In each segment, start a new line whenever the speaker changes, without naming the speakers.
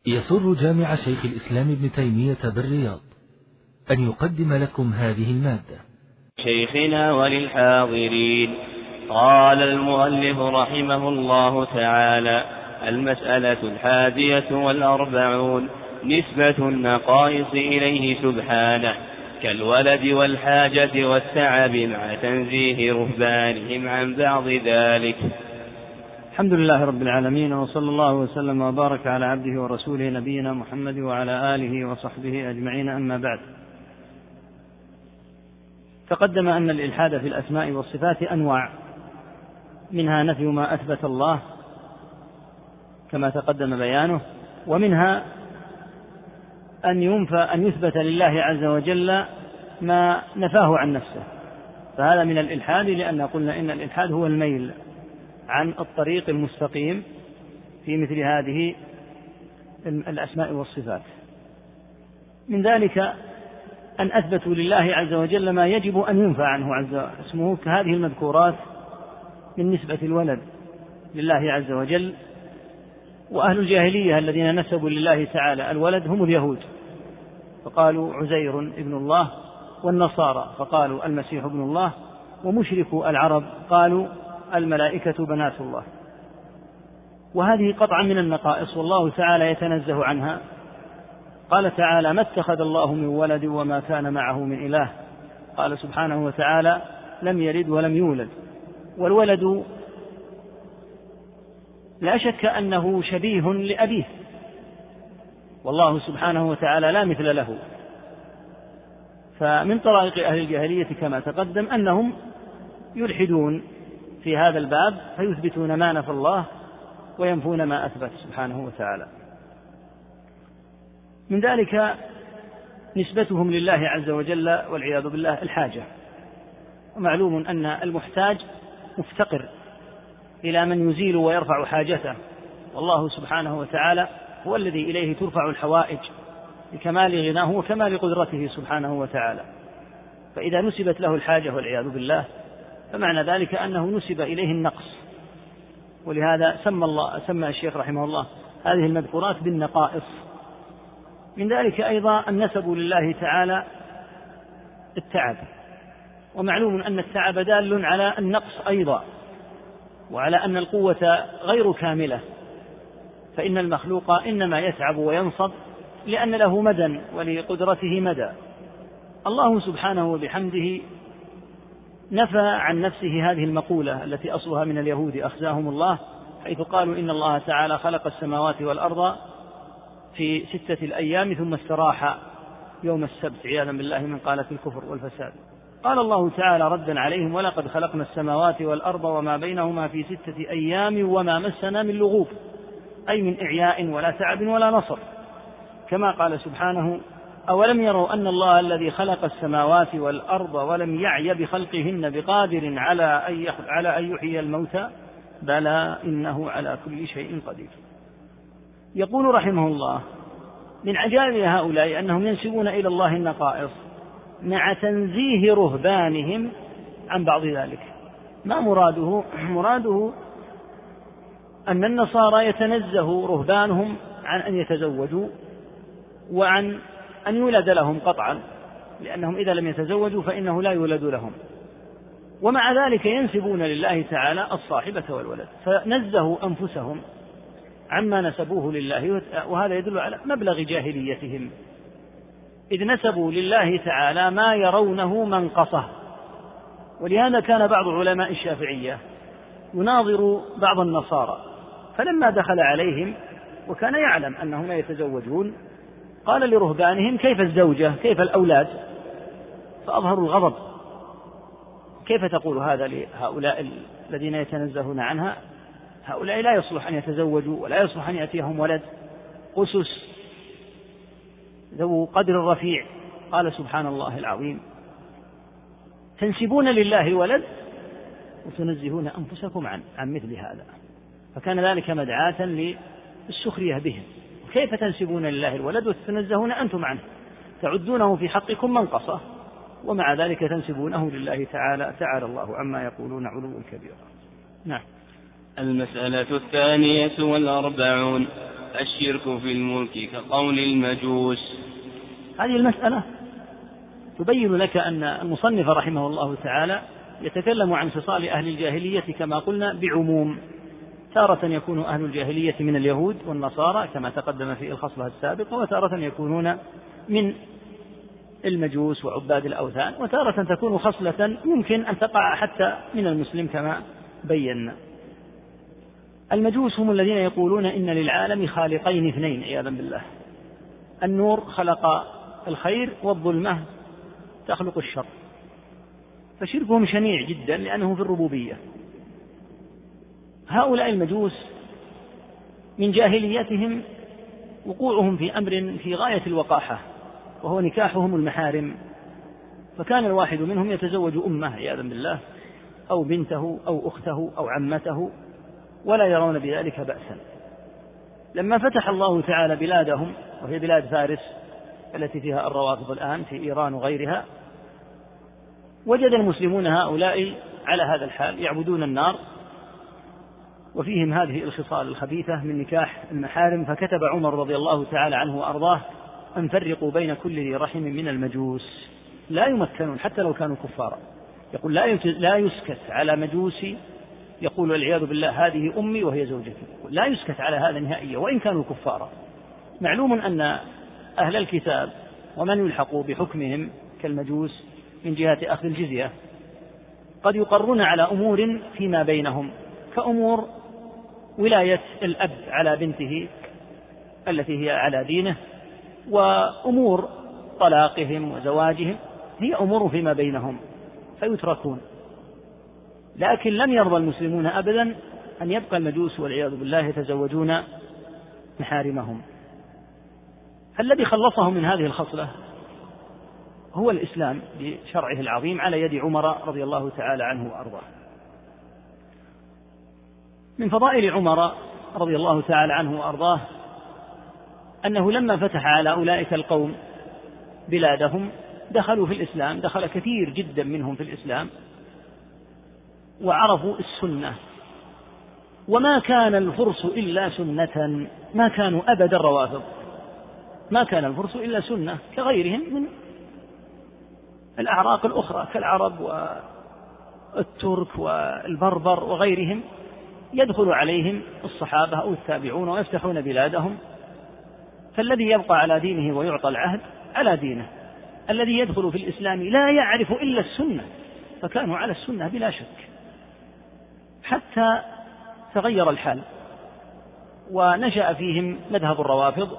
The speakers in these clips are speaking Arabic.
يسر جامع شيخ الإسلام ابن تيمية بالرياض أن يقدم لكم هذه المادة.
شيخنا وللحاضرين. قال المؤلف رحمه الله تعالى: المسألة 41 نسبة النقائص إليه سبحانه كالولد والحاجة والتعب مع تنزيه رهبانهم عن بعض ذلك.
الحمد لله رب العالمين، وصلى الله وسلم وبارك على عبده ورسوله نبينا محمد وعلى آله وصحبه أجمعين، أما بعد. تقدم أن الإلحاد في الأسماء والصفات أنواع، منها نفي ما أثبت الله كما تقدم بيانه، ومنها أن يثبت لله عز وجل ما نفاه عن نفسه، فهذا من الإلحاد، لأن قلنا إن الإلحاد هو الميل عن الطريق المستقيم في مثل هذه الأسماء والصفات. من ذلك أن أثبتوا لله عز وجل ما يجب أن ينفى عنه عز وجل اسمه، كهذه المذكورات من نسبة الولد لله عز وجل. وأهل الجاهلية الذين نسبوا لله تعالى الولد هم اليهود، فقالوا عزير ابن الله، والنصارى فقالوا المسيح ابن الله، ومشركو العرب قالوا الملائكة بنات الله. وهذه قطعا من النقائص، والله تعالى يتنزه عنها. قال تعالى: ما اتخذ الله من ولد وما كان معه من إله. قال سبحانه وتعالى: لم يلد ولم يولد. والولد لا شك أنه شبيه لأبيه، والله سبحانه وتعالى لا مثل له. فمن طرائق أهل الجاهلية كما تقدم أنهم يلحدون في هذا الباب، فيثبتون ما نفى الله وينفون ما أثبت سبحانه وتعالى. من ذلك نسبتهم لله عز وجل والعياذ بالله الحاجة، ومعلوم أن المحتاج مفتقر إلى من يزيل ويرفع حاجته، والله سبحانه وتعالى هو الذي إليه ترفع الحوائج لكمال غناه وكمال قدرته سبحانه وتعالى. فإذا نسبت له الحاجة والعياذ بالله فمعنى ذلك أنه نسب إليه النقص، ولهذا سمى الشيخ رحمه الله هذه المذكورات بالنقائص. من ذلك أيضا أن نسبوا لله تعالى التعب، ومعلوم أن التعب دال على النقص أيضا، وعلى أن القوة غير كاملة، فإن المخلوق إنما يتعب وينصب لأن له مدى ولقدرته مدى. الله سبحانه وبحمده نفى عن نفسه هذه المقولة التي أصلها من اليهود أخزاهم الله، حيث قالوا إن الله تعالى خلق السماوات والأرض في 6 أيام ثم استراح يوم السبت، عياذا بالله من قالة الكفر والفساد. قال الله تعالى ردا عليهم: ولقد خلقنا السماوات والأرض وما بينهما في 6 أيام وما مسنا من لغوب، أي من إعياء ولا تعب ولا نصر. كما قال سبحانه: أولم يروا أن الله الذي خلق السماوات والأرض ولم يعي بخلقهن بقادر على أن يحيي الموتى، بلى إنه على كل شيء قدير. يقول رحمه الله: من عجائب هؤلاء أنهم ينسبون إلى الله النقائص مع تنزيه رهبانهم عن بعض ذلك. ما مراده؟ مراده أن النصارى يتنزه رهبانهم عن أن يتزوجوا وعن أن يولد لهم قطعا، لأنهم إذا لم يتزوجوا فإنه لا يولد لهم، ومع ذلك ينسبون لله تعالى الصاحبة والولد، فنزهوا أنفسهم عما نسبوه لله. وهذا يدل على مبلغ جاهليتهم، إذ نسبوا لله تعالى ما يرونه منقصه. ولهذا كان بعض علماء الشافعية يناظر بعض النصارى، فلما دخل عليهم وكان يعلم أنهم لا يتزوجون قال لرهبانهم: كيف الزوجة؟ كيف الأولاد؟ فأظهروا الغضب: كيف تقول هذا لهؤلاء الذين يتنزهون عنها؟ هؤلاء لا يصلح أن يتزوجوا ولا يصلح أن يأتيهم ولد، قسس ذو قدر رفيع. قال سبحان الله العظيم: تنسبون لله ولد وتنزهون أنفسكم عن مثل هذا. فكان ذلك مدعاة للسخرية بهم. كيف تنسبون لله الولد وتتنزهون أنتم عنه؟ تعدونه في حقكم منقصة، ومع ذلك تنسبونه لله تعالى. تعالى الله عما يقولون علوا كبيرا. نعم.
المسألة 42 الشرك في الملك كقول المجوس.
هذه المسألة تبين لك أن المصنف رحمه الله تعالى يتكلم عن خصال أهل الجاهلية كما قلنا بعموم، تارة يكون أهل الجاهلية من اليهود والنصارى كما تقدم في الخصلة السابقة، وتارة يكونون من المجوس وعباد الأوثان، وتارة تكون خصلة يمكن أن تقع حتى من المسلم كما بينا. المجوس هم الذين يقولون إن للعالم خالقين اثنين عياذا بالله، النور خلق الخير والظلمة تخلق الشر، فشركهم شنيع جدا لأنه في الربوبية. هؤلاء المجوس من جاهليتهم وقوعهم في أمر في غاية الوقاحة، وهو نكاحهم المحارم، فكان الواحد منهم يتزوج أمه عياذا بالله أو بنته أو أخته أو عمته ولا يرون بذلك بأسا. لما فتح الله تعالى بلادهم وهي بلاد فارس التي فيها الروافض الآن في إيران وغيرها، وجد المسلمون هؤلاء على هذا الحال يعبدون النار وفيهم هذه الخصال الخبيثة من نكاح المحارم، فكتب عمر رضي الله تعالى عنه وأرضاه أن فرقوا بين كل ذي رحم من المجوس، لا يمكنون حتى لو كانوا كفارا. يقول لا يسكت على مجوسي يقول والعياذ بالله هذه أمي وهي زوجتي، لا يسكت على هذا نهائيا وإن كانوا كفارا. معلوم أن أهل الكتاب ومن يلحقوا بحكمهم كالمجوس من جهة أخذ الجزية قد يقرون على أمور فيما بينهم، كأمور ولاية الأب على بنته التي هي على دينه، وأمور طلاقهم وزواجهم هي أمور فيما بينهم فيتركون. لكن لم يرضى المسلمون أبدا أن يبقى المجوس والعياذ بالله يتزوجون محارمهم. فالذي خلصهم من هذه الخصلة هو الإسلام بشرعه العظيم على يد عمر رضي الله تعالى عنه وأرضاه. من فضائل عمر رضي الله تعالى عنه وأرضاه أنه لما فتح على أولئك القوم بلادهم دخلوا في الإسلام، دخل كثير جدا منهم في الإسلام وعرفوا السنة، وما كان الفرس إلا سنة، ما كانوا أبدا روافض، ما كان الفرس إلا سنة كغيرهم من الأعراق الأخرى كالعرب والترك والبربر وغيرهم، يدخل عليهم الصحابة أو التابعون ويفتحون بلادهم، فالذي يبقى على دينه ويعطى العهد على دينه، الذي يدخل في الإسلام لا يعرف إلا السنة، فكانوا على السنة بلا شك، حتى تغير الحال ونشأ فيهم مذهب الروافض،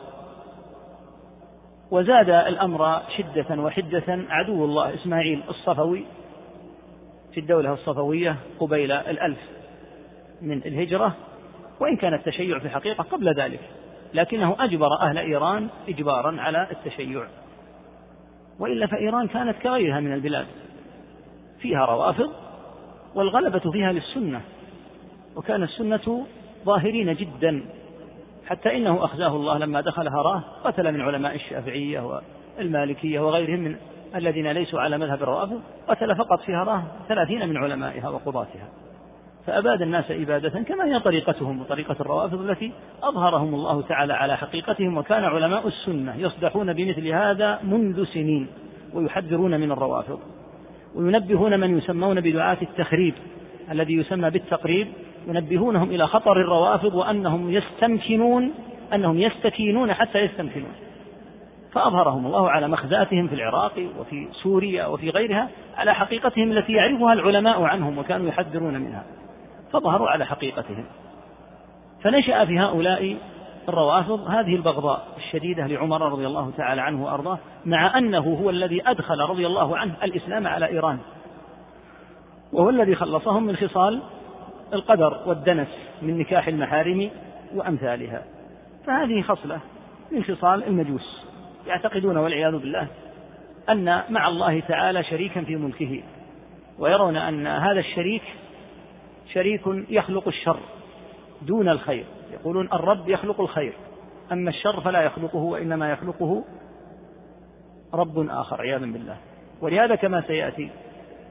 وزاد الأمر شدة وحدة. عدو الله إسماعيل الصفوي في الدولة الصفوية قبيل 1000 من الهجرة، وإن كان التشيع في الحقيقة قبل ذلك، لكنه أجبر أهل إيران إجبارا على التشيع، وإلا فإيران كانت كغيرها من البلاد فيها روافض والغلبة فيها للسنة، وكان السنة ظاهرين جدا، حتى إنه أخزاه الله لما دخل هراه قتل من علماء الشافعية والمالكية وغيرهم من الذين ليسوا على مذهب الروافض، قتل فقط في هراه 30 من علمائها وقضاتها، فأباد الناس إبادة كما هي طريقتهم وطريقة الروافض التي أظهرهم الله تعالى على حقيقتهم. وكان علماء السنة يصدحون بمثل هذا منذ سنين ويحذرون من الروافض، وينبهون من يسمون بدعاة التخريب الذي يسمى بالتقريب، ينبهونهم إلى خطر الروافض وأنهم يستكينون حتى يستمكنون، فأظهرهم الله على مخزاتهم في العراق وفي سوريا وفي غيرها على حقيقتهم التي يعرفها العلماء عنهم وكانوا يحذرون منها، فظهروا على حقيقتهم. فنشأ في هؤلاء الروافض هذه البغضاء الشديدة لعمر رضي الله تعالى عنه وأرضاه، مع أنه هو الذي أدخل رضي الله عنه الإسلام على إيران، وهو الذي خلصهم من خصال القدر والدنس من نكاح المحارم وأمثالها. فهذه خصلة من خصال المجوس، يعتقدون والعياذ بالله أن مع الله تعالى شريكا في ملكه، ويرون أن هذا الشريك شريك يخلق الشر دون الخير، يقولون الرب يخلق الخير أما الشر فلا يخلقه وإنما يخلقه رب آخر عياذا بالله. ولهذا كما سيأتي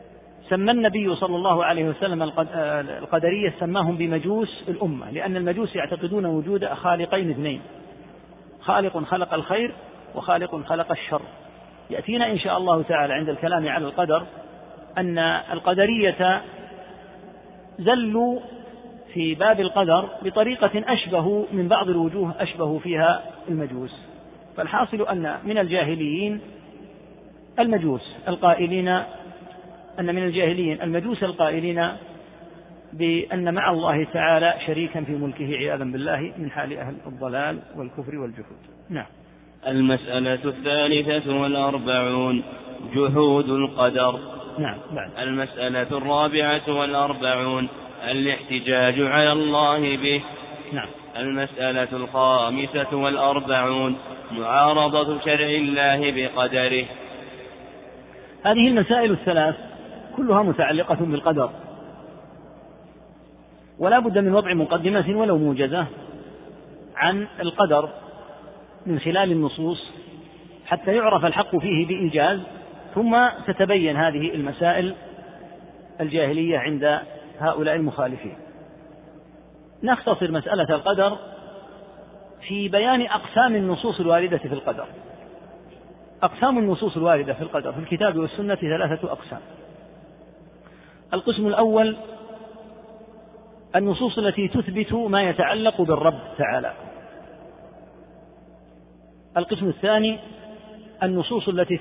سمى النبي صلى الله عليه وسلم القدرية سماهم بمجوس الأمة، لأن المجوس يعتقدون وجود خالقين اثنين، خالق خلق الخير وخالق خلق الشر. يأتينا إن شاء الله تعالى عند الكلام على القدر أن القدرية زلوا في باب القدر بطريقة أشبه من بعض الوجوه أشبه فيها المجوس. فالحاصل أن من الجاهليين المجوس القائلين المجوس القائلين بأن مع الله تعالى شريكا في ملكه عياذا بالله، من حال أهل الضلال والكفر والجحود. نعم.
المسألة 43 جحود القدر.
نعم. بعد.
المسألة 44 الاحتجاج على الله به.
نعم.
المسألة 45 معارضة شرع الله بقدره.
هذه المسائل الثلاث كلها متعلقة بالقدر، ولا بد من وضع مقدمة ولو موجزة عن القدر من خلال النصوص حتى يعرف الحق فيه بإيجاز، ثم تتبين هذه المسائل الجاهلية عند هؤلاء المخالفين. نختصر مسألة القدر في بيان أقسام النصوص الواردة في القدر. أقسام النصوص الواردة في القدر في الكتاب والسنة 3 أقسام. القسم الأول النصوص التي تثبت ما يتعلق بالرب تعالى. القسم الثاني النصوص التي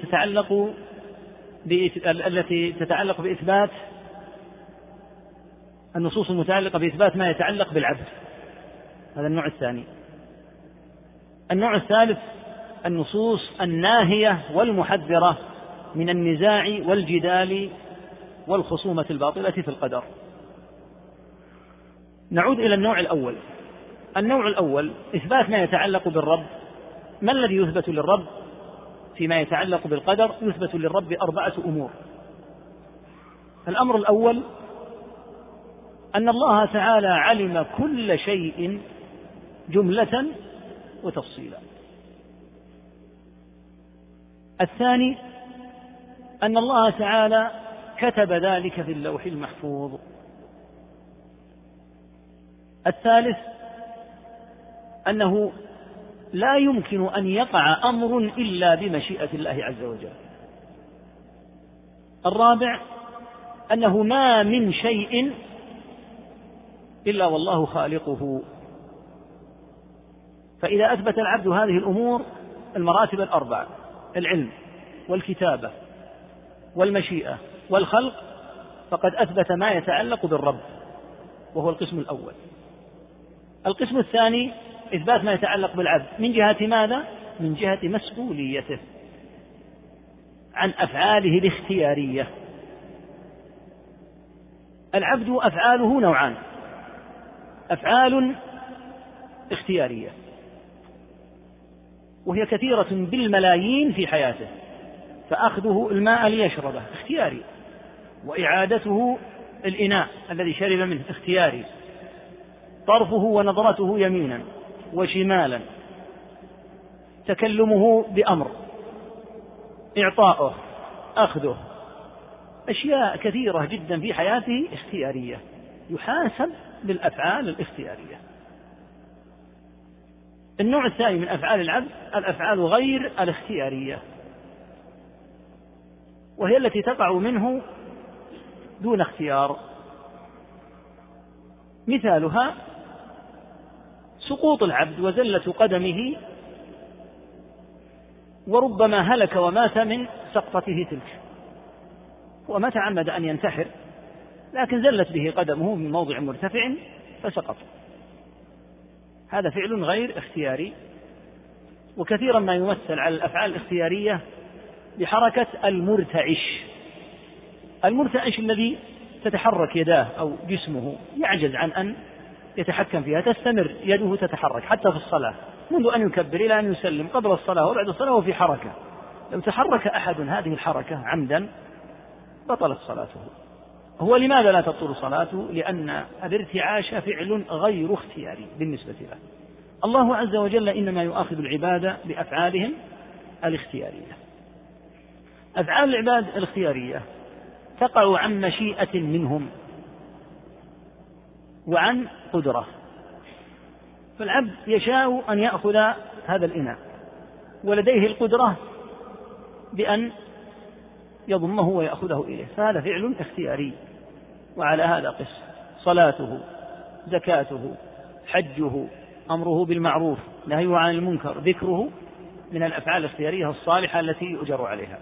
تتعلق بإثبات النصوص المتعلقة بإثبات ما يتعلق بالعبد، هذا النوع الثاني. النوع الثالث النصوص الناهية والمحذرة من النزاع والجدال والخصومة الباطلة في القدر. نعود إلى النوع الأول. النوع الأول إثبات ما يتعلق بالرب. ما الذي يثبت للرب فيما يتعلق بالقدر؟ يثبت للرب 4 أمور. الأمر الأول أن الله تعالى علم كل شيء جملة وتفصيلا. الثاني أن الله تعالى كتب ذلك في اللوح المحفوظ. الثالث أنه لا يمكن أن يقع أمر إلا بمشيئة الله عز وجل. الرابع أنه ما من شيء إلا والله خالقه. فإذا أثبت العبد هذه الأمور المراتب 4 العلم والكتابة والمشيئة والخلق فقد أثبت ما يتعلق بالرب، وهو القسم الأول. القسم الثاني إثبات ما يتعلق بالعبد من جهة ماذا؟ من جهة مسؤوليته عن أفعاله الاختيارية. العبد أفعاله نوعان: أفعال اختيارية وهي كثيرة بالملايين في حياته، فأخذه الماء ليشربه اختياري، وإعادته الإناء الذي شرب منه اختياري، طرفه ونظرته يمينا وشمالا، تكلمه بأمر، إعطاؤه، أخذه، أشياء كثيرة جدا في حياته اختيارية، يحاسب بالأفعال الاختيارية. النوع الثاني من أفعال العبد الأفعال غير الاختيارية، وهي التي تقع منه دون اختيار. مثالها سقوط العبد وزلة قدمه، وربما هلك ومات من سقطته تلك، وما تعمد أن ينتحر لكن زلت به قدمه من موضع مرتفع فسقط. هذا فعل غير اختياري. وكثيرا ما يمثل على الأفعال الاختيارية بحركة المرتعش. المرتعش الذي تتحرك يداه أو جسمه، يعجز عن أن يتحكم فيها، تستمر يده تتحرك حتى في الصلاة، منذ أن يكبر إلى أن يسلم، قبل الصلاة وبعد الصلاة وفي حركة. لو تحرك أحد هذه الحركة عمدا بطلت صلاته. هو لماذا لا تبطل صلاته؟ لأن الارتعاش فعل غير اختياري بالنسبة له. الله عز وجل إنما يؤاخذ العباد بأفعالهم الاختيارية. أفعال العباد الاختيارية تقع عن مشيئة منهم وعن قدرة. فالعبد يشاء أن يأخذ هذا الإناء ولديه القدرة بأن يضمه ويأخذه إليه، فهذا فعل اختياري. وعلى هذا قس صلاته، زكاته، حجه، أمره بالمعروف، نهيه عن المنكر، ذكره، من الأفعال الاختيارية الصالحة التي يؤجر عليها.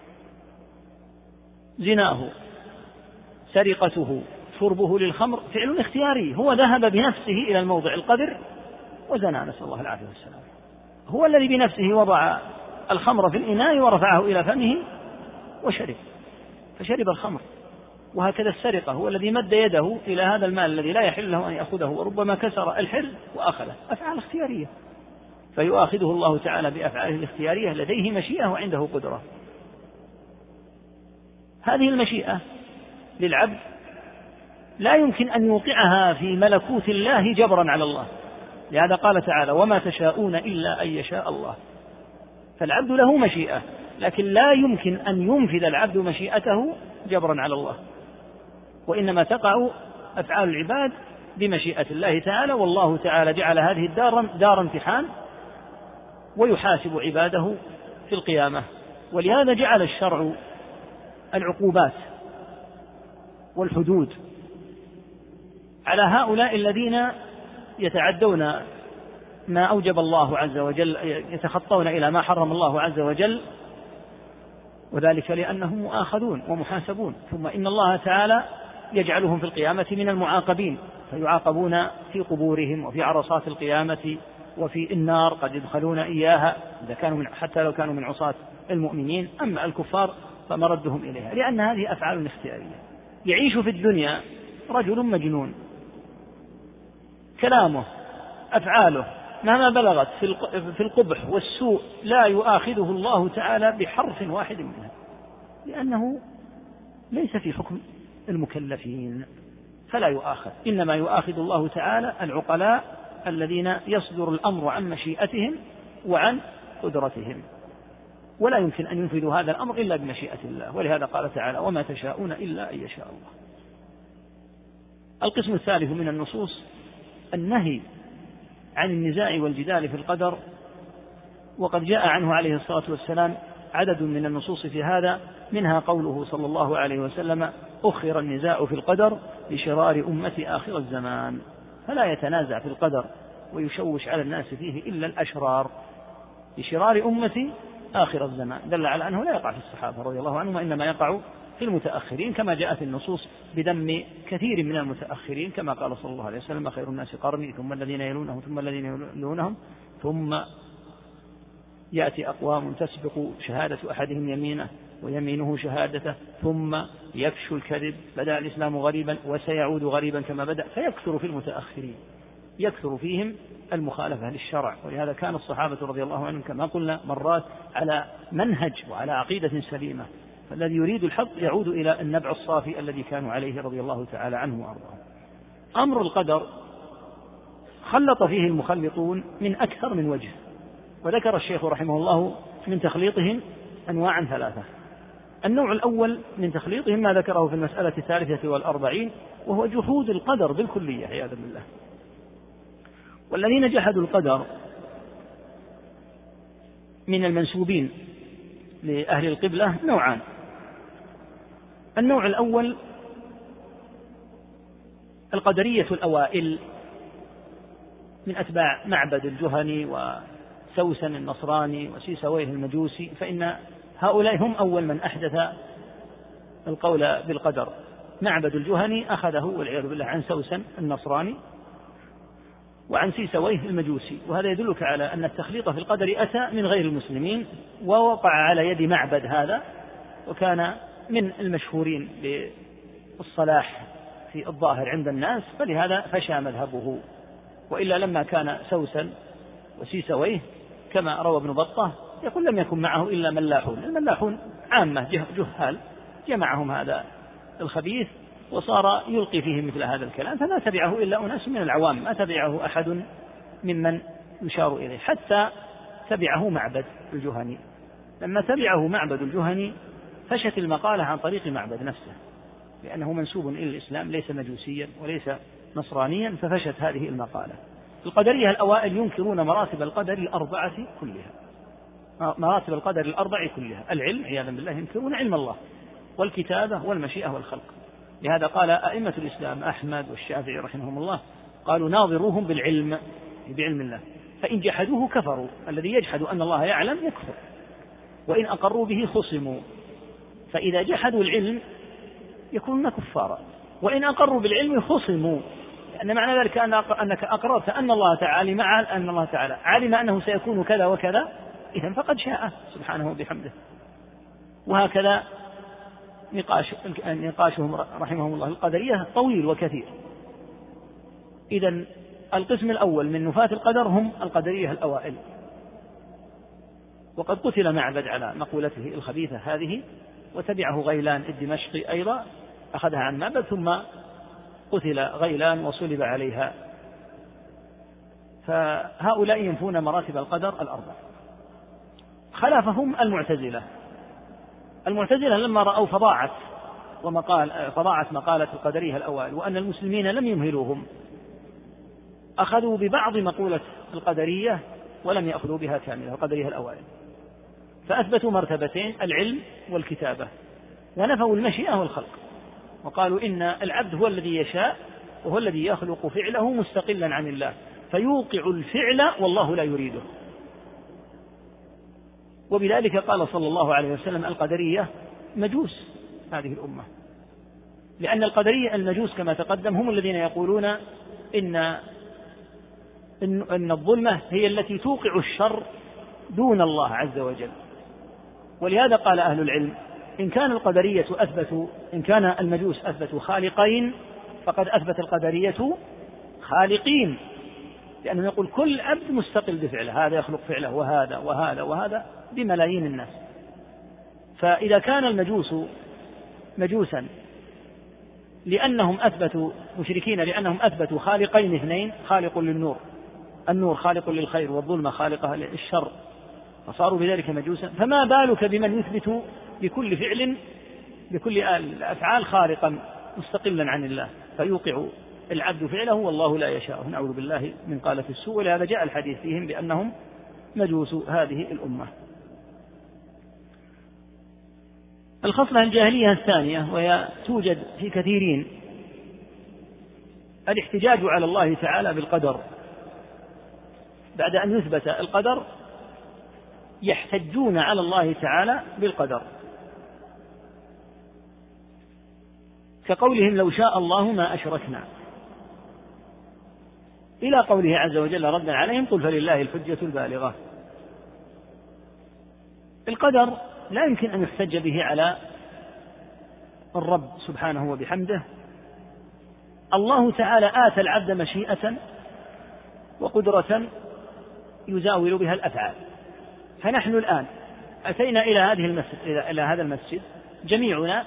زناه، سرقته، شربه للخمر فعل اختياري، هو ذهب بنفسه إلى الموضع القذر وزنى، نسأل الله العافية والسلام. هو الذي بنفسه وضع الخمر في الإناء ورفعه إلى فمه وشرب، فشرب الخمر. وهكذا السرقة، هو الذي مد يده إلى هذا المال الذي لا يحل له أن يأخذه، وربما كسر الحرز وأخذه، أفعال اختيارية، فيؤاخذه الله تعالى بأفعاله الاختيارية، لديه مشيئة وعنده قدرة. هذه المشيئة للعبد لا يمكن أن يوقعها في ملكوت الله جبرا على الله، لهذا قال تعالى: وما تشاءون إلا أن يشاء الله. فالعبد له مشيئة، لكن لا يمكن أن ينفذ العبد مشيئته جبرا على الله، وإنما تقع أفعال العباد بمشيئة الله تعالى. والله تعالى جعل هذه الدار دار امتحان، ويحاسب عباده في القيامة. ولهذا جعل الشرع العقوبات والحدود على هؤلاء الذين يتعدون ما أوجب الله عز وجل، يتخطون إلى ما حرم الله عز وجل، وذلك لأنهم مؤاخذون ومحاسبون. ثم إن الله تعالى يجعلهم في القيامة من المعاقبين، فيعاقبون في قبورهم وفي عرصات القيامة وفي النار، قد يدخلون إياها إذا كانوا حتى لو كانوا من عصاة المؤمنين. أما الكفار فمردهم إليها، لأن هذه أفعال اختيارية. يعيش في الدنيا رجل مجنون، كلامه أفعاله مهما بلغت في القبح والسوء لا يؤاخذه الله تعالى بحرف واحد منها، لأنه ليس في حكم المكلفين فلا يؤاخذ. إنما يؤاخذ الله تعالى العقلاء الذين يصدر الأمر عن مشيئتهم وعن قدرتهم، ولا يمكن أن ينفذوا هذا الأمر إلا بمشيئة الله. ولهذا قال تعالى: وما تشاءون إلا أن يشاء الله. القسم الثالث من النصوص النهي عن النزاع والجدال في القدر، وقد جاء عنه عليه الصلاة والسلام عدد من النصوص في هذا، منها قوله صلى الله عليه وسلم: أخر النزاع في القدر لشرار أمتي آخر الزمان. فلا يتنازع في القدر ويشوش على الناس فيه إلا الأشرار، لشرار أمتي آخر الزمان، دل على أنه لا يقع في الصحابة رضي الله عنهم، وإنما يقع في المتأخرين، كما جاءت النصوص بدم كثير من المتأخرين، كما قال صلى الله عليه وسلم: خير الناس قرني ثم الذين يلونهم ثم الذين يلونهم ثم يأتي أقوام تسبق شهادة أحدهم يمينه ويمينه شهادته ثم يفشو الكذب، بدأ الإسلام غريبا وسيعود غريبا كما بدأ، فيكثر في المتأخرين، يكثر فيهم المخالفة للشرع. ولهذا كان الصحابة رضي الله عنهم كما قلنا مرات على منهج وعلى عقيدة سليمة، فالذي يريد الحق يعود إلى النبع الصافي الذي كانوا عليه رضي الله تعالى عنه وأرضاه. أمر القدر خلط فيه المخلطون من أكثر من وجه، وذكر الشيخ رحمه الله من تخليطهم أنواعا ثلاثة. النوع الأول من تخليطهم ما ذكره في المسألة 43، وهو جحود القدر بالكلية عياذا بالله. والذين جحدوا القدر من المنسوبين لأهل القبلة نوعان. النوع الأول القدرية الأوائل من أتباع معبد الجهني وسوسن النصراني وسيسويه المجوسي، فإن هؤلاء هم أول من أحدث القول بالقدر. معبد الجهني أخذه والعياذ بالله عن سوسن النصراني وعن سيسويه المجوسي، وهذا يدلك على أن التخليط في القدر أتى من غير المسلمين ووقع على يد معبد هذا، وكان من المشهورين بالصلاح في الظاهر عند الناس، فلهذا فشى مذهبه. وإلا لما كان سوسن وسيسويه كما روى ابن بطة يقول لم يكن معه إلا ملاحون، الملاحون عامة جهال، جمعهم هذا الخبيث وصار يلقي فيهم مثل هذا الكلام، فما تبعه إلا أناس من العوام، ما تبعه أحد ممن يشار إليه، حتى تبعه معبد الجهني. لما تبعه معبد الجهني فشت المقالة عن طريق معبد نفسه، لأنه منسوب إلى الإسلام، ليس مجوسيا وليس نصرانيا، ففشت هذه المقالة. القدرية الأوائل ينكرون مراتب القدر الأربعة كلها، مراتب القدر الأربع كلها. العلم عياذا بالله، ينكرون علم الله والكتابة والمشيئة والخلق. لهذا قال أئمة الإسلام أحمد والشافعي رحمهم الله، قالوا ناظروهم بعلم الله، فإن جحدوه كفروا. الذي يجحد أن الله يعلم يكفر، وإن أقروا به خصموا. فإذا جحدوا العلم يكونون كفارا، وإن أقروا بالعلم خصموا، لأن معنى ذلك أنك أقررت أن الله تعالى علم أنه سيكون كذا وكذا، إذن فقد شاء سبحانه وبحمده. وهكذا نقاشهم رحمهم الله القدرية طويل وكثير. إذن القسم الأول من نفاة القدر هم القدرية الأوائل، وقد قتل معبد على مقولته الخبيثة هذه، وتبعه غيلان الدمشقي أيضا أخذها عن معبد، ثم قتل غيلان وصلب عليها. فهؤلاء ينفون مراتب القدر الأربع. خلافهم المعتزلة لما رأوا فضاعة مقالة القدرية الأوائل وأن المسلمين لم يمهلوهم، أخذوا ببعض مقولة القدرية ولم يأخذوا بها كاملة، القدرية الأوائل، فأثبتوا مرتبتين: العلم والكتابة، ونفوا المشيئة والخلق، وقالوا إن العبد هو الذي يشاء وهو الذي يخلق فعله مستقلا عن الله، فيوقع الفعل والله لا يريده. وبذلك قال صلى الله عليه وسلم: القدرية مجوس هذه الأمة، لأن القدرية المجوس كما تقدم هم الذين يقولون إن الظلمة هي التي توقع الشر دون الله عز وجل. ولهذا قال أهل العلم: إن كان المجوس أثبتوا خالقين، فقد أثبت القدرية خالقين، لأنه يقول كل عبد مستقل بفعله، هذا يخلق فعله وهذا وهذا وهذا بملايين الناس. فإذا كان المجوس مجوسا لأنهم أثبتوا مشركين لأنهم أثبتوا خالقين اثنين، خالق للنور، النور خالق للخير، والظلمة خالقة للشر، فصاروا بذلك مجوسا، فما بالك بمن يثبت بكل الأفعال خالقا مستقلا عن الله، فيوقع العبد فعله والله لا يشاء. نعوذ بالله من قالة السوء. ولهذا جاء الحديث فيهم بأنهم مجوس هذه الأمة. الخصلة الجاهلية الثانية، وهي توجد في كثيرين، الاحتجاج على الله تعالى بالقدر. بعد أن يثبت القدر يحتجون على الله تعالى بالقدر، كقولهم: لو شاء الله ما أشركنا، إلى قوله عز وجل ردا عليهم: قل فلله الحجة البالغة. القدر لا يمكن أن يحتج به على الرب سبحانه وبحمده. الله تعالى آتى العبد مشيئة وقدرة يزاول بها الأفعال، فنحن الآن أتينا إلى هذا المسجد جميعنا،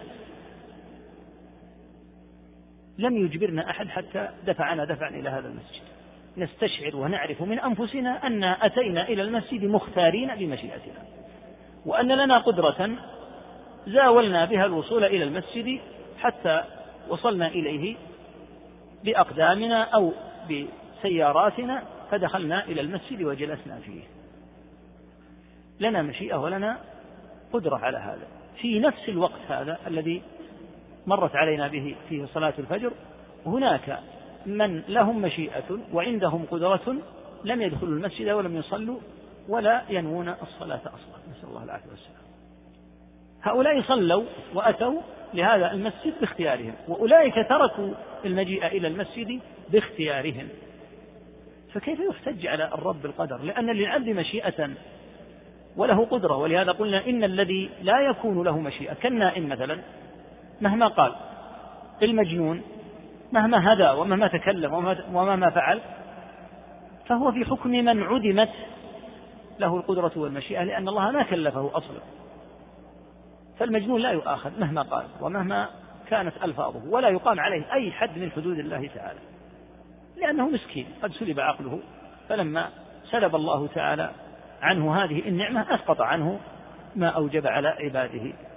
لم يجبرنا أحد حتى دفعنا دفعا إلى هذا المسجد، نستشعر ونعرف من أنفسنا أن أتينا إلى المسجد مختارين بمشيئتنا، وأن لنا قدرة زاولنا بها الوصول إلى المسجد حتى وصلنا إليه بأقدامنا أو بسياراتنا، فدخلنا إلى المسجد وجلسنا فيه. لنا مشيئة ولنا قدرة على هذا. في نفس الوقت هذا الذي مرت علينا به فيه صلاة الفجر، هناك من لهم مشيئة وعندهم قدرة لم يدخلوا المسجد ولم يصلوا ولا ينوون الصلاة أصلا، نسأل الله العافية والسلام. هؤلاء صلوا وأتوا لهذا المسجد باختيارهم، وأولئك تركوا المجيء إلى المسجد باختيارهم. فكيف يحتج على الرب بالقدر؟ لأن للعبد مشيئة وله قدرة. ولهذا قلنا إن الذي لا يكون له مشيئة كالنائم مثلا، مهما قال، المجنون مهما هدى ومهما تكلم ومهما فعل، فهو في حكم من عدمت له القدرة والمشيئة، لأن الله ما كلفه أصلا. فالمجنون لا يؤاخذ مهما قال ومهما كانت ألفاظه، ولا يقام عليه أي حد من حدود الله تعالى، لأنه مسكين قد سلب عقله، فلما سلب الله تعالى عنه هذه النعمة أسقط عنه ما أوجب على عباده.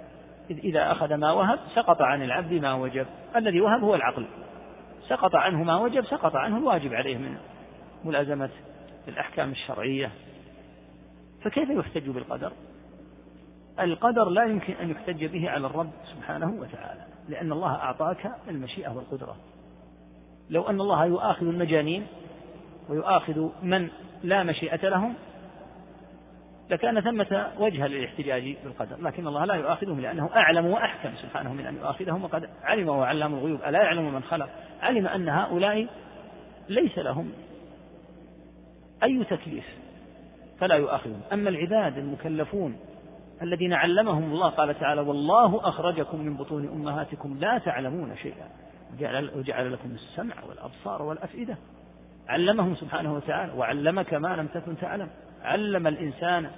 إذا أخذ ما وهب سقط عن العبد ما وجب. الذي وهب هو العقل، سقط عنه ما وجب، سقط عنه الواجب عليه من ملازمة الأحكام الشرعية. فكيف يحتج بالقدر؟ القدر لا يمكن أن يحتج به على الرب سبحانه وتعالى، لأن الله أعطاك المشيئة والقدرة. لو أن الله يؤاخذ المجانين ويؤاخذ من لا مشيئة لهم لكان ثمة وجه للاحتجاج بالقدر، لكن الله لا يؤاخذهم لأنه أعلم وأحكم سبحانه من أن يؤاخذهم، وقد علم وعلم الغيوب ألا يعلم من خلق، علم أن هؤلاء ليس لهم أي تكليف فلا يؤاخذهم. أما العباد المكلفون الذين علمهم الله، قال تعالى: والله أخرجكم من بطون أمهاتكم لا تعلمون شيئا وجعل لكم السمع والأبصار والأفئدة، علمهم سبحانه وتعالى. وعلمك ما لم تكن تعلم، علم الإنسان،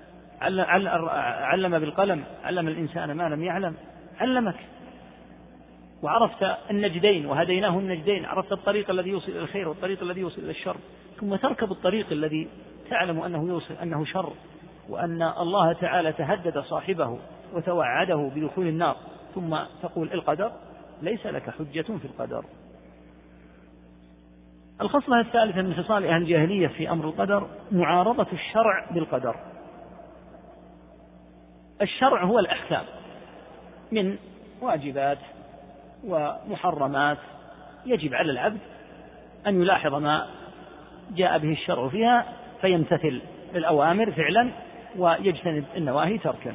علم بالقلم، علم الإنسان ما لم يعلم، علمك. وعرفت النجدين وهديناه النجدين، عرفت الطريق الذي يوصل إلى الخير والطريق الذي يوصل إلى الشر، ثم تركب الطريق الذي تعلم أنه يوصل أنه شر، وأن الله تعالى تهدد صاحبه وتوعده بدخول النار، ثم تقول القدر. ليس لك حجة في القدر. الخصلة الثالثة من خصال أهل الجاهلية في أمر القدر معارضة الشرع بالقدر. الشرع هو الأحكام من واجبات ومحرمات، يجب على العبد أن يلاحظ ما جاء به الشرع فيها فيمتثل الأوامر فعلا ويجتنب النواهي تركا.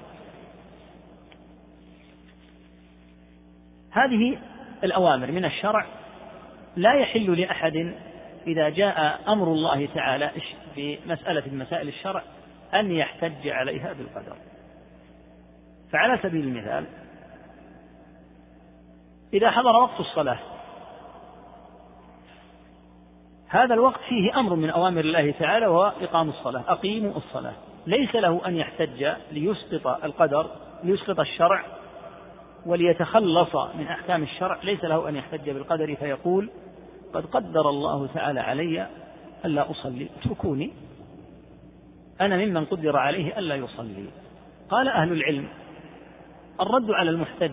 هذه الأوامر من الشرع لا يحل لأحد إذا جاء أمر الله تعالى بمسألة من مسائل الشرع أن يحتج عليها بالقدر. فعلى سبيل المثال، إذا حضر وقت الصلاة، هذا الوقت فيه أمر من أوامر الله تعالى وهو إقام الصلاة، أقيموا الصلاة، ليس له أن يحتج ليسقط القدر، ليسقط الشرع وليتخلص من أحكام الشرع، ليس له أن يحتج بالقدر فيقول قد قدر الله تعالى علي ألا أصلي، اتركوني أنا ممن قدر عليه ألا يصلي. قال أهل العلم: الرد على المحتج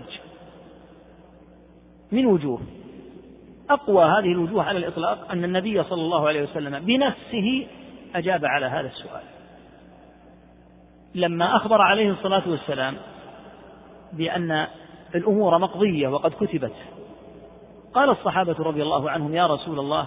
من وجوه، أقوى هذه الوجوه على الإطلاق أن النبي صلى الله عليه وسلم بنفسه أجاب على هذا السؤال لما أخبر عليه الصلاة والسلام بأن الأمور مقضية وقد كتبت. قال الصحابة رضي الله عنهم: يا رسول الله،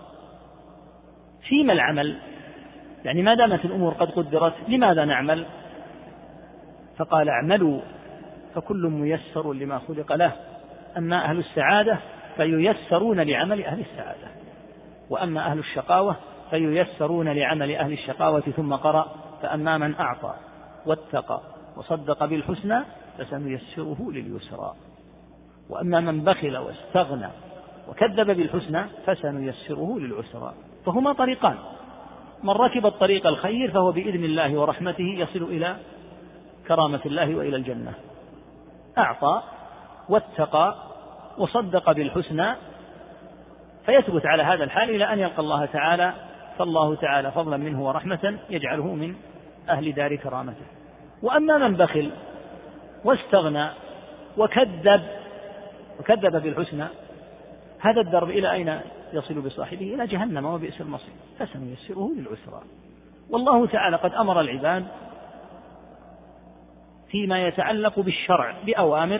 فيما العمل؟ يعني ما دامت الأمور قد قدرت لماذا نعمل؟ فقال: اعملوا فكل ميسر لما خلق له، أما أهل السعادة فييسرون لعمل أهل السعادة، وأما أهل الشقاوة فييسرون لعمل أهل الشقاوة. ثم قرأ: فأما من أعطى واتقى وصدق بالحسنى فسنيسره لليسرى، وأما من بخل واستغنى وكذب بالحسنى فسنيسره للعسرى. فهما طريقان، من ركب الطريق الخير فهو بإذن الله ورحمته يصل إلى كرامة الله وإلى الجنة. أعطى واتقى وصدق بالحسنى فيثبت على هذا الحال إلى أن يلقى الله تعالى، فالله تعالى فضلا منه ورحمة يجعله من أهل دار كرامته. وأما من بخل واستغنى وكذب بالحسنى، هذا الدرب إلى أين يصل بصاحبه؟ إلى جهنم وبئس المصير، فسنيسره للعسرى. والله تعالى قد أمر العباد فيما يتعلق بالشرع بأوامر.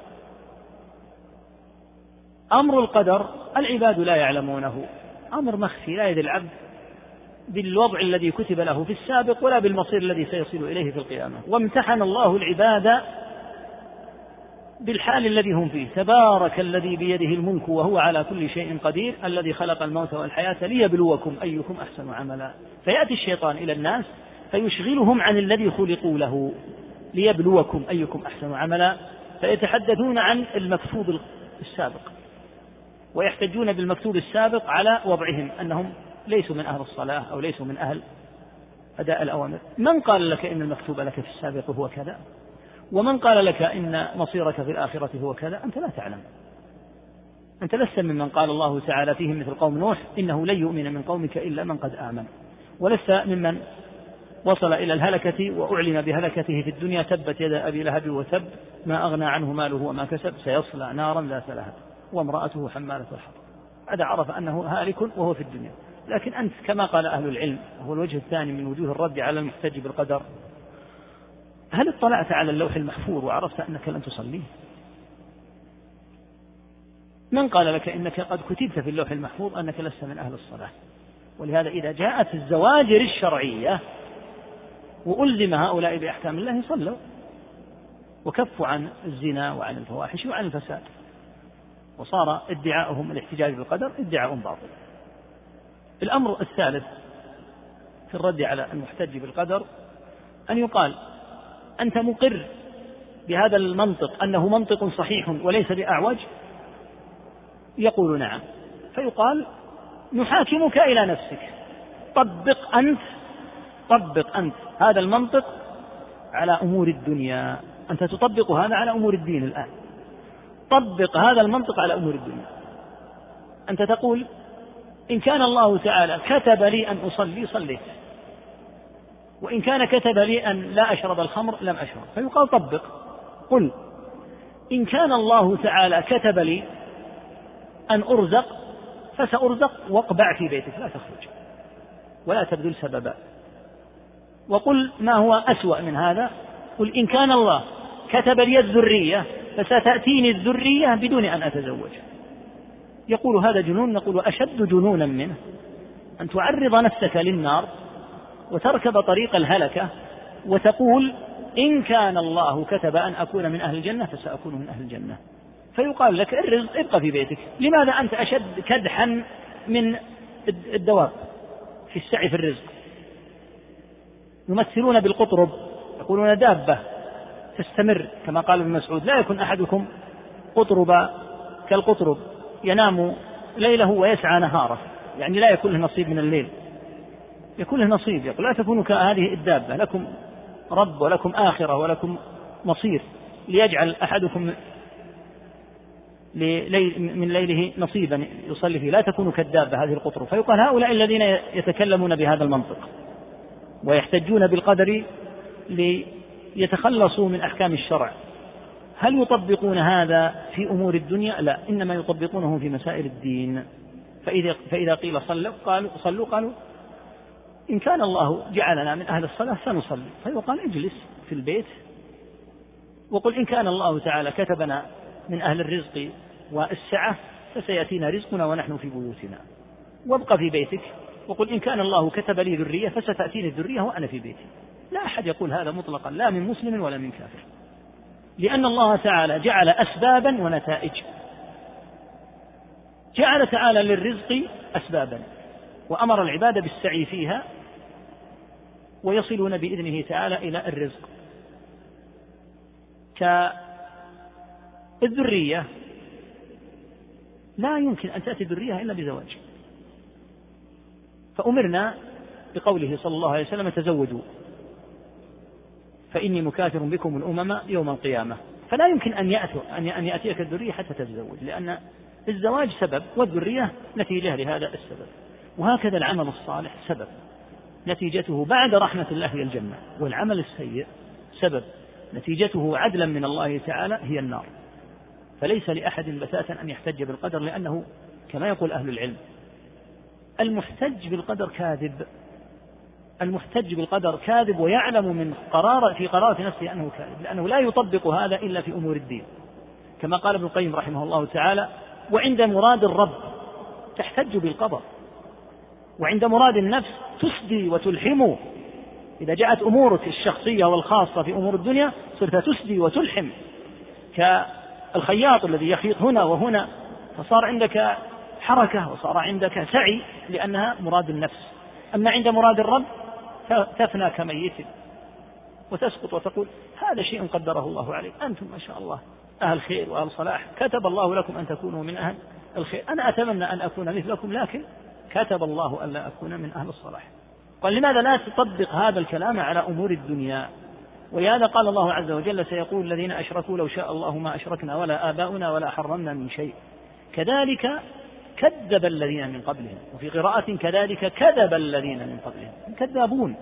أمر القدر العباد لا يعلمونه، أمر مخفي لا يدري العبد بالوضع الذي كتب له في السابق ولا بالمصير الذي سيصل إليه في القيامة. وامتحن الله العباد بالحال الذي هم فيه. تبارك الذي بيده الملك وهو على كل شيء قدير، الذي خلق الموت والحياة ليبلوكم أيكم أحسن عملا. فيأتي الشيطان إلى الناس فيشغلهم عن الذي خلقوا له، ليبلوكم أيكم أحسن عملا، فيتحدثون عن المكتوب السابق ويحتجون بالمكتوب السابق على وضعهم أنهم ليسوا من أهل الصلاة أو ليسوا من أهل أداء الأوامر. من قال لك إن المكتوب لك في السابق هو كذا؟ ومن قال لك إن مصيرك في الآخرة هو كذا؟ أنت لا تعلم. أنت لست ممن قال الله تعالى فيهم مثل قوم نوح: إنه لن يؤمن من قومك إلا من قد آمن. ولست ممن وصل إلى الهلكة وأعلن بهلكته في الدنيا: تبت يد أبي لهب وتب، ما أغنى عنه ماله وما كسب، سيصلى نارا ذات لهب وامرأته حمالة الحطب. هذا عرف أنه هالك وهو في الدنيا. لكن أنت كما قال أهل العلم، هو الوجه الثاني من وجوه الرد على المحتج بالقدر: هل اطلعت على اللوح المحفوظ وعرفت أنك لن تصلي؟ من قال لك إنك قد كتبت في اللوح المحفوظ أنك لست من أهل الصلاة؟ ولهذا إذا جاءت الزواجر الشرعية وألزم هؤلاء بأحكام الله صلوا وكفوا عن الزنا وعن الفواحش وعن الفساد، وصار ادعاؤهم الاحتجاج بالقدر ادعاء باطل. الأمر الثالث في الرد على المحتج بالقدر أن يقال: أنت مقر بهذا المنطق أنه منطق صحيح وليس بأعوج؟ يقول: نعم. فيقال: نحاكمك إلى نفسك، طبق أنت هذا المنطق على أمور الدنيا. أنت تطبق هذا على أمور الدين الآن، طبق هذا المنطق على أمور الدنيا. أنت تقول: إن كان الله تعالى كتب لي أن أصلي صليت، وإن كان كتب لي أن لا أشرب الخمر لم أشرب. فيقال: طبق، قل: إن كان الله تعالى كتب لي أن أرزق فسأرزق، واقبع في بيتك لا تخرج ولا تبذل سببا. وقل ما هو أسوأ من هذا: قل إن كان الله كتب لي الذرية فستأتيني الذرية بدون أن أتزوج. يقول: هذا جنون. نقول: أشد جنونا منه أن تعرض نفسك للنار وتركب طريق الهلكة وتقول: إن كان الله كتب أن أكون من أهل الجنة فسأكون من أهل الجنة. فيقال لك: الرزق ابقى في بيتك. لماذا أنت أشد كدحا من الدواب في السعي في الرزق؟ يمثلون بالقطرب، يقولون: دابة تستمر، كما قال ابن مسعود: لا يكن أحدكم قطربا كالقطرب ينام ليله ويسعى نهاره، يعني لا يكون له نصيب من الليل، يكون له نصيب. يقول: لا تكونوا كهذه الدابة، لكم رب ولكم آخرة ولكم مصير، ليجعل أحدكم من ليله نصيبا يصلي فيه، لا تكونوا كالدابة هذه القطر. فيقال: هؤلاء الذين يتكلمون بهذا المنطق ويحتجون بالقدر ليتخلصوا من أحكام الشرع، هل يطبقون هذا في أمور الدنيا؟ لا، إنما يطبقونه في مسائل الدين. فإذا قيل صلوا قالوا: إن كان الله جعلنا من أهل الصلاة سنصلي. فيقال: اجلس في البيت وقل: إن كان الله تعالى كتبنا من أهل الرزق والسعة فسيأتينا رزقنا ونحن في بيوتنا. وابقى في بيتك وقل: إن كان الله كتب لي ذرية فستأتيني الذرية وأنا في بيتي. لا أحد يقول هذا مطلقا، لا من مسلم ولا من كافر، لأن الله تعالى جعل أسبابا ونتائج. جعل تعالى للرزق أسبابا وأمر العباد بالسعي فيها ويصلون بإذنه تعالى إلى الرزق. كالذرية لا يمكن أن تأتي الذرية إلا بزواج، فأمرنا بقوله صلى الله عليه وسلم: تزوجوا فإني مكاثر بكم الأمم يوم القيامة. فلا يمكن أن يأتيك الذرية حتى تتزوج، لأن الزواج سبب والذرية نتيجة لهذا السبب. وهكذا العمل الصالح سبب نتيجته بعد رحمة الله هي الجنة، والعمل السيء سبب نتيجته عدلا من الله تعالى هي النار. فليس لأحد بتاتا أن يحتج بالقدر، لأنه كما يقول أهل العلم: المحتج بالقدر كاذب. المحتج بالقدر كاذب ويعلم من في قرارة نفسه أنه كاذب، لأنه لا يطبق هذا إلا في أمور الدين، كما قال ابن القيم رحمه الله تعالى: وعند مراد الرب تحتج بالقدر، وعند مراد النفس تسدي وتلحم. إذا جاءت أمورك الشخصية والخاصة في أمور الدنيا صرت تسدي وتلحم، كالخياط الذي يخيط هنا وهنا، فصار عندك حركة وصار عندك سعي لأنها مراد النفس. أما عند مراد الرب تفنى كميت وتسقط وتقول: هذا شيء قدره الله عليك، أنتم ما شاء الله أهل خير وأهل صلاح، كتب الله لكم أن تكونوا من أهل الخير، أنا أتمنى أن أكون مثلكم لكن كتب الله أن لا أكون من أهل الصلاح. قال: لماذا لا تطبق هذا الكلام على أمور الدنيا؟ ولهذا قال الله عز وجل: سيقول الذين أشركوا لو شاء الله ما أشركنا ولا آباؤنا ولا حرمنا من شيء كذلك كذب الذين من قبلهم، وفي قراءة كذلك كذب الذين من قبلهم. كذابون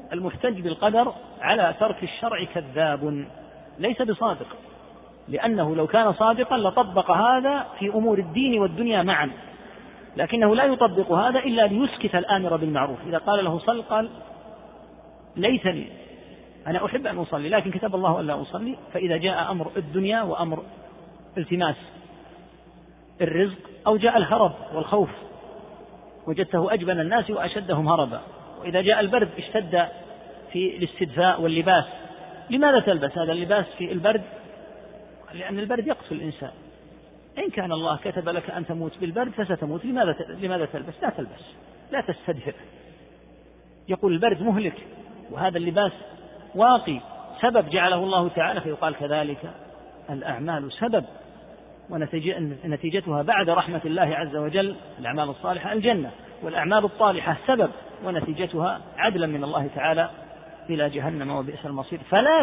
المحتج بالقدر على ترك الشرع كذاب ليس بصادق، لأنه لو كان صادقا لطبق هذا في أمور الدين والدنيا معا، لكنه لا يطبق هذا إلا ليسكت الآمر بالمعروف. إذا قال له صل قال ليتني أنا أحب أن أصلي لكن كتب الله ألا أصلي. فإذا جاء أمر الدنيا وأمر التماس الرزق أو جاء الهرب والخوف وجدته أجبن الناس وأشدهم هربا. وإذا جاء البرد اشتد في الاستدفاء واللباس. لماذا تلبس هذا اللباس في البرد؟ لأن البرد يقتل الإنسان. إن كان الله كتب لك أن تموت بالبرد فستموت، لماذا تلبس؟ لا تلبس، لا تستدفئ. يقول البرد مهلك وهذا اللباس واقي، سبب جعله الله تعالى، فيقال كذلك الأعمال سبب ونتيجتها بعد رحمة الله عز وجل الأعمال الصالحة الجنة، والأعمال الطالحة سبب ونتيجتها عدلا من الله تعالى إلى جهنم وبئس المصير. فلا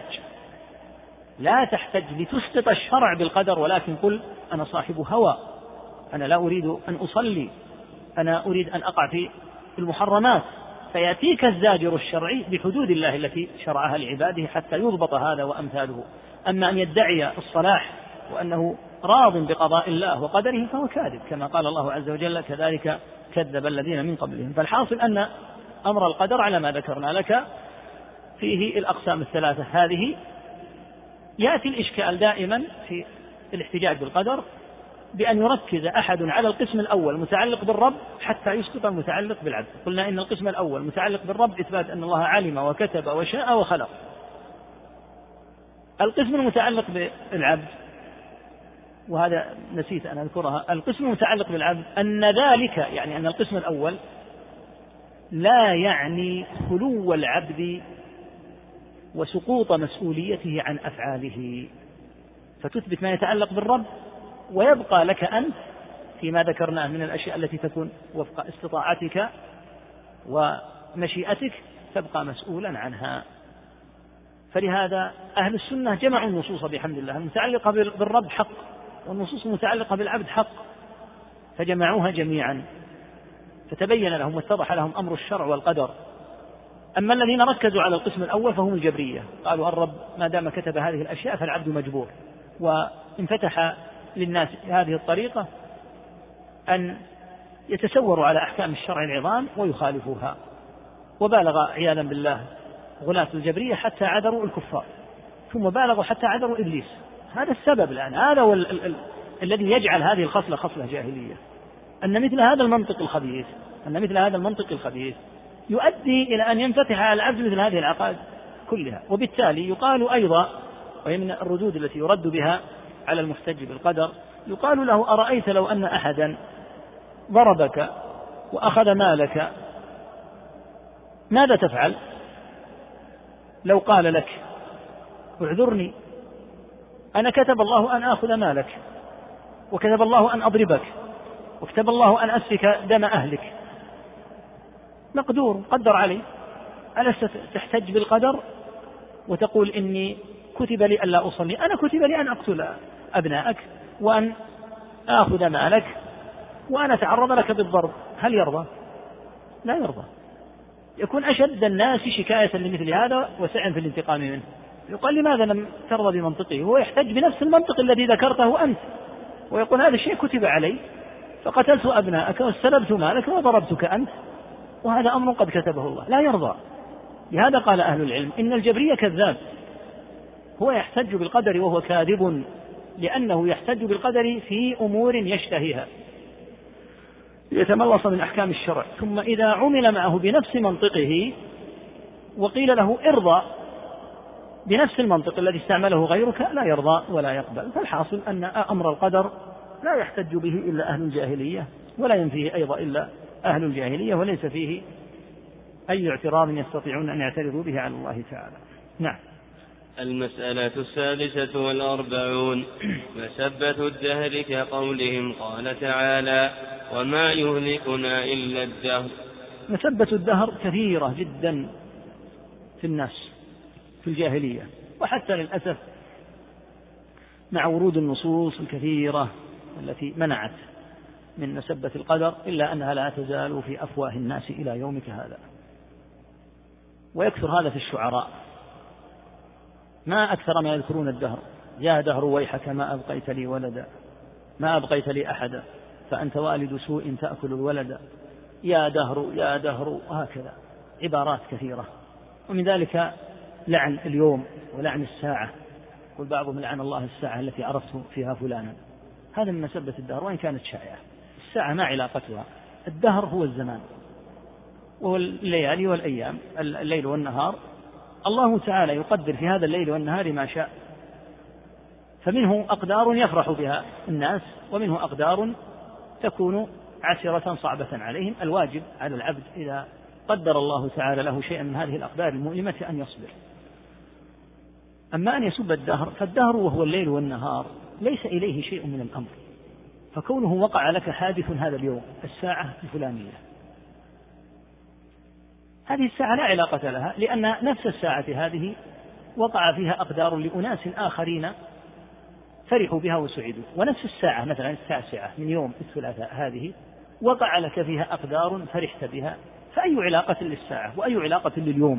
تحتج لتسقط الشرع بالقدر، ولكن قل أنا صاحب هوى، أنا لا أريد أن أصلي، أنا أريد أن أقع في المحرمات، فيأتيك الزاجر الشرعي بحدود الله التي شرعها لعباده حتى يضبط هذا وأمثاله. أما أن يدعي الصلاح وأنه راض بقضاء الله وقدره فهو كاذب، كما قال الله عز وجل كذلك كذب الذين من قبلهم. فالحاصل أن أمر القدر على ما ذكرنا لك فيه الأقسام الثلاثة هذه. يأتي الإشكال دائما في الاحتجاج بالقدر بأن يركز أحد على القسم الأول متعلق بالرب حتى يسقط المتعلق بالعبد. قلنا إن القسم الأول متعلق بالرب إثبات أن الله علم وكتب وشاء وخلق. القسم المتعلق بالعبد، وهذا نسيت أن أذكرها، القسم المتعلق بالعبد أن ذلك يعني أن القسم الأول لا يعني خلو العبد وسقوط مسؤوليته عن أفعاله، فتثبت ما يتعلق بالرب ويبقى لك أنت فيما ذكرناه من الأشياء التي تكون وفق استطاعتك ومشيئتك تبقى مسؤولا عنها. فلهذا أهل السنة جمعوا النصوص بحمد الله المتعلقة بالرب حق، والنصوص المتعلقة بالعبد حق، فجمعوها جميعا فتبين لهم واتضح لهم أمر الشرع والقدر. أما الذين ركزوا على القسم الأول فهم الجبرية، قالوا الرب ما دام كتب هذه الأشياء فالعبد مجبور، وانفتح للناس هذه الطريقة أن يتسوروا على أحكام الشرع العظام ويخالفوها. وبالغ عياذا بالله غلاة الجبرية حتى عذروا الكفار، ثم بالغوا حتى عذروا إبليس. هذا السبب الآن، هذا هو الذي يجعل هذه الخصلة خصلة جاهلية، أن مثل هذا المنطق الخبيث يؤدي إلى أن ينفتح على العبد مثل هذه العقائد كلها. وبالتالي يقال أيضا، وهي من الردود التي يرد بها على المحتج بالقدر، يقال له أرأيت لو أن أحدا ضربك وأخذ مالك ماذا تفعل؟ لو قال لك اعذرني أنا كتب الله أن آخذ مالك، وكتب الله أن أضربك، وكتب الله أن أسفك دم أهلك، مقدور قدر علي، ألست تحتج بالقدر وتقول إني كتب لي ألا أصلي، أنا كتب لي أن أقتل أبنائك وأن آخذ مالك وأن أتعرض لك بالضرب، هل يرضى؟ لا يرضى. يكون أشد الناس شكاية لمثل هذا وسعا في الانتقام منه. يقال لماذا لم ترضى بمنطقه؟ هو يحتج بنفس المنطق الذي ذكرته أنت، ويقول هذا الشيء كتب علي فقتلت أبنائك واستلبت مالك وضربتك أنت، وهذا أمر قد كتبه الله. لا يرضى. لهذا قال أهل العلم إن الجبرية كذاب، هو يحتج بالقدر وهو كاذب، لأنه يحتج بالقدر في أمور يشتهيها يتملص من أحكام الشرع، ثم إذا عمل معه بنفس منطقه وقيل له ارضى بنفس المنطق الذي استعمله غيرك لا يرضى ولا يقبل. فالحاصل أن أمر القدر لا يحتج به إلا أهل الجاهلية، ولا ينفيه أيضا إلا أهل الجاهلية، وليس فيه أي اعتراض يستطيعون أن يعترضوا به على الله تعالى. نعم.
المسألة 46 مسبة الدهر كقولهم قال تعالى وما يهلكنا إلا الدهر.
مسبة الدهر كثيرة جدا في الناس في الجاهلية، وحتى للأسف مع ورود النصوص الكثيرة التي منعت من مسبة القدر، إلا أنها لا تزال في أفواه الناس إلى يومك هذا. ويكثر هذا في الشعراء، ما أكثر ما يذكرون الدهر: يا دهر ويحك ما أبقيت لي ولدا، ما أبقيت لي أحدا، فأنت والد سوء تأكل الولد، يا دهر يا دهر، وهكذا عبارات كثيرة. ومن ذلك لعن اليوم ولعن الساعة، قل بعضهم لعن الله الساعة التي عرفت فيها فلانا، هذا من مسبة الدهر وإن كانت شائعة. الساعة ما علاقتها، الدهر هو الزمان وهو الليالي والأيام، الليل والنهار، الله تعالى يقدر في هذا الليل والنهار ما شاء، فمنه أقدار يفرح بها الناس، ومنه أقدار تكون عسرة صعبة عليهم. الواجب على العبد إذا قدر الله تعالى له شيئا من هذه الأقدار المؤلمة أن يصبر. أما أن يسب الدهر، فالدهر وهو الليل والنهار ليس إليه شيء من الأمر، فكونه وقع لك حادث هذا اليوم، الساعة الفلانية، هذه الساعة لا علاقة لها، لأن نفس الساعة هذه وقع فيها أقدار لأناس آخرين فرحوا بها وسعدوا، ونفس الساعة مثلا التاسعة من يوم الثلاثاء هذه وقع لك فيها أقدار فرحت بها، فأي علاقة للساعة وأي علاقة لليوم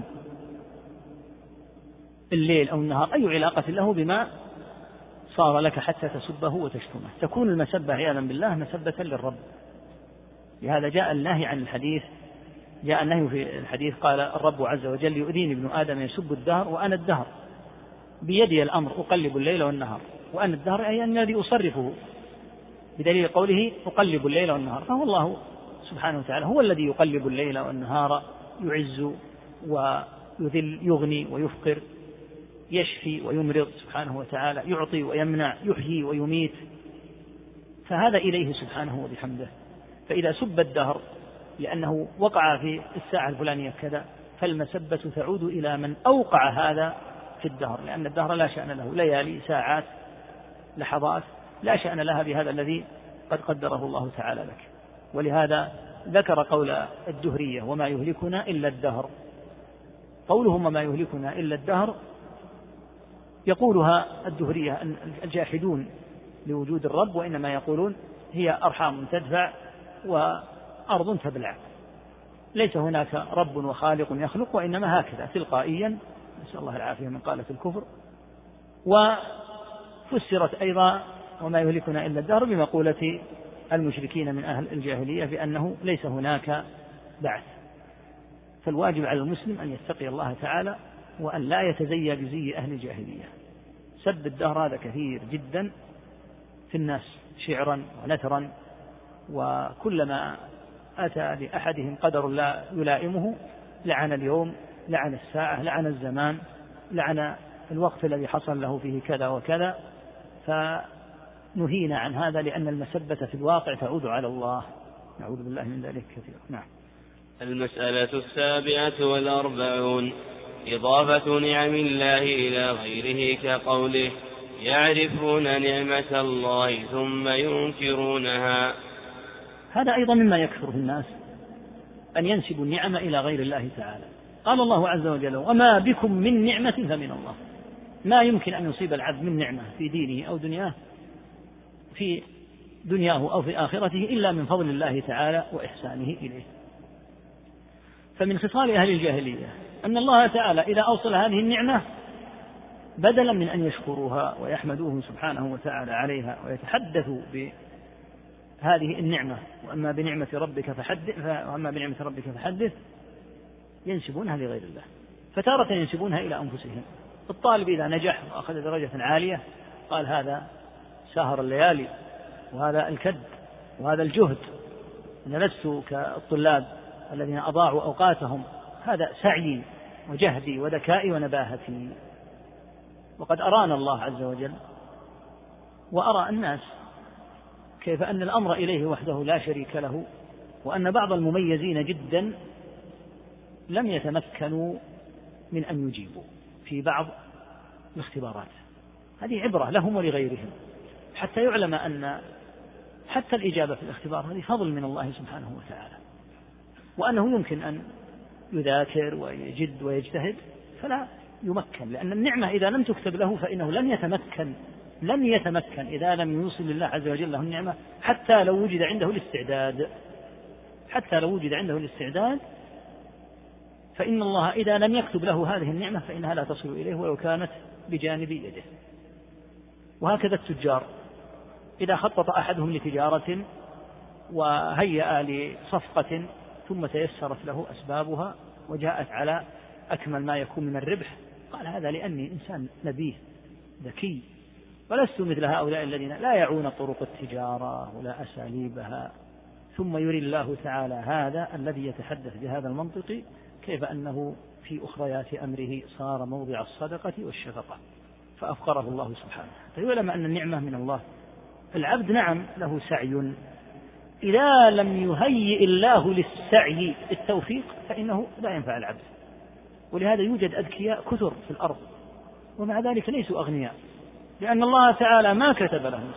الليل أو النهار، أي علاقة له بما صار لك حتى تسبه وتشتمه؟ تكون المسبة عياذا بالله مسبة للرب. لهذا جاء النهي عن الحديث، جاء النهي في الحديث قال الرب عز وجل: يؤذيني ابن آدم يسب الدهر وأنا الدهر، بيدي الأمر أقلب الليل والنهار، وأنا الدهر أي أن الذي أصرفه، بدليل قوله أقلب الليل والنهار، فهو الله سبحانه وتعالى هو الذي يقلب الليل والنهار، يعز ويذل، يغني ويفقر، يشفي ويمرض سبحانه وتعالى، يعطي ويمنع، يحيي ويميت، فهذا إليه سبحانه وبحمده. فإذا سب الدهر لأنه وقع في الساعة الفلانية كذا، فالمسبة تعود إلى من أوقع هذا في الدهر، لأن الدهر لا شأن له، ليالي، ساعات، لحظات، لا شأن لها بهذا الذي قد قدره الله تعالى لك. ولهذا ذكر قول الدهرية: وما يهلكنا إلا الدهر. قولهم وما يهلكنا إلا الدهر يقولها الدهرية الجاحدون لوجود الرب، وإنما يقولون هي أرحام تدفع وأرض تبلع، ليس هناك رب وخالق يخلق، وإنما هكذا تلقائيا، نسأل الله العافية من قالة الكفر. وفسرت أيضا وما يهلكنا إلا الدهر بمقولة المشركين من أهل الجاهلية بأنه ليس هناك بعث. فالواجب على المسلم أن يتقي الله تعالى وأن لا يتزيى بزي أهل الجاهلية. سب الدهر هذا كثير جدا في الناس شعرا ونثرا، وكلما أتى لأحدهم قدر لا يلائمه لعن اليوم، لعن الساعة، لعن الزمان، لعن الوقت الذي حصل له فيه كذا وكذا. فنهينا عن هذا لأن المسبة في الواقع تعود على الله، نعوذ بالله من ذلك كثيرا. نعم.
المسألة 47 إضافة نعم الله إلى غيره، كقوله: يعرفون نعمة الله ثم ينكرونها.
هذا أيضا مما يكثر في الناس، أن ينسبوا النعمة إلى غير الله تعالى. قال الله عز وجل: وما بكم من نعمة فمن الله. ما يمكن أن يصيب العبد من نعمة في دينه أو دنياه، في دنياه أو في آخرته، إلا من فضل الله تعالى وإحسانه إليه. فمن خصال أهل الجاهلية أن الله تعالى إذا أوصل هذه النعمة، بدلا من أن يشكروها ويحمدوه سبحانه وتعالى عليها ويتحدثوا بهذه النعمة، وأما بنعمة ربك فحدث، ينسبونها لغير الله. فتارة ينسبونها إلى أنفسهم. الطالب إذا نجح وأخذ درجة عالية قال: هذا سهر الليالي، وهذا الكد، وهذا الجهد، أنا لست كالطلاب الذين أضاعوا أوقاتهم، هذا سعيي وجهدي وذكائي ونباهتي. وقد أرانا الله عز وجل وأرى الناس كيف أن الأمر إليه وحده لا شريك له، وأن بعض المميزين جدا لم يتمكنوا من أن يجيبوا في بعض الاختبارات. هذه عبرة لهم ولغيرهم، حتى يعلم أن حتى الإجابة في الاختبار هذه فضل من الله سبحانه وتعالى، وأنه يمكن أن يذاكر ويجد ويجتهد فلا يمكن، لأن النعمة إذا لم تكتب له فإنه لن يتمكن إذا لم يوصل لله عز وجل له النعمة، حتى لو وجد عنده الاستعداد فإن الله إذا لم يكتب له هذه النعمة فإنها لا تصل إليه ولو كانت بجانب يده. وهكذا التجار إذا خطط أحدهم لتجارة وهيأ لصفقة ثم تيسرت له أسبابها وجاءت على أكمل ما يكون من الربح، قال هذا لأني إنسان نبيه ذكي، ولست مثل هؤلاء الذين لا يعون طرق التجارة ولا أساليبها. ثم يري الله تعالى هذا الذي يتحدث بهذا المنطق كيف أنه في أخريات أمره صار موضع الصدقة والشفقة فأفقره الله سبحانه. فيعلم أن النعمة من الله. العبد نعم له سعي، إذا لم يهيئ الله للسعي التوفيق فإنه لا ينفع العبد. ولهذا يوجد أذكياء كثر في الأرض ومع ذلك ليسوا أغنياء، لأن الله تعالى ما كتب لهم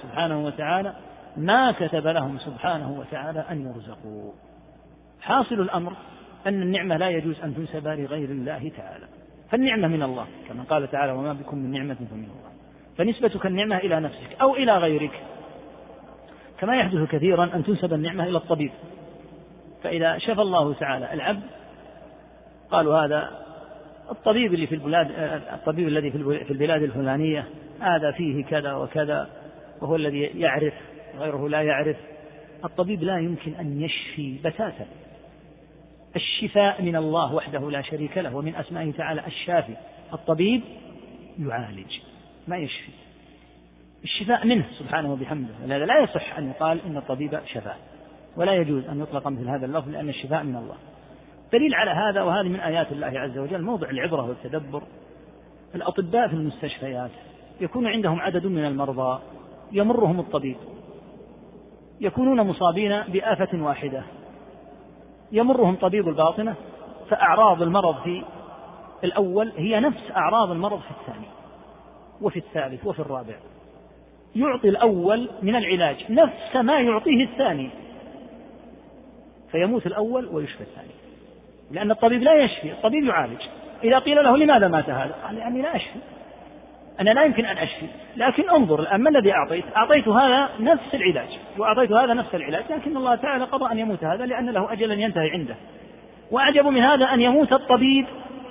سبحانه وتعالى أن يرزقوا. حاصل الأمر أن النعمة لا يجوز أن تنسب لغير الله تعالى، فالنعمة من الله كما قال تعالى وما بكم من نعمة فمن الله، فنسبتك النعمة إلى نفسك أو إلى غيرك. كما يحدث كثيرا أن تنسب النعمة إلى الطبيب، فإذا شفى الله تعالى العبد قالوا هذا الطبيب الذي في البلاد الفلانية هذا فيه كذا وكذا وهو الذي يعرف غيره لا يعرف. الطبيب لا يمكن أن يشفي بتاتا، الشفاء من الله وحده لا شريك له، ومن أسمائه تعالى الشافي. الطبيب يعالج ما يشفي، الشفاء منه سبحانه وبحمده، ولهذا لا يصح أن يقال إن الطبيب شفاه، ولا يجوز أن يطلق مثل هذا اللفظ لأن الشفاء من الله. دليل على هذا وهذه من آيات الله عز وجل موضع العبرة والتدبر. الأطباء في المستشفيات يكون عندهم عدد من المرضى يمرهم الطبيب، يكونون مصابين بآفة واحدة يمرهم طبيب الباطنة، فأعراض المرض في الأول هي نفس أعراض المرض في الثاني وفي الثالث وفي الرابع. يعطي الأول من العلاج نفس ما يعطيه الثاني، فيموت الأول ويشفى الثاني، لأن الطبيب لا يشفي، الطبيب يعالج. إذا قيل له لماذا مات هذا؟ قال لأني لا أشفي، أنا لا يمكن أن أشفي، لكن انظر الآن ما الذي أعطيت هذا نفس العلاج وأعطيت هذا نفس العلاج، لكن الله تعالى قضى أن يموت هذا لأن له أجلا ينتهي عنده. وأعجب من هذا أن يموت الطبيب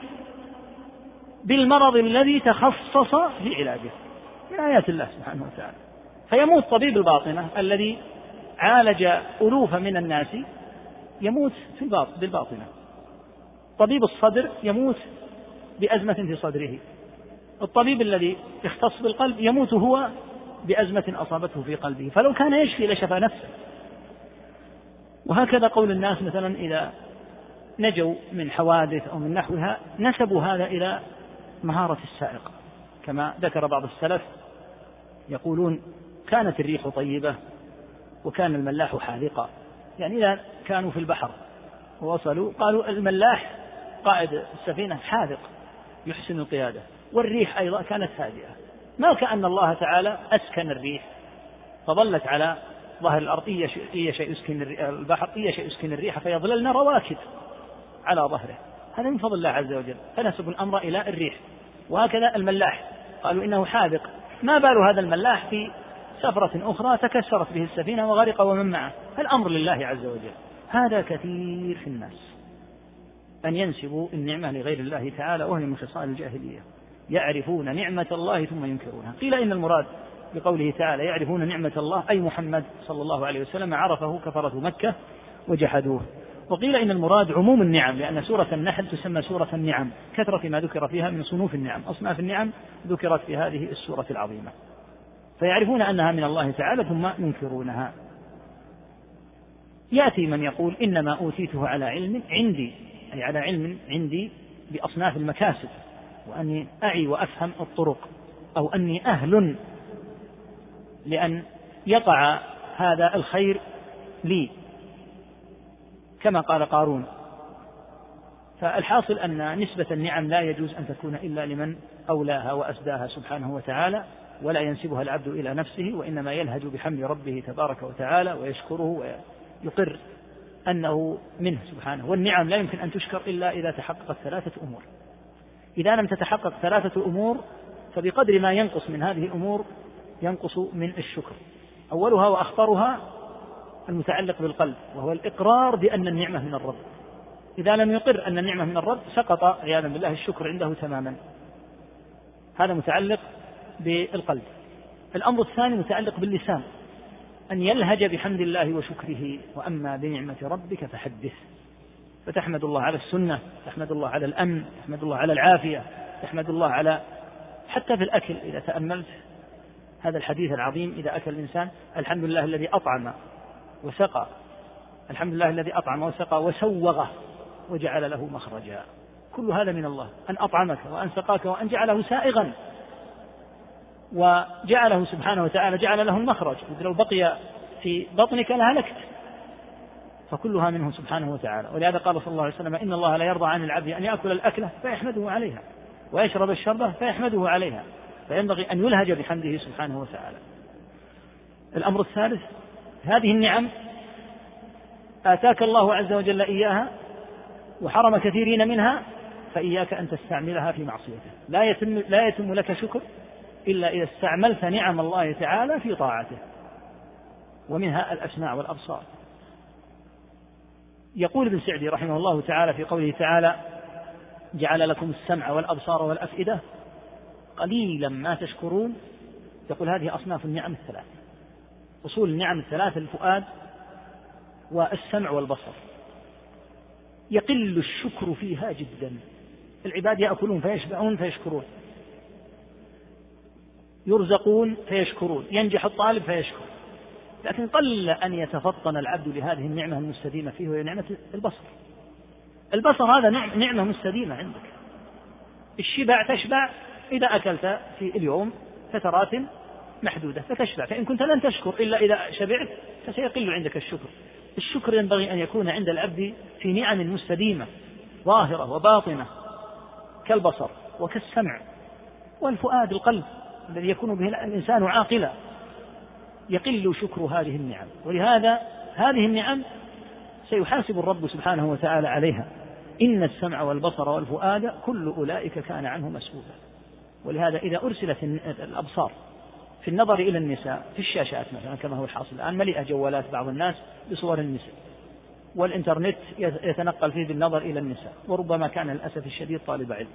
بالمرض الذي تخصص في علاجه، من آيات الله سبحانه وتعالى. فيموت طبيب الباطنة الذي عالج ألوف من الناس يموت بالباطنة. طبيب الصدر يموت بأزمة في صدره. الطبيب الذي يختص بالقلب يموت هو بأزمة أصابته في قلبه، فلو كان يشفي لشفى نفسه. وهكذا قول الناس مثلا إذا نجوا من حوادث أو من نحوها نسبوا هذا إلى مهارة السائق، كما ذكر بعض السلف يقولون كانت الريح طيبة وكان الملاح حاذقا، يعني إذا كانوا في البحر ووصلوا قالوا الملاح قائد السفينة حاذق يحسن القيادة، والريح أيضا كانت هادئة. ما كأن الله تعالى أسكن الريح فظلت على ظهر الأرض، إي شيء يسكن البحر إي شيء يسكن الريح فيظللن رواكد على ظهره، هذا من فضل الله عز وجل، فنسب الأمر إلى الريح. وهكذا الملاح قالوا إنه حاذق، ما بال هذا الملاح في سفرة أخرى تكسرت به السفينة وغرق ومن معه، فالأمر لله عز وجل. هذا كثير في الناس أن ينسبوا النعمة لغير الله تعالى، وهي من خصال الجاهلية، يعرفون نعمة الله ثم ينكرونها. قيل إن المراد بقوله تعالى يعرفون نعمة الله أي محمد صلى الله عليه وسلم عرفه كفرة مكة وجحدوه. وقيل إن المراد عموم النعم، لأن سورة النحل تسمى سورة النعم، كثرة ما ذكر فيها من صنوف النعم، أصناف النعم ذكرت في هذه السورة العظيمة. فيعرفون أنها من الله تعالى ثم ينكرونها. يأتي من يقول إنما أوتيته على علم عندي، أي على علم عندي بأصناف المكاسب، وأني أعي وأفهم الطرق، أو أني أهل لأن يقع هذا الخير لي، كما قال قارون. فالحاصل أن نسبة النعم لا يجوز أن تكون إلا لمن أولاها وأسداها سبحانه وتعالى، ولا ينسبها العبد إلى نفسه، وإنما يلهج بحمد ربه تبارك وتعالى ويشكره ويقر أنه منه سبحانه. والنعم لا يمكن أن تشكر إلا إذا تحققت ثلاثة أمور. إذا لم تتحقق ثلاثة أمور فبقدر ما ينقص من هذه الأمور ينقص من الشكر. أولها وأخطرها المتعلق بالقلب، وهو الإقرار بأن النعمة من الرب، إذا لم يقر أن النعمة من الرب سقط عياذا بالله الشكر عنده تماما. هذا متعلق بالقلب. الأمر الثاني متعلق باللسان، أن يلهج بحمد الله وشكره. وأما بنعمة ربك فحدث، فتحمد الله على السنة، تحمد الله على الأمن، تحمد الله على العافية، تحمد الله على حتى في الأكل. إذا تأملت هذا الحديث العظيم، إذا أكل الإنسان الحمد لله الذي أطعم وسقى، الحمد لله الذي أطعم وسقى وسوغه وجعل له مخرجا. كل هذا من الله، أن أطعمك وأن سقاك وأن جعله سائغا، وجعله سبحانه وتعالى جعل له المخرج، لو بقي في بطنك لهلكت، فكلها منه سبحانه وتعالى. ولهذا قال صلى الله عليه وسلم: إن الله لا يرضى عن العبد أن يأكل الأكلة فيحمده عليها ويشرب الشربة فيحمده عليها، فينبغي أن يلهج بحمده سبحانه وتعالى. الأمر الثالث، هذه النعم آتاك الله عز وجل إياها وحرم كثيرين منها، فإياك أن تستعملها في معصيته. لا يتم لك شكر إلا إذا استعملت نعم الله تعالى في طاعته، ومنها الأسماع والأبصار. يقول ابن سعدي رحمه الله تعالى في قوله تعالى: جعل لكم السمع والأبصار والأفئدة قليلا ما تشكرون. يقول هذه أصناف النعم الثلاث، أصول النعم الثلاث: الفؤاد والسمع والبصر. يقل الشكر فيها جدا. العباد يأكلون فيشبعون فيشكرون، يرزقون فيشكرون، ينجح الطالب فيشكر، لكن قل أن يتفطن العبد لهذه النعمة المستديمة فيه، وهي نعمة البصر. البصر هذا نعمة مستديمة عندك. الشبع تشبع إذا أكلت في اليوم فترات محدودة فتشبع، فإن كنت لن تشكر إلا إذا شبعت فسيقل عندك الشكر. الشكر ينبغي أن يكون عند العبد في نعم مستديمة ظاهرة وباطنة، كالبصر وكالسمع والفؤاد، القلب الذي يكون به الإنسان عاقلا. يقل شكر هذه النعم، ولهذا هذه النعم سيحاسب الرب سبحانه وتعالى عليها. إن السمع والبصر والفؤاد كل أولئك كان عنه مسؤولا. ولهذا إذا أرسلت الأبصار في النظر إلى النساء في الشاشات مثلا، كما هو الحاصل الآن، مليئة جوالات بعض الناس بصور النساء، والإنترنت يتنقل فيه بالنظر إلى النساء، وربما كان للأسف الشديد طالب علم.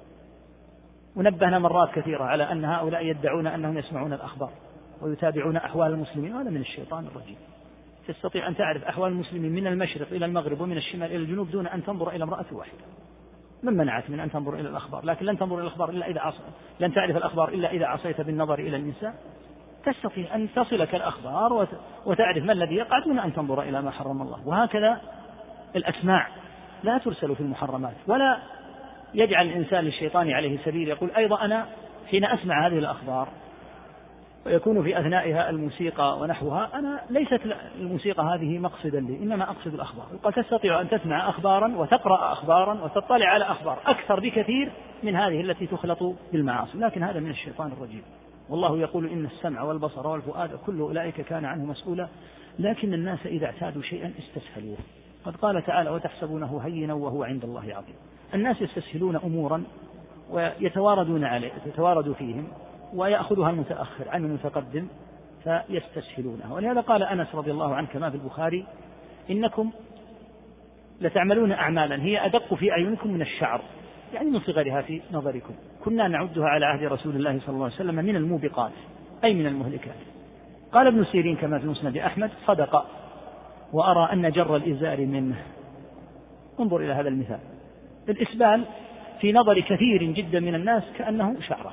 ونبهنا مرات كثيرة على أن هؤلاء يدعون أنهم يسمعون الأخبار ويتابعون أحوال المسلمين، وهذا من الشيطان الرجيم. تستطيع أن تعرف أحوال المسلمين من المشرق إلى المغرب ومن الشمال إلى الجنوب دون أن تنظر إلى امرأة واحدة. من منعك من أن تنظر إلى الأخبار؟ لكن لن تنظر إلى الأخبار إلا إذا لن تعرف الأخبار إلا إذا عصيت بالنظر إلى النساء. تستطيع أن تصلك الأخبار وتعرف ما الذي يقع دون أن تنظر إلى ما حرم الله. وهكذا الأسماع لا ترسل في المحرمات، ولا يجعل الإنسان للشيطان عليه سبيل يقول أيضا أنا حين أسمع هذه الأخبار ويكون في أثنائها الموسيقى ونحوها، أنا ليست الموسيقى هذه مقصدا لي، إنما أقصد الأخبار. قد تستطيع أن تسمع أخبارا وتقرأ أخبارا وتطلع على أخبار أكثر بكثير من هذه التي تخلط بالمعاصي، لكن هذا من الشيطان الرجيم. والله يقول إن السمع والبصر والفؤاد كل أولئك كان عنه مسؤولا، لكن الناس إذا اعتادوا شيئا استسهلوه. قد قال تعالى: وتحسبونه هينا وهو عند الله عظيم. الناس يستسهلون أمورا ويتواردون عليه، يتوارد فيهم، ويأخذها المتأخر عن المتقدم فيستسهلونها. ولهذا قال أنس رضي الله عنه كما في البخاري: إنكم لتعملون أعمالا هي أدق في أعينكم من الشعر، يعني من صغرها في نظركم، كنا نعدها على عهد رسول الله صلى الله عليه وسلم من الموبقات، أي من المهلكات. قال ابن سيرين كما في مسند أحمد: صدق، وأرى أن جر الإزار منه. انظر إلى هذا المثال، الإسبال في نظر كثير جدا من الناس كأنه شعره،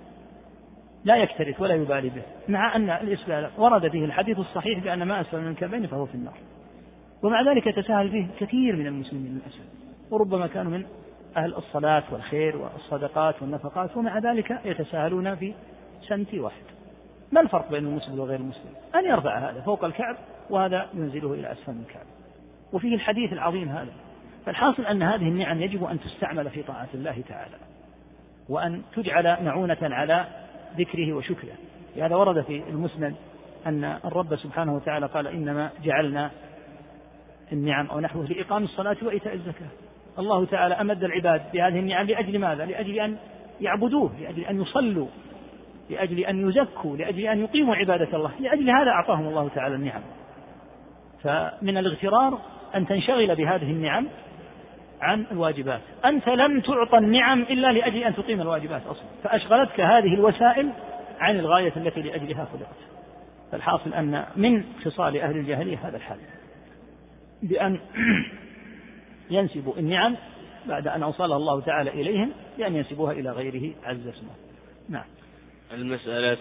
لا يكترث ولا يبالي به، مع أن الإسبال ورد فيه الحديث الصحيح بأن ما أسفل من الكعبين فهو في النار، ومع ذلك يتساهل فيه كثير من المسلمين للأسف، وربما كانوا من أهل الصلاة والخير والصدقات والنفقات، ومع ذلك يتساهلون في سنتي واحد. ما الفرق بين المسلم وغير المسلم؟ أن يرفع هذا فوق الكعب وهذا ينزله إلى أسفل من الكعب، وفيه الحديث العظيم هذا. فالحاصل أن هذه النعم يجب أن تستعمل في طاعة الله تعالى، وأن تجعل معونة على ذكره وشكره. هذا ورد في المسند أن الرب سبحانه وتعالى قال: إنما جعلنا النعم أو نحوه لإقام الصلاة وإيتاء الزكاة. الله تعالى أمد العباد بهذه النعم لأجل ماذا؟ لأجل أن يعبدوه، لأجل أن يصلوا، لأجل أن يزكوا، لأجل أن يقيموا عبادة الله، لأجل هذا أعطاهم الله تعالى النعم. فمن الاغترار أن تنشغل بهذه النعم عن الواجبات. أنت لم تعطى النعم إلا لأجل أن تقيم الواجبات أصلا، فأشغلتك هذه الوسائل عن الغاية التي لأجلها خلقت. فالحاصل أن من خصال أهل الجاهلية هذا الحال، بأن ينسبوا النعم بعد أن أوصلها الله تعالى إليهم بأن ينسبوها إلى غيره عز اسمه. نعم.
المسألة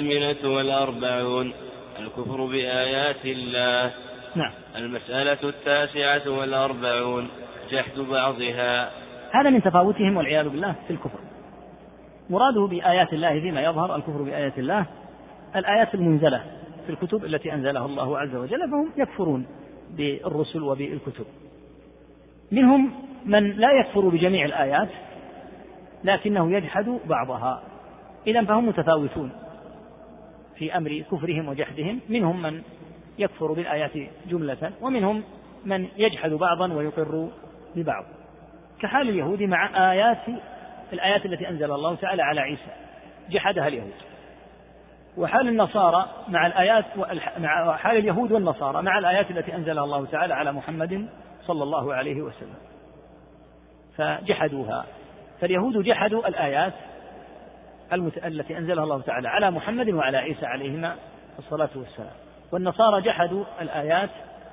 48 الكفر بآيات الله.
نعم.
المسألة 49 جحد بعضها.
هذا من تفاوتهم والعياذ بالله في الكفر. مراده بآيات الله فيما يظهر الكفر بآيات الله الآيات المنزلة في الكتب التي أنزلها الله عز وجل، فهم يكفرون بالرسل وبالكتب. منهم من لا يكفر بجميع الآيات لكنه يجحد بعضها. إذن فهم متفاوتون في أمر كفرهم وجحدهم. منهم من يكفر بالآيات جملة، ومنهم من يجحد بعضا ويقر ببعض، كحال اليهود مع الآيات التي أنزل الله تعالى على عيسى جحدها اليهود، وحال النصارى مع حال اليهود والنصارى مع الآيات التي أنزلها الله تعالى على محمد صلى الله عليه وسلم فجحدوها. فاليهود جحدوا الآيات التي أنزلها الله تعالى على محمد وعلى عيسى عليهما الصلاة والسلام، والنصارى جحدوا الآيات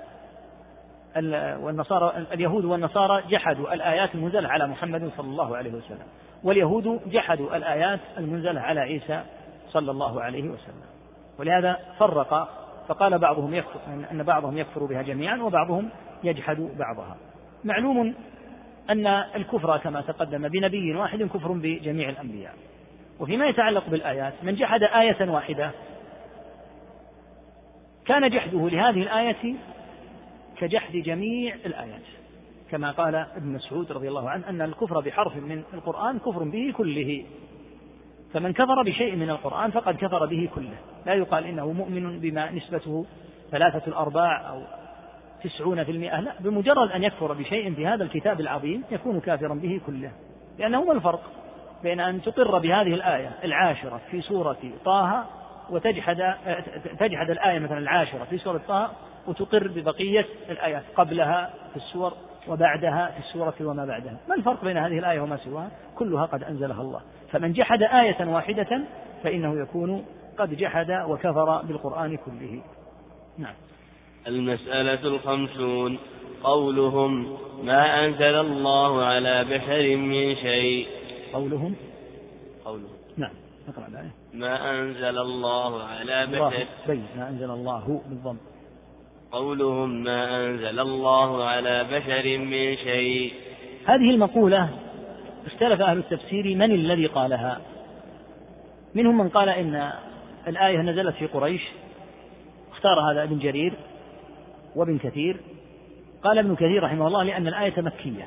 اليهود والنصارى جحدوا الآيات المنزلة على محمد صلى الله عليه وسلم، واليهود جحدوا الآيات المنزلة على عيسى صلى الله عليه وسلم. ولهذا فرق فقال بعضهم أن بعضهم يكفر بها جميعا وبعضهم يجحد بعضها. معلوم أن الكفر كما تقدم بنبي واحد كفر بجميع الأنبياء. وفيما يتعلق بالآيات من جحد آية واحدة كان جحده لهذه الآية كجحد جميع الآيات، كما قال ابن مسعود رضي الله عنه أن الكفر بحرف من القرآن كفر به كله، فمن كفر بشيء من القرآن فقد كفر به كله. لا يقال إنه مؤمن بما نسبته 3/4 أو 90%، لا، بمجرد أن يكفر بشيء في هذا الكتاب العظيم يكون كافرا به كله. لأنه ما الفرق بين أن تقر بهذه الآية 10 في سورة طه تجحد الآية مثلا 10 في سورة طه وتقر ببقية الآيات قبلها في السور وبعدها في السورة وما بعدها؟ ما الفرق بين هذه الآية وما سواها؟ كلها قد أنزلها الله. فمن جحد آية واحدة فإنه يكون قد جحد وكفر بالقرآن كله. نعم.
المسألة 50 قولهم ما أنزل الله على بشر من شيء.
قولهم نعم نقرأ الآية.
ما أنزل الله على بشر
ما أنزل الله بالضم.
قولهم ما أنزل الله على بشر من شيء.
هذه المقولة اختلف أهل التفسير من الذي قالها. منهم من قال إن الآية نزلت في قريش، اختار هذا ابن جرير وابن كثير. قال ابن كثير رحمه الله لأن الآية مكية،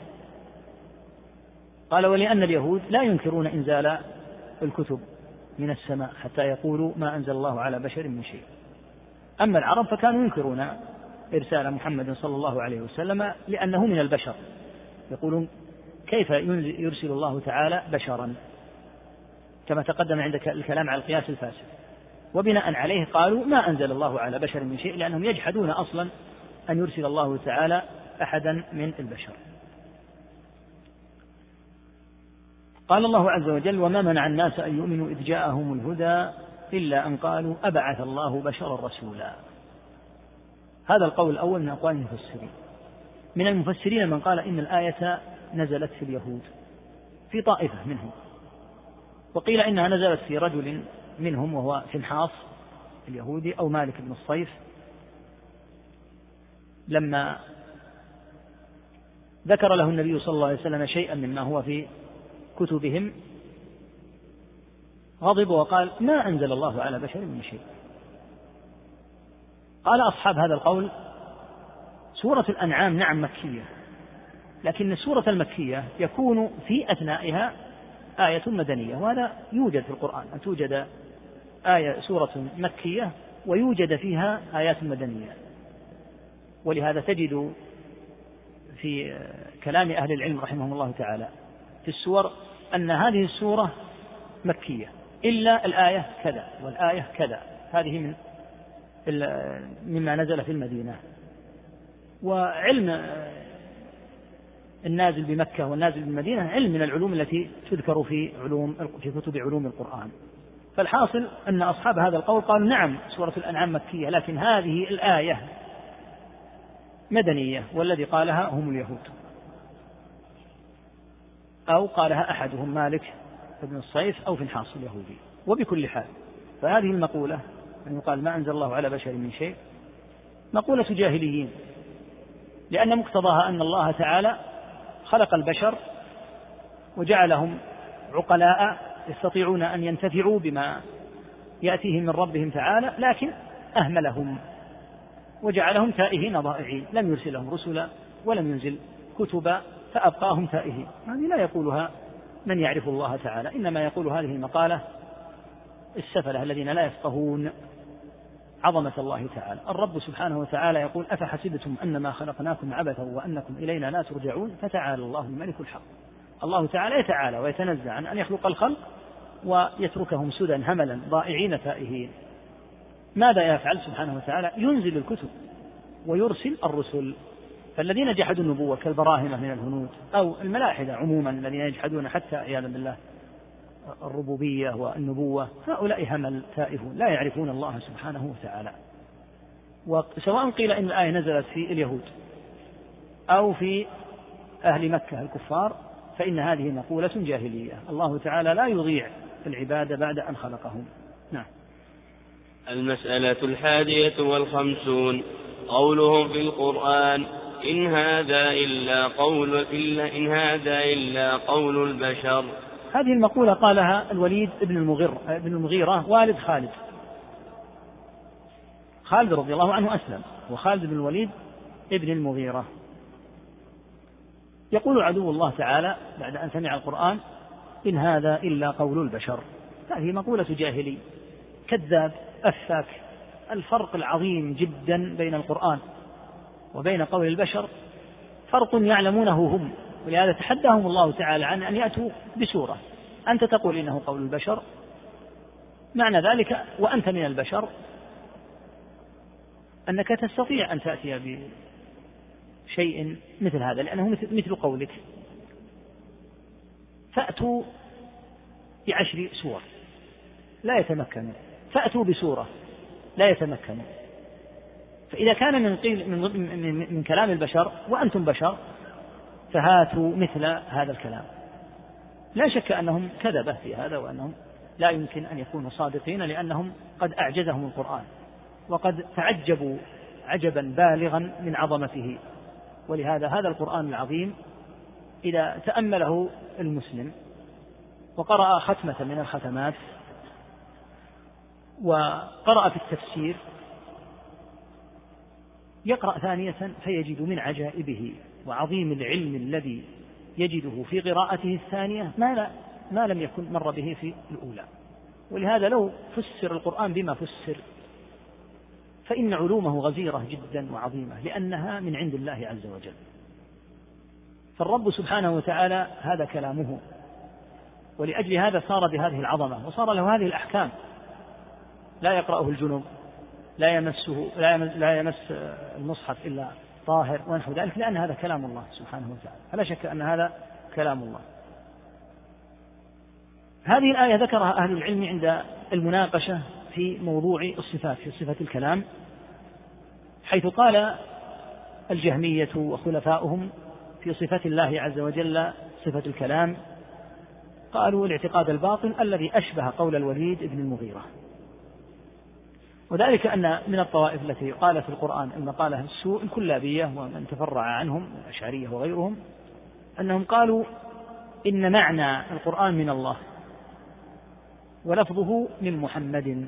قال ولأن اليهود لا ينكرون إنزال الكتب من السماء حتى يقولوا ما أنزل الله على بشر من شيء. أما العرب فكانوا ينكرون إرسال محمد صلى الله عليه وسلم لأنه من البشر، يقولون كيف يرسل الله تعالى بشرا، كما تقدم عندك الكلام على القياس الفاسد. وبناء عليه قالوا ما أنزل الله على بشر من شيء، لأنهم يجحدون أصلا أن يرسل الله تعالى أحدا من البشر. قال الله عز وجل وما منع الناس أن يؤمنوا إذ جاءهم الهدى إلا أن قالوا أبعث الله بشرا رسولا. هذا القول الأول من أقوال المفسرين. من المفسرين من قال إن الآية نزلت في اليهود في طائفة منهم، وقيل إنها نزلت في رجل منهم وهو فنحاص اليهودي أو مالك بن الصيف، لما ذكر له النبي صلى الله عليه وسلم شيئا مما هو في كتبهم غضب وقال ما أنزل الله على بشر من شيء. قال أصحاب هذا القول سورة الأنعام نعم مكية، لكن السورة المكية يكون في أثنائها آية مدنية، وهذا يوجد في القرآن أن توجد سورة مكية ويوجد فيها آيات مدنية. ولهذا تجد في كلام أهل العلم رحمهم الله تعالى في السور أن هذه السورة مكية إلا الآية كذا والآية كذا، هذه مما نزل في المدينة. وعلم النازل بمكة والنازل بالمدينة علم من العلوم التي تذكر في كتب علوم القرآن. فالحاصل أن أصحاب هذا القول قالوا نعم سورة الأنعام مكية، لكن هذه الآية مدنية، والذي قالها هم اليهود، أو قالها أحدهم مالك بن الصيف أو فنحاص اليهودي. وبكل حال فهذه المقولة أن يقال ما أنزل الله على بشر من شيء مقولة جاهليين، لأن مقتضاها أن الله تعالى خلق البشر وجعلهم عقلاء يستطيعون أن ينتفعوا بما يأتيهم من ربهم تعالى، لكن أهملهم وجعلهم تائهين ضائعين، لم يرسلهم رسلا ولم ينزل كتبا فأبقاهم تائهين. هذه لا يقولها من يعرف الله تعالى، إنما يقول هذه المقالة السفلة الذين لا يفقهون عظمة الله تعالى. الرب سبحانه وتعالى يقول أفحسبتم أنما خلقناكم عبثا وأنكم إلينا لا ترجعون فتعالى الله الملك الحق. الله تعالى يتعالى ويتنزع عن أن يخلق الخلق ويتركهم سدى هملا ضائعين تائهين. ماذا يفعل سبحانه وتعالى؟ ينزل الكتب ويرسل الرسل. فالذين جحدوا النبوة كالبراهمة من الهنود أو الملاحدة عموما الذين يجحدون حتى عياذا بالله الربوبية والنبوة، هؤلاء همل تائهون لا يعرفون الله سبحانه وتعالى. وسواء قيل إن الآية نزلت في اليهود أو في أهل مكة الكفار فإن هذه مقولة جاهلية. الله تعالى لا يضيع العباد بعد أن خلقهم. نعم.
المسألة 51 قولهم في القرآن إن هذا إلا قول البشر.
هذه المقولة قالها الوليد بن المغيرة والد خالد رضي الله عنه أسلم، وخالد بن الوليد ابن المغيرة. يقول عدو الله تعالى بعد أن سمع القرآن إن هذا إلا قول البشر. هذه مقولة جاهلي كذاب أفاك. الفرق العظيم جدا بين القرآن وبين قول البشر فرق يعلمونه هم، ولهذا تحداهم الله تعالى عن أن يأتوا بسورة. أنت تقول إنه قول البشر، معنى ذلك وأنت من البشر أنك تستطيع أن تأتي بشيء مثل هذا لأنه مثل قولك. فأتوا ب10 سور لا يتمكنون، فأتوا بسورة لا يتمكنون. فإذا كان من كلام البشر وأنتم بشر فهاتوا مثل هذا الكلام. لا شك أنهم كذبة في هذا، وأنهم لا يمكن أن يكونوا صادقين لأنهم قد أعجزهم القرآن وقد تعجبوا عجبا بالغا من عظمته. ولهذا هذا القرآن العظيم إذا تأمله المسلم وقرأ ختمة من الختمات وقرأ في التفسير يقرأ ثانية فيجد من عجائبه وعظيم العلم الذي يجده في قراءته الثانية ما لم يكن مر به في الأولى. ولهذا لو فسر القرآن بما فسر فإن علومه غزيرة جدا وعظيمة لأنها من عند الله عز وجل. فالرب سبحانه وتعالى هذا كلامه، ولأجل هذا صار بهذه العظمة وصار له هذه الأحكام. لا يقرأه الجنوب، لا يمس المصحف إلا طاهر ونحو ذلك، لأن هذا كلام الله سبحانه وتعالى، فلا شك أن هذا كلام الله. هذه الآية ذكرها أهل العلم عند المناقشة في موضوع الصفات، في صفة الكلام، حيث قال الجهمية وخلفاؤهم في صفة الله عز وجل صفة الكلام قالوا الاعتقاد الباطل الذي أشبه قول الوليد بن المغيرة. وذلك أن من الطوائف التي قال في القرآن المقالة السوء الكلابية ومن تفرع عنهم الأشعرية وغيرهم أنهم قالوا إن معنى القرآن من الله ولفظه من محمد.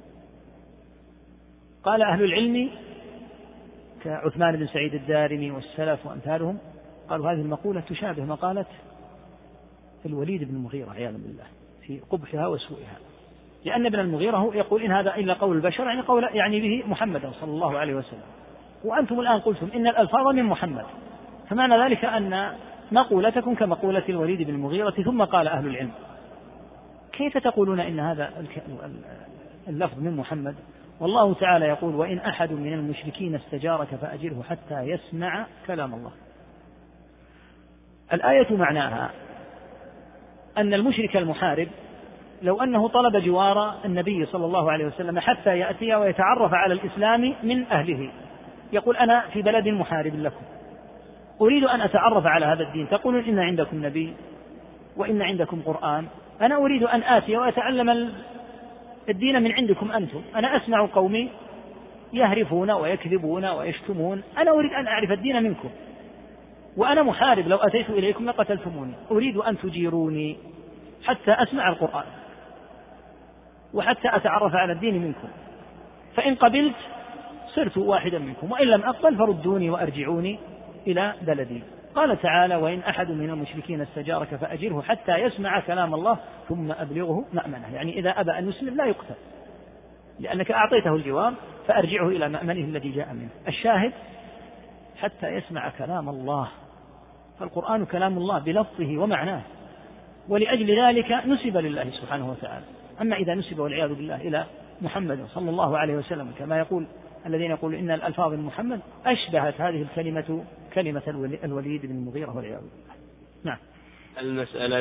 قال أهل العلم كعثمان بن سعيد الدارمي والسلف وأمثالهم قالوا هذه المقولة تشابه مقالة الوليد بن المغيرة عياذا بالله في قبحها وسوءها، لأن ابن المغيرة هو يقول إن هذا إلا قول البشر، يعني به محمد صلى الله عليه وسلم، وأنتم الآن قلتم إن الألفاظ من محمد، فمعنى ذلك أن مقولتكم كمقولة الوليد بن المغيرة. ثم قال أهل العلم كيف تقولون إن هذا اللفظ من محمد والله تعالى يقول وإن أحد من المشركين استجارك فأجره حتى يسمع كلام الله. الآية معناها أن المشرك المحارب لو أنه طلب جوار النبي صلى الله عليه وسلم حتى يأتي ويتعرف على الإسلام من أهله، يقول أنا في بلد محارب لكم أريد أن أتعرف على هذا الدين، تقولون إن عندكم نبي وإن عندكم قرآن، أنا أريد أن آتي وأتعلم الدين من عندكم أنتم، أنا أسمع قومي يهرفون ويكذبون ويشتمون، أنا أريد أن أعرف الدين منكم، وأنا محارب لو أتيت إليكم لقتلتموني، أريد أن تجيروني حتى أسمع القرآن وحتى أتعرف على الدين منكم، فإن قبلت صرت واحدا منكم، وإن لم أقبل فردوني وأرجعوني إلى بلدي. قال تعالى: وإن أحد من المشركين استجارك فأجره حتى يسمع كلام الله ثم أبلغه مأمنه، يعني إذا أبى أن يسلم لا يقتل لأنك أعطيته الجواب، فأرجعه إلى مأمنه الذي جاء منه. الشاهد حتى يسمع كلام الله، فالقرآن كلام الله بلفظه ومعناه، ولأجل ذلك نسب لله سبحانه وتعالى. أما إذا نسب والعياذ بالله إلى محمد صلى الله عليه وسلم كما يقول الذين يقولون إن الألفاظ محمد أشبهت هذه الكلمة كلمة الوليد بن المغيرة والعياذ بالله. نعم.
المسألة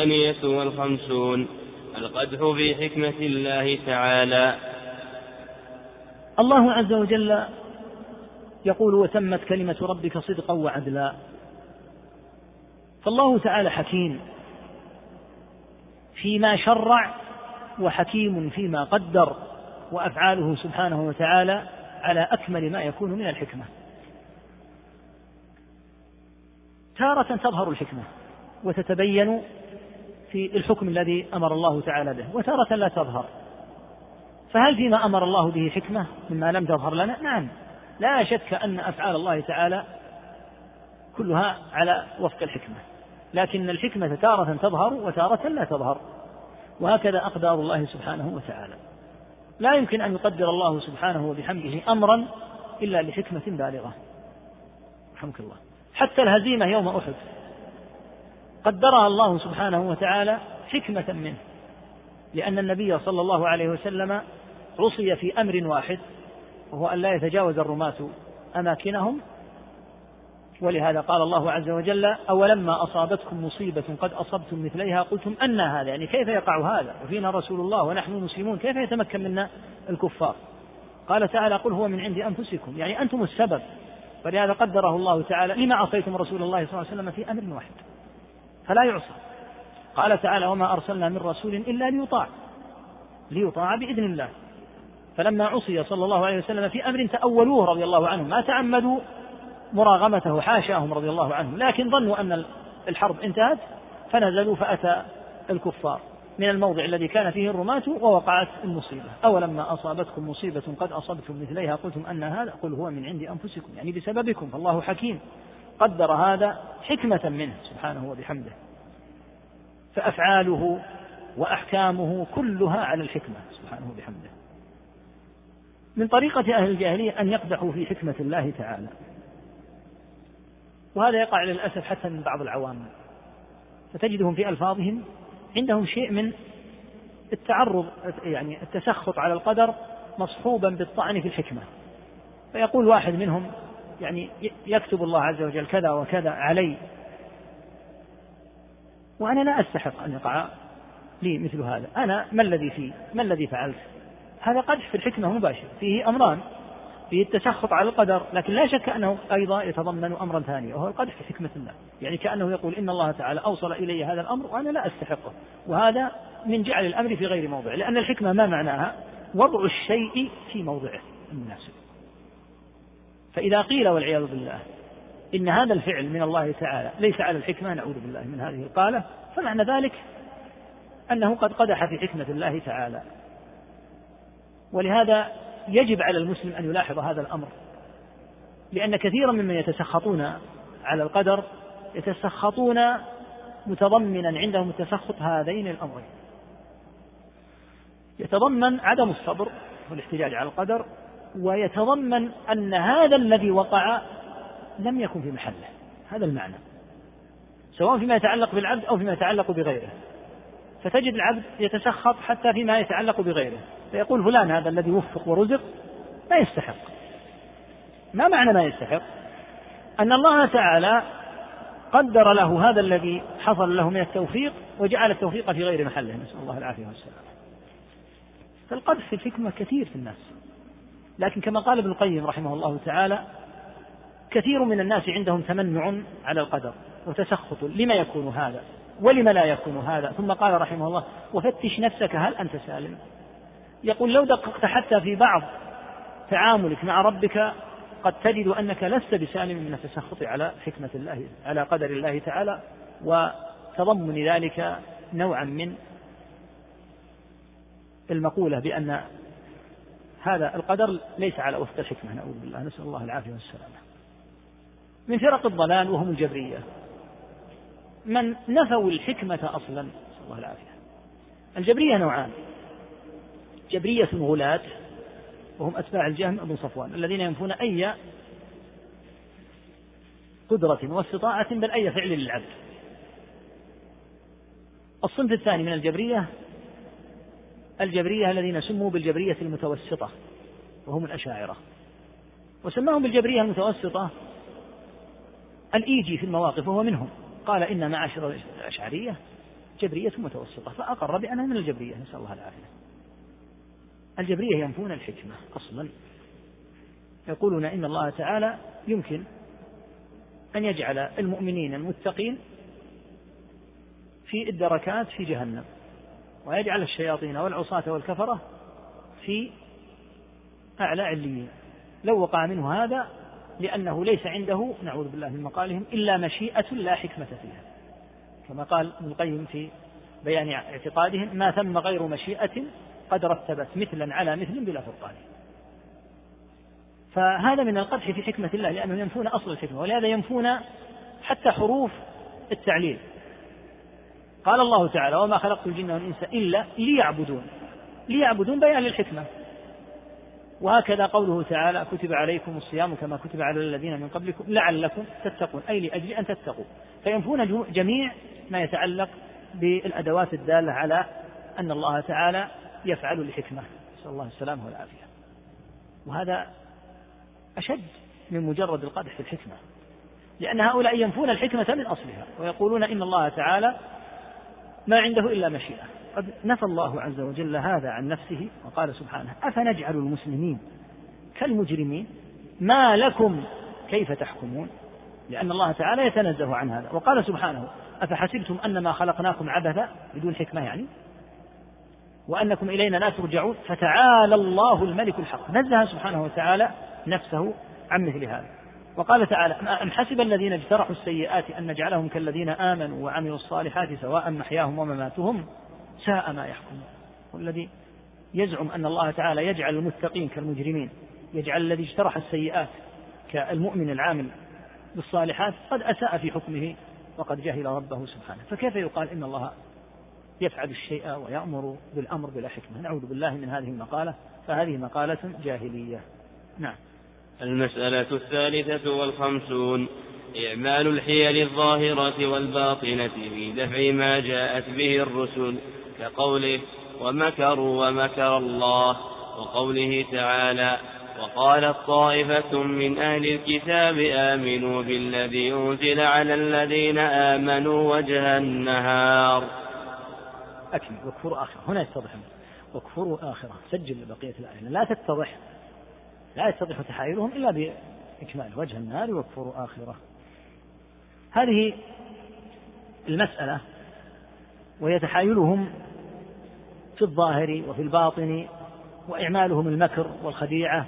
52 القدح في حكمة الله تعالى.
الله عز وجل يقول: وتمت كلمة ربك صدقا وعدلا. فالله تعالى حكيم فيما شرع وحكيم فيما قدر، وأفعاله سبحانه وتعالى على أكمل ما يكون من الحكمة. تارة تظهر الحكمة وتتبين في الحكم الذي أمر الله تعالى به، وتارة لا تظهر. فهل فيما أمر الله به حكمة مما لم تظهر لنا؟ نعم، لا شك أن أفعال الله تعالى كلها على وفق الحكمة، لكن الحكمة تارة تظهر وتارة لا تظهر، وهكذا أقدار الله سبحانه وتعالى. لا يمكن أن يقدر الله سبحانه وبحمده أمرا إلا لحكمة بالغة. رحمك الله. حتى الهزيمة يوم أحد قدرها الله سبحانه وتعالى حكمة منه، لأن النبي صلى الله عليه وسلم عصي في أمر واحد، وهو أن لا يتجاوز الرماة أماكنهم، ولهذا قال الله عز وجل: أولما أصابتكم مصيبة قد أصبتم مثليها قلتم أنى هذا، يعني كيف يقع هذا وفينا رسول الله ونحن مسلمون، كيف يتمكن منا الكفار؟ قال تعالى: قل هو من عند أنفسكم، يعني أنتم السبب، فلهذا قدره الله تعالى: لما عصيتم رسول الله صلى الله عليه وسلم في أمر واحد فلا يعصى. قال تعالى: وما أرسلنا من رسول إلا ليطاع بإذن الله. فلما عصي صلى الله عليه وسلم في أمر تأولوه رضي الله عنهم، ما تعمدوا مراغمته، حاشاهم رضي الله عنهم، لكن ظنوا أن الحرب انتهت فنزلوا فأتى الكفار من الموضع الذي كان فيه الرماة ووقعت المصيبة. أولما أصابتكم مصيبة قد أصبتم مثليها قلتم أن هذا، قل هو من عند أنفسكم، يعني بسببكم، فالله حكيم قدر هذا حكمة منه سبحانه وبحمده. فأفعاله وأحكامه كلها على الحكمة سبحانه وبحمده. من طريقة أهل الجاهلية أن يقدحوا في حكمة الله تعالى، وهذا يقع للأسف حتى من بعض العوام، فتجدهم في ألفاظهم عندهم شيء من التعرض، يعني التسخط على القدر مصحوبا بالطعن في الحكمة. فيقول واحد منهم يعني يكتب الله عز وجل كذا وكذا علي، وأنا لا أستحق أن يقع لي مثل هذا، أنا ما الذي فعلت؟ هذا قدح في الحكمة مباشر، فيه أمران، فيه التسخط على القدر، لكن لا شك أنه أيضا يتضمن أمرا ثانيا، وهو القدح في حكمة الله، يعني كأنه يقول إن الله تعالى أوصل إلي هذا الأمر وأنا لا أستحقه، وهذا من جعل الأمر في غير موضع، لأن الحكمة ما معناها؟ وضع الشيء في موضعه المناسب. فإذا قيل والعياذ بالله إن هذا الفعل من الله تعالى ليس على الحكمة، نعوذ بالله من هذه القالة، فمعنى ذلك أنه قد قدح في حكمة الله تعالى. ولهذا يجب على المسلم أن يلاحظ هذا الأمر، لأن كثيرا ممن يتسخطون على القدر يتسخطون متضمنا عندهم التسخط هذين الأمرين، يتضمن عدم الصبر والاحتجاج على القدر، ويتضمن أن هذا الذي وقع لم يكن في محله. هذا المعنى، سواء فيما يتعلق بالعبد أو فيما يتعلق بغيره. فتجد العبد يتسخط حتى فيما يتعلق بغيره، فيقول فلان هذا الذي وفق ورزق ما يستحق. ما معنى ما يستحق؟ أن الله تعالى قدر له هذا الذي حصل له من التوفيق وجعل التوفيق في غير محله، نسأل الله العافية والسلام. فالقدح في الحكمة كثير في الناس، لكن كما قال ابن القيم رحمه الله تعالى كثير من الناس عندهم تمنع على القدر وتسخط، لما يكون هذا ولما لا يكون هذا. ثم قال رحمه الله وفتش نفسك هل أنت سالم. يقول لو دققت حتى في بعض تعاملك مع ربك قد تجد أنك لست بسالم من التسخط على حكمة الله، على قدر الله تعالى، وتضمن ذلك نوعا من المقولة بأن هذا القدر ليس على وفق الحكمة، نعوذ بالله، نسأل الله العافية والسلامة. من فرق الضلال وهم الجبرية، من نفوا الحكمة أصلا، نسأل الله العافية. الجبرية نوعان: جبرية غلاة وهم أتباع الجهم بن صفوان الذين ينفون أي قدرة واستطاعة بل أي فعل للعبد. الصنف الثاني من الجبرية الذين سموا بالجبرية المتوسطة وهم الأشاعرة، وسماهم بالجبرية المتوسطة الإيجي في المواقف وهو منهم، قال إن معاشر الأشعرية جبرية متوسطة، فأقر بأنها من الجبرية، نسأل الله العافية. الجبرية ينفون الحكمة أصلا، يقولون إن الله تعالى يمكن أن يجعل المؤمنين المتقين في الدركات في جهنم، ويجعل الشياطين والعصاة والكفرة في أعلى عليين لو وقع منه هذا، لأنه ليس عنده، نعوذ بالله من مقالهم، إلا مشيئة لا حكمة فيها، كما قال ابن القيم في بيان اعتقادهم: ما ثم غير مشيئة قد رتبت مثلا على مثل بلا فرقان. فهذا من القدح في حكمة الله، لأنهم ينفون أصل الحكمة، ولهذا ينفون حتى حروف التعليل. قال الله تعالى: وما خلقت الجن والإنس إلا ليعبدون بيان للحكمة. وهكذا قوله تعالى: كتب عليكم الصيام كما كتب على الذين من قبلكم لعلكم تتقون، أي لأجل أن تتقوا. فينفون جميع ما يتعلق بالأدوات الدالة على أن الله تعالى يفعل لحكمة، نسأل الله السلامة والعافية. وهذا أشد من مجرد القدح في الحكمة، لأن هؤلاء ينفون الحكمة من أصلها ويقولون إن الله تعالى ما عنده إلا مشيئة. قد نفى الله عز وجل هذا عن نفسه وقال سبحانه: أفنجعل المسلمين كالمجرمين ما لكم كيف تحكمون، لأن الله تعالى يتنزه عن هذا. وقال سبحانه: أفحسبتم أنما خلقناكم عبثا، بدون حكمة يعني، وأنكم إلينا لا ترجعون، فتعالى الله الملك الحق. نزه سبحانه وتعالى نفسه عن مثل هذا. وقال تعالى: أم حسب الذين اجترحوا السيئات أن نجعلهم كالذين آمنوا وعملوا الصالحات سواء محياهم ومماتهم ساء ما يحكمون. والذي يزعم أن الله تعالى يجعل المتقين كالمجرمين، يجعل الذي اجترح السيئات كالمؤمن العامل بالصالحات، قد أساء في حكمه وقد جهل ربه سبحانه. فكيف يقال إن الله يفعل الشيء ويأمر بالأمر بلا حكمة؟ نعوذ بالله من هذه المقالة، فهذه مقالة جاهلية. نعم.
المسألة 53: إعمال الحيل الظاهرة والباطنة في دفع ما جاءت به الرسل، كقوله: ومكروا ومكر الله، وقوله تعالى: وقالت طائفة من أهل الكتاب آمنوا بالذي أنزل على الذين آمنوا وجه النهار.
أكمل. واكفروا آخرة، هنا يتضح واكفروا آخرة، سجل بقية الآية، لا يتضح تحايلهم إلا بإكمال وجه النار واكفروا آخرة. هذه المسألة وهي تحايلهم في الظاهر وفي الباطن، وإعمالهم المكر والخديعة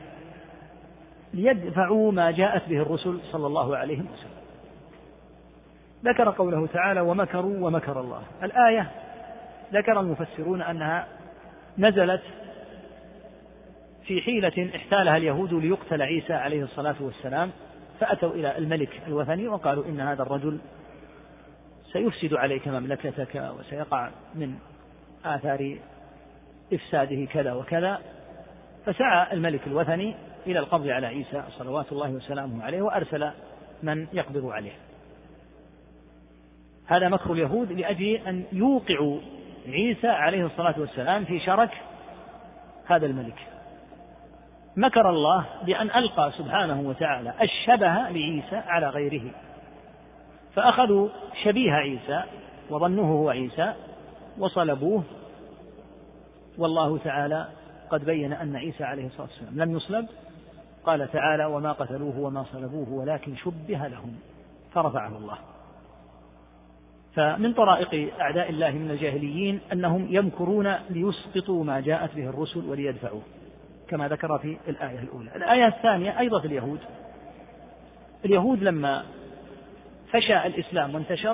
ليدفعوا ما جاءت به الرسل صلى الله عليه وسلم. ذكر قوله تعالى: ومكروا ومكر الله. الآية ذكر المفسرون أنها نزلت في حيلة احتالها اليهود ليقتل عيسى عليه الصلاة والسلام، فأتوا إلى الملك الوثني وقالوا: إن هذا الرجل سيفسد عليك مملكتك وسيقع من آثار إفساده كذا وكذا. فسعى الملك الوثني إلى القبض على عيسى صلوات الله وسلامه عليه، وأرسل من يقبض عليه. هذا مكر اليهود لأجل أن يوقعوا عيسى عليه الصلاة والسلام في شرك هذا الملك. مكر الله بأن ألقى سبحانه وتعالى الشبه لعيسى على غيره، فأخذوا شبيه عيسى وظنوه هو عيسى وصلبوه، والله تعالى قد بين أن عيسى عليه الصلاة والسلام لم يصلب. قال تعالى: وما قتلوه وما صلبوه ولكن شبه لهم فرفعه الله. فمن طرائق أعداء الله من الجاهليين أنهم يمكرون ليسقطوا ما جاءت به الرسل وليدفعوه، كما ذكر في الآية الأولى. الآية الثانية أيضا في اليهود لما فشى الإسلام وانتشر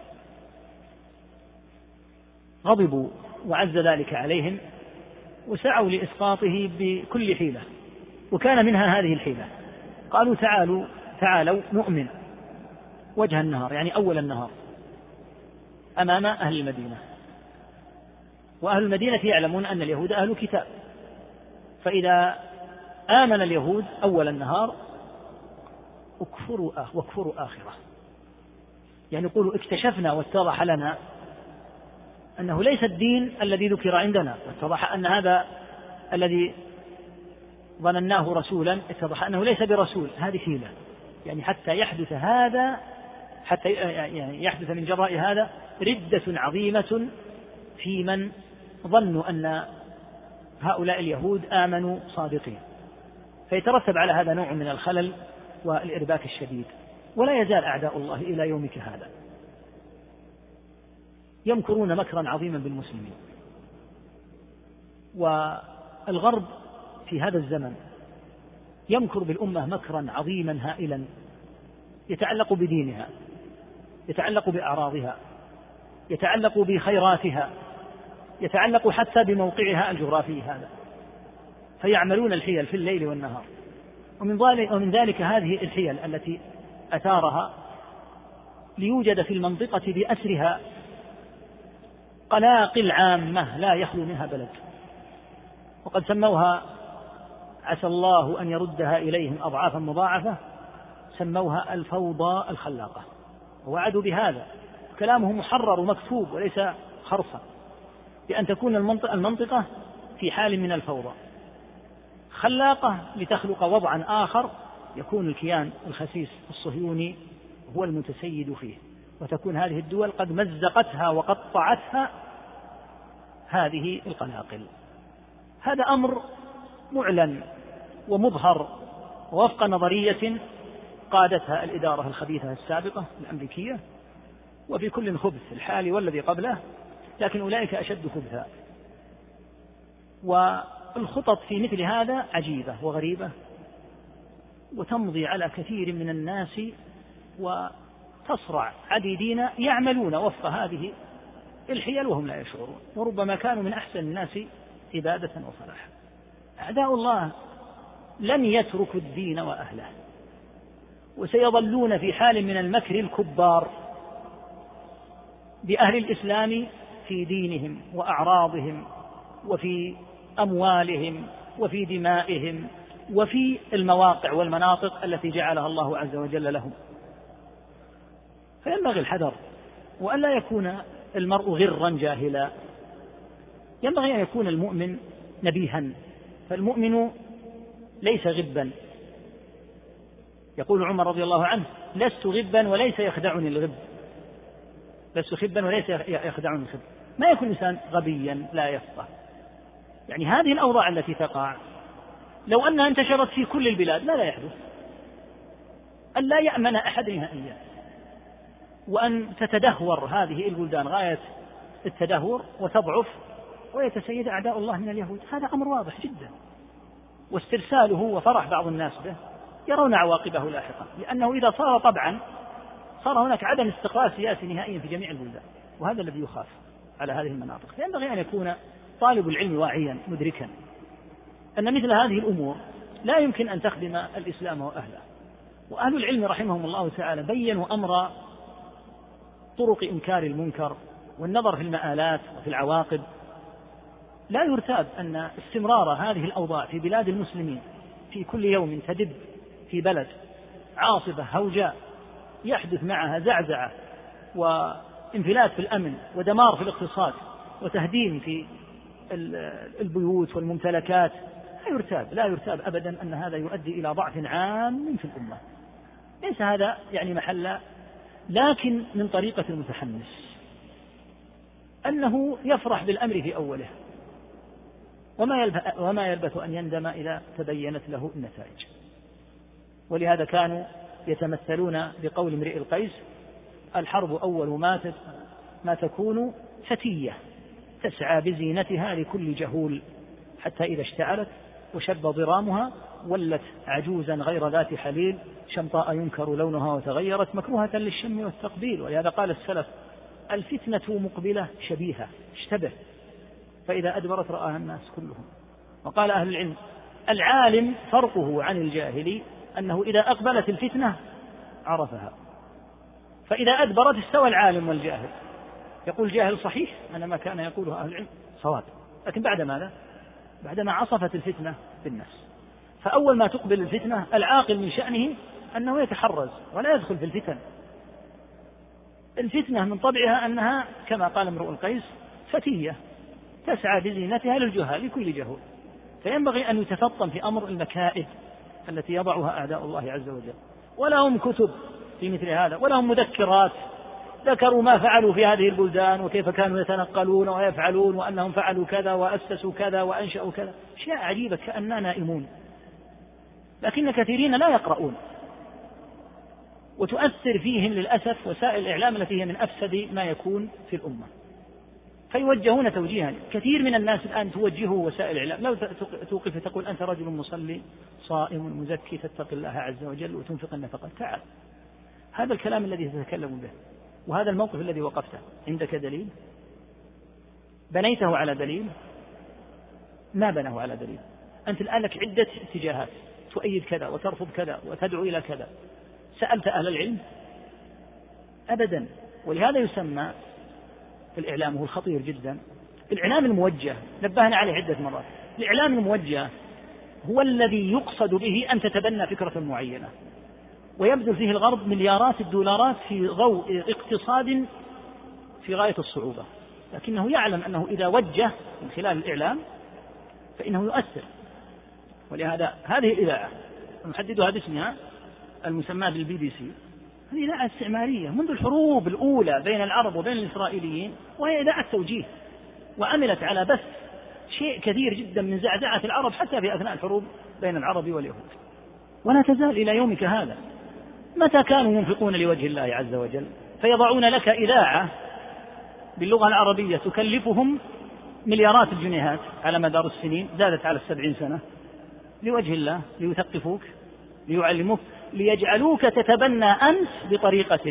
غضبوا وعز ذلك عليهم وسعوا لإسقاطه بكل حيلة، وكان منها هذه الحيلة. قالوا: تعالوا نؤمن وجه النهار، يعني أول النهار، أمام أهل المدينة، وأهل المدينة يعلمون أن اليهود أهل كتاب، فإذا آمن اليهود أول النهار واكفروا آخره، يعني يقولوا: اكتشفنا واتضح لنا أنه ليس الدين الذي ذكر عندنا، واتضح أن هذا الذي ظنناه رسولا اتضح أنه ليس برسول. هذه حيلة، يعني حتى يحدث هذا، حتى يعني يحدث من جراء هذا ردة عظيمة في من ظنوا أن هؤلاء اليهود آمنوا صادقين، فيترتب على هذا نوع من الخلل والإرباك الشديد. ولا يزال أعداء الله إلى يومك هذا يمكرون مكرا عظيما بالمسلمين. والغرب في هذا الزمن يمكر بالأمة مكرا عظيما هائلا يتعلق بدينها، يتعلق بأعراضها، يتعلق بخيراتها، يتعلق حتى بموقعها الجغرافي هذا، فيعملون الحيل في الليل والنهار. ومن ذلك هذه الحيل التي أثارها ليوجد في المنطقة بأسرها قلاقل عامة لا يخلو منها بلد، وقد سموها، عسى الله أن يردها إليهم أضعافا مضاعفة، سموها الفوضى الخلاقة، ووعدوا بهذا. كلامهم محرر ومكتوب وليس خرصا، بأن تكون المنطقة في حال من الفوضى خلاقة لتخلق وضعا آخر يكون الكيان الخسيس الصهيوني هو المتسيد فيه، وتكون هذه الدول قد مزقتها وقطعتها هذه القلاقل. هذا أمر معلن ومظهر ووفق نظرية قادتها الإدارة الخبيثة السابقة الأمريكية، وفي كل خبث الحالي والذي قبله، لكن أولئك أشد خبثا. والخطط في مثل هذا عجيبة وغريبة، وتمضي على كثير من الناس، وتصرع عديدين يعملون وفق هذه الحيل وهم لا يشعرون، وربما كانوا من أحسن الناس عبادة وصلاحا. أعداء الله لن يتركوا الدين وأهله، وسيظلون في حال من المكر الكبار بأهل الإسلام في دينهم وأعراضهم وفي أموالهم وفي دمائهم وفي المواقع والمناطق التي جعلها الله عز وجل لهم. فينبغي الحذر، وأن لا يكون المرء غرا جاهلا. ينبغي أن يكون المؤمن نبيها، فالمؤمن ليس غبا. يقول عمر رضي الله عنه: لست غبا وليس يخدعني الغب، لست غبا وليس يخدعني الغب. ما يكون إنسان غبيا لا يفقه. يعني هذه الأوضاع التي تقع لو أنها انتشرت في كل البلاد ماذا يحدث؟ أن لا يأمن أحد نهائيا، وأن تتدهور هذه البلدان غاية التدهور وتضعف ويتسيد أعداء الله من اليهود. هذا أمر واضح جدا، واسترساله وفرح بعض الناس به يرون عواقبه لاحقا، لأنه إذا صار طبعا صار هناك عدم استقرار سياسي نهائي في جميع البلدان، وهذا الذي يخاف على هذه المناطق. فينبغي أن يكون طالب العلم واعيا مدركا أن مثل هذه الأمور لا يمكن أن تخدم الإسلام وأهله. وأهل العلم رحمهم الله تعالى بينوا أمر طرق إنكار المنكر والنظر في المآلات وفي العواقب. لا يرتاب أن استمرار هذه الأوضاع في بلاد المسلمين في كل يوم تدب في بلد عاصفة هوجاء يحدث معها زعزعة وانفلات في الأمن ودمار في الاقتصاد وتهديم في البيوت والممتلكات. لا يرتاب أبدا أن هذا يؤدي إلى ضعف عام في الأمة. ليس هذا يعني محل لكن من طريقة المتحمس أنه يفرح بالأمر في أوله وما يلبث أن يندم إذا تبينت له النتائج. ولهذا كانوا يتمثلون بقول امرئ القيس: الحرب أول ما تكون فتية تسعى بزينتها لكل جهول، حتى إذا اشتعلت وشب ضرامها ولت عجوزا غير ذات حليل، شمطاء ينكر لونها وتغيرت مكروهة للشم والتقبيل. ولهذا قال السلف: الفتنة مقبلة شبيهة اشتبه، فإذا أدبرت رآها الناس كلهم. وقال أهل العلم: العالم فرقه عن الجاهل أنه إذا أقبلت الفتنة عرفها، فإذا أدبرت استوى العالم والجاهل. يقول جاهل صحيح أن ما كان يقوله أهل العلم صواب، لكن بعد ماذا؟ بعدما عصفت الفتنة بالناس. فأول ما تقبل الفتنة العاقل من شأنه أنه يتحرز ولا يدخل في الفتن. الفتنة من طبعها أنها كما قال امرؤ القيس فتية تسعى بزينتها للجهال لكل جهول، فينبغي أن يتفطن في أمر المكائد التي يضعها أعداء الله عز وجل. ولهم كتب في مثل هذا، ولهم مذكرات ذكروا ما فعلوا في هذه البلدان وكيف كانوا يتنقلون ويفعلون وأنهم فعلوا كذا وأسسوا كذا وأنشأوا كذا، أشياء عجيبة كأننا نائمون، لكن كثيرين لا يقرؤون، وتؤثر فيهم للأسف وسائل الإعلام التي هي من أفسد ما يكون في الأمة، فيوجهون توجيها. كثير من الناس الآن توجهه وسائل الإعلام، لو توقف تقول أنت رجل مصلي صائم مزكي تتقي الله عز وجل وتنفق النفقة، تعال، هذا الكلام الذي تتكلم به وهذا الموقف الذي وقفته عندك دليل؟ بنيته على دليل؟ ما بناه على دليل. أنت الآن لك عدة اتجاهات تؤيد كذا وترفض كذا وتدعو إلى كذا، سألت أهل العلم؟ أبدا. ولهذا يسمى الإعلام، هو الخطير جدا، الإعلام الموجه، نبهنا عليه عدة مرات. الإعلام الموجه هو الذي يقصد به أن تتبنى فكرة معينة ويبذل فيه الغرب مليارات الدولارات في ضوء اقتصاد في غاية الصعوبة، لكنه يعلم أنه إذا وجه من خلال الإعلام فإنه يؤثر. ولهذا هذه الإذاعة نحددها باسمها المسمى بالBBC، هذه إذاعة استعمارية منذ الحروب الأولى بين العرب وبين الإسرائيليين، وهي إذاعة توجيه، وعملت على بث شيء كثير جدا من زعزعة العرب حتى في أثناء الحروب بين العرب واليهود، ولا تزال إلى يومك هذا. متى كانوا ينفقون لوجه الله عز وجل فيضعون لك إذاعة باللغة العربية تكلفهم مليارات الجنيهات على مدار السنين، زادت على 70 سنة، لوجه الله، ليثقفوك، ليعلموك، ليجعلوك تتبنى أنت بطريقة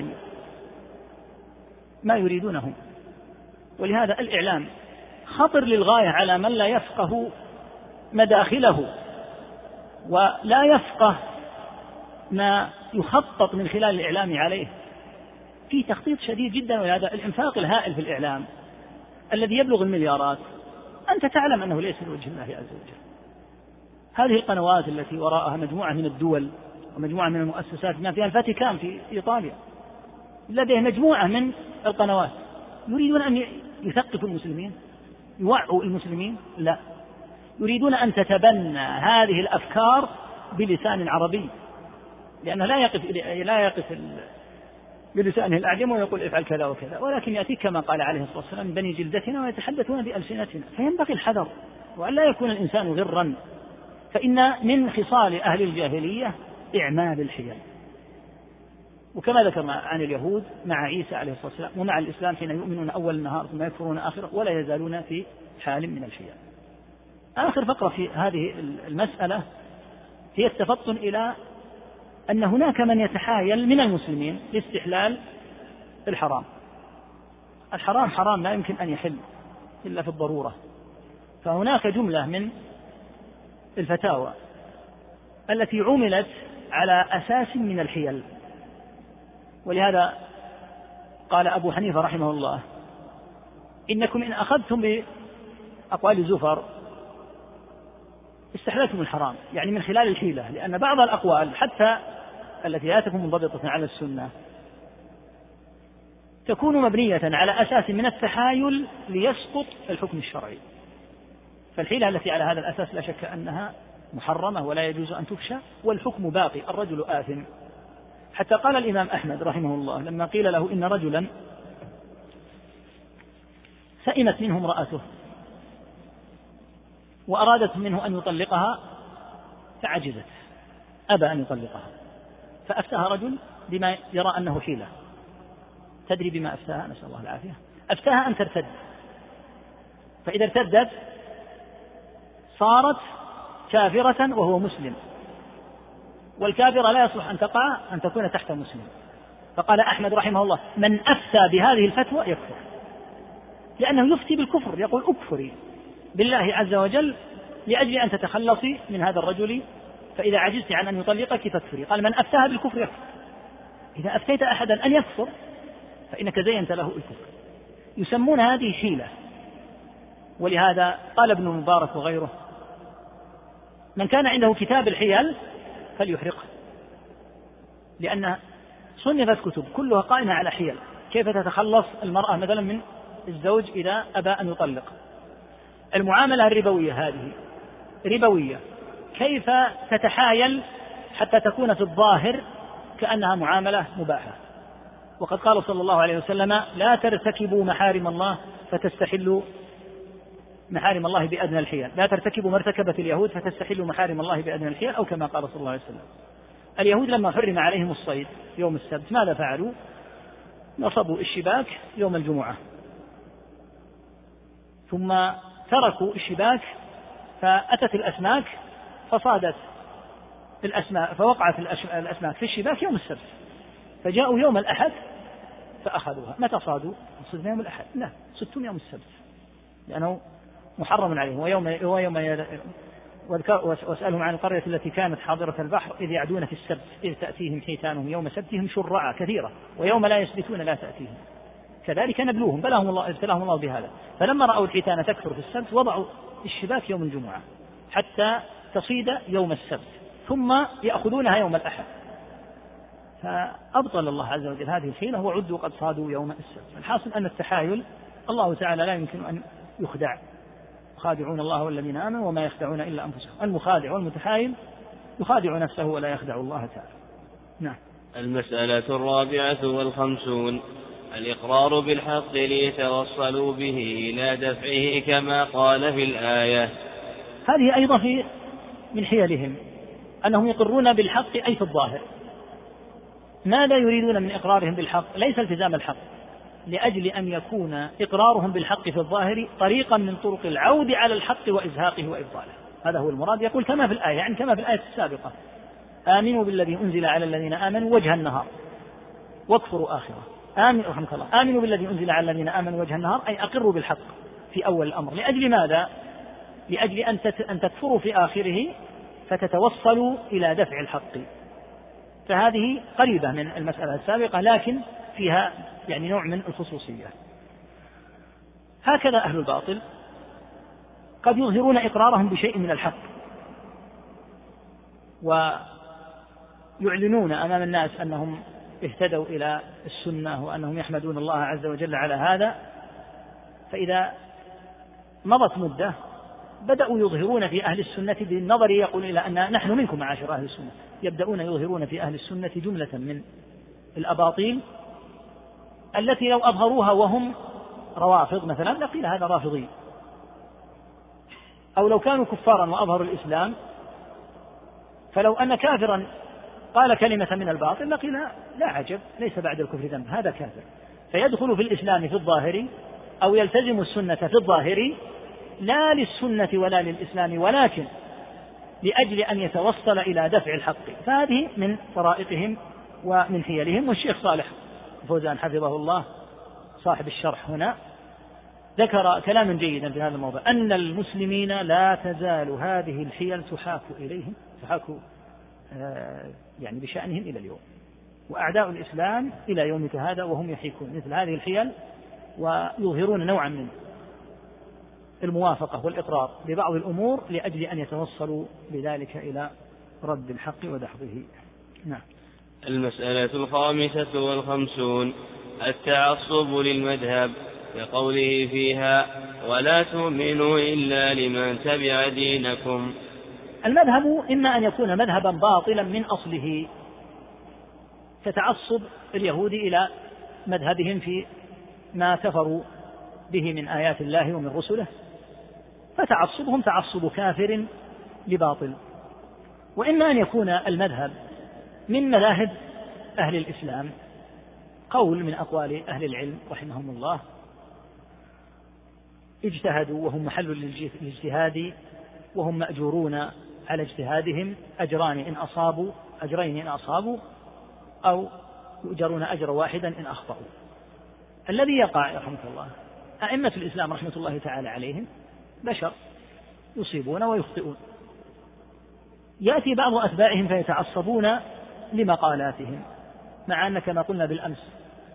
ما يريدونه. ولهذا الإعلام خطر للغاية على من لا يفقه مداخله ولا يفقه ما يخطط من خلال الإعلام عليه. في تخطيط شديد جدا، وهذا الإنفاق الهائل في الإعلام الذي يبلغ المليارات أنت تعلم أنه ليس لوجه الله عز وجل. هذه القنوات التي وراءها مجموعة من الدول ومجموعة من المؤسسات، ما فيها الفاتيكان في إيطاليا لديه مجموعة من القنوات، يريدون أن يثقفوا المسلمين، يوعوا المسلمين؟ لا، يريدون أن تتبنى هذه الأفكار بلسان عربي، لأنه لا يقف بلسانه الأعجم ويقول افعل كذا وكذا، ولكن يأتي كما قال عليه الصلاة والسلام بني جلدتنا ويتحدثون بألسنتنا. فينبغي الحذر وأن لا يكون الإنسان غرا، فإن من خصال أهل الجاهلية إعمال الحيل، وكما ذكرنا عن اليهود مع عيسى عليه الصلاة والسلام ومع الإسلام حين يؤمنون أول النهار ثم يكفرون آخره ولا يزالون في حال من الحيل. آخر فقرة في هذه المسألة هي التفطن إلى أن هناك من يتحايل من المسلمين لاستحلال الحرام. الحرام حرام لا يمكن أن يحل إلا في الضرورة، فهناك جملة من الفتاوى التي عملت على أساس من الحيل. ولهذا قال أبو حنيفة رحمه الله إنكم إن أخذتم بأقوال زفر استحللتم الحرام، يعني من خلال الحيلة، لأن بعض الأقوال حتى التي لا تكون منضبطة على السنة تكون مبنية على أساس من التحايل ليسقط الحكم الشرعي. فالحيلة التي على هذا الأساس لا شك أنها محرمة ولا يجوز أن تفشى، والحكم باقي، الرجل آثم. حتى قال الإمام أحمد رحمه الله لما قيل له إن رجلا سئمت منه امرأته وأرادت منه أن يطلقها فعجزت، أبى أن يطلقها، فأفتاها رجل بما يرى أنه حيلة. تدري بما أفتاها؟ نسأل الله العافية. أفتاها أن ترتد، فإذا ارتدت صارت كافرة وهو مسلم، والكافرة لا يصلح أن تكون تحت مسلم. فقال أحمد رحمه الله من أفتى بهذه الفتوى يكفر، لأنه يفتي بالكفر، يقول أكفري بالله عز وجل لأجل أن تتخلصي من هذا الرجل، فإذا عجزت عن أن يطلقك فاكفري. قال من أفتاها بالكفر يكفر. إذا أفتيت أحدا أن يكفر فإنك زينت له الكفر. يسمون هذه حيلة. ولهذا قال ابن المبارك وغيره من كان عنده كتاب الحيل فليحرقه، لأن صنفت كتب كلها قائمة على حيل، كيف تتخلص المرأة مثلا من الزوج إذا أبى أن يطلق. المعاملة الربوية هذه ربوية، كيف تتحايل حتى تكون في الظاهر كأنها معاملة مباحة. وقد قال صلى الله عليه وسلم لا ترتكبوا محارم الله فتستحلوا محارم الله بأدنى الحيل، لا ترتكبوا ما ارتكبت اليهود فتستحلوا محارم الله بأدنى الحيل، أو كما قال صلى الله عليه وسلم. اليهود لما حرم عليهم الصيد يوم السبت ماذا فعلوا؟ نصبوا الشباك يوم الجمعة، ثم تركوا الشباك فأتت الأسماك فصادت الأسماك، فوقعت الأسماك في الشباك يوم السبت، فجاءوا يوم الأحد فأخذوها. متى صادوا؟ صدنا يوم الأحد؟ لا، 60 يوم السبت، لأنه محرم عليهم. واسألهم عن القرية التي كانت حاضرة البحر إذ يعدون في السبت إذ تأتيهم حيتانهم يوم سبتهم شرعا كثيرة ويوم لا يسبتون لا تأتيهم، كذلك نبلوهم ابتلاهم الله بهذا. فلما رأوا الحيتان تكثر في السبت وضعوا الشباك يوم الجمعة حتى تصيد يوم السبت، ثم يأخذونها يوم الأحد. فأبطل الله عز وجل هذه الحيلة وعدوا قد صادوا يوم السبت. الحاصل أن التحايل الله تعالى لا يمكن أن يخدع، يخادعون الله والذين آمنوا وما يخدعون إلا أنفسهم. المخادع والمتحايل يخادع نفسه ولا يخدع الله تعالى. نعم.
المسألة 54 الإقرار بالحق ليتوصلوا به إلى دفعه كما قال في الآية.
هذه أيضا من حيلهم أنهم يقرون بالحق أي في الظاهر. ماذا يريدون من إقرارهم بالحق؟ ليس التزام الحق، لأجل أن يكون إقرارهم بالحق في الظاهر طريقا من طرق العود على الحق وإزهاقه وإبطاله. هذا هو المراد. يقول كما في الآية، يعني كما في الآية السابقة آمنوا بالذي أنزل على الذين آمنوا وجه النهار واكفروا آخره. رحمك الله. آمنوا بالذي أنزل على الذين آمنوا وجه النهار، أي أقروا بالحق في أول الأمر. لأجل ماذا؟ لأجل أن تكفروا في آخره فتتوصلوا إلى دفع الحق. فهذه قريبة من المسألة السابقة لكن فيها يعني نوع من الخصوصية. هكذا أهل الباطل قد يظهرون إقرارهم بشيء من الحق ويعلنون أمام الناس أنهم اهتدوا إلى السنة وأنهم يحمدون الله عز وجل على هذا، فإذا مضت مدة بدأوا يظهرون في أهل السنة بالنظر يقول إلى أن نحن منكم معاشر أهل السنة، يبدأون يظهرون في أهل السنة جملة من الأباطيل التي لو أظهروها وهم روافض مثلا لقيل هذا رافضي، أو لو كانوا كفارا وأظهروا الإسلام فلو أن كافرا قال كلمة من الباطل لقيل لا عجب ليس بعد الكفر ذنب، هذا كافر، فيدخل في الإسلام في الظاهر أو يلتزم السنة في الظاهر لا للسنة ولا للإسلام ولكن لأجل أن يتوصل إلى دفع الحق. فهذه من طرائقهم ومن حيلهم. والشيخ صالح فوزان حفظه الله صاحب الشرح هنا ذكر كلاما جيدا في هذا الموضوع، أن المسلمين لا تزال هذه الحيل تحاك إليهم، تحاك يعني بشأنهم إلى اليوم، وأعداء الإسلام إلى يومك هذا وهم يحيكون مثل هذه الحيل ويظهرون نوعا من الموافقة والإقرار ببعض الأمور لأجل أن يتوصلوا بذلك إلى رد الحق ودحضه. نعم.
المسألة 55 التعصب للمذهب بقوله فيها ولا تؤمنوا إلا لمن تبع
كتعصب اليهود إلى مذهبهم في ما كفروا به من آيات الله ومن رسله، فتعصبهم تعصب كافر لباطل. وإما أن يكون المذهب من مذاهب أهل الإسلام، قول من أقوال أهل العلم رحمهم الله اجتهدوا وهم محل للاجتهاد وهم مأجورون على اجتهادهم، أجرين إن أصابوا أو يؤجرون أجر واحدا إن أخطأوا. الذي يقع رحمه الله أئمة الإسلام رحمة الله تعالى عليهم بشر يصيبون ويخطئون، يأتي بعض أتباعهم فيتعصبون لمقالاتهم، مع أن كما قلنا بالأمس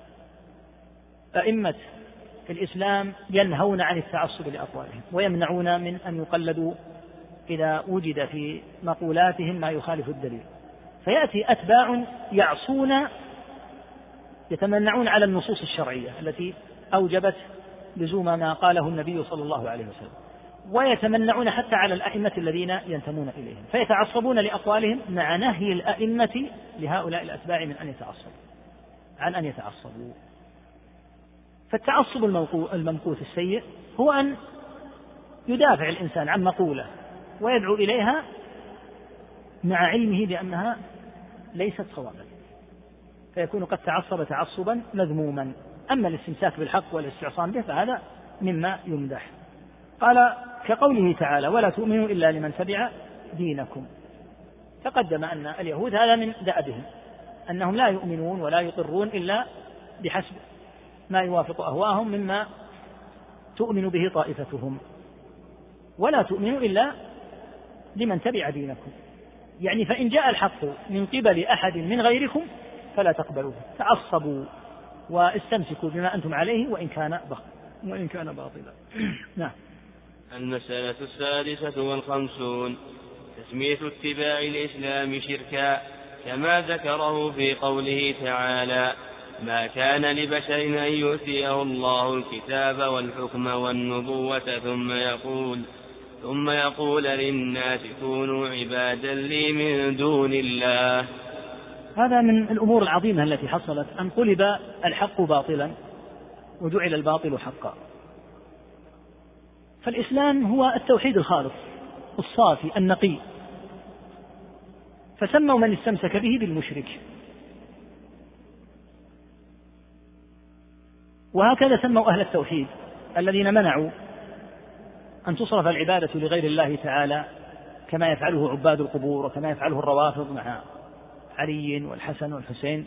أئمة الإسلام ينهون عن التعصب لأقوالهم ويمنعون من أن يقلدوا إذا وجد في مقولاتهم ما يخالف الدليل. فيأتي أتباع يعصون يتمنعون على النصوص الشرعية التي أوجبت لزوم ما قاله النبي صلى الله عليه وسلم، ويتمنعون حتى على الأئمة الذين ينتمون إليهم، فيتعصبون لأقوالهم مع نهي الأئمة لهؤلاء الأتباع من أن يتعصبوا. فالتعصب الممقوت السيء هو أن يدافع الإنسان عن مقولة ويدعو إليها مع علمه بأنها ليست صوابا، فيكون قد تعصب تعصبا مذموما. أما الاستمساك بالحق والاستعصام به فهذا مما يمدح. قال كقوله تعالى ولا تؤمنوا إلا لمن تبع دينكم. تقدم أن اليهود هذا من دأبهم، أنهم لا يؤمنون ولا يقرون إلا بحسب ما يوافق أهواهم مما تؤمن به طائفتهم، ولا تؤمنوا إلا لمن تبع دينكم، يعني فإن جاء الحق من قبل أحد من غيركم فلا تقبلوه، تعصبوا واستمسكوا بما أنتم عليه وإن كان باطلا. نعم.
المسألة 56 تسمية اتباع الإسلام شركا، كما ذكره في قوله تعالى ما كان لبشر أن يؤتيه الله الكتاب والحكم والنبوة ثم يقول للناس كونوا عبادا لي من دون الله.
هذا من الأمور العظيمة التي حصلت، أن قلب الحق باطلا وجعل الباطل حقا. فالإسلام هو التوحيد الخالص الصافي النقي، فسموا من استمسك به بالمشرك، وهكذا سموا أهل التوحيد الذين منعوا أن تصرف العبادة لغير الله تعالى كما يفعله عباد القبور وكما يفعله الروافض مع علي والحسن والحسين.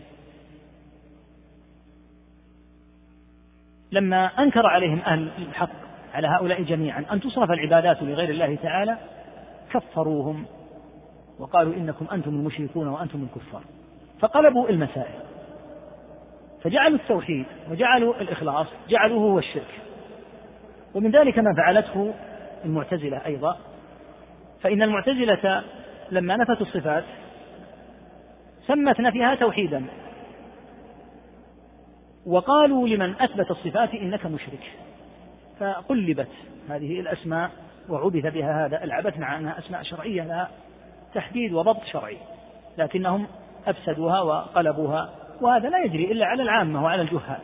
لما أنكر عليهم أهل الحق على هؤلاء جميعا أن تصرف العبادات لغير الله تعالى كفروهم وقالوا إنكم أنتم المشركون وأنتم الكفار، فقلبوا المسائل فجعلوا التوحيد وجعلوا الإخلاص جعلوه هو الشرك. ومن ذلك ما فعلته المعتزلة أيضا، فإن المعتزلة لما نفت الصفات سمت نفيها توحيدا، وقالوا لمن أثبت الصفات إنك مشرك، فقلبت هذه الأسماء وعبث بها هذا العبث مع أنها أسماء شرعية لها تحديد وضبط شرعي، لكنهم أفسدوها وقلبوها، وهذا لا يجري إلا على العامة وعلى الجهال.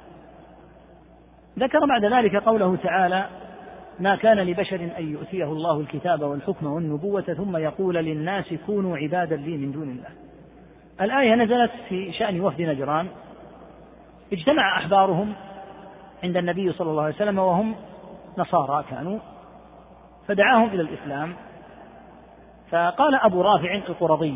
ذكر بعد ذلك قوله تعالى ما كان لبشر أن يؤتيه الله الكتاب والحكم والنبوة ثم يقول للناس كونوا عبادا لي من دون الله. الآية نزلت في شأن وفد نجران، اجتمع أحبارهم عند النبي صلى الله عليه وسلم وهم نصارى كانوا، فدعاهم إلى الإسلام، فقال أبو رافع القرظي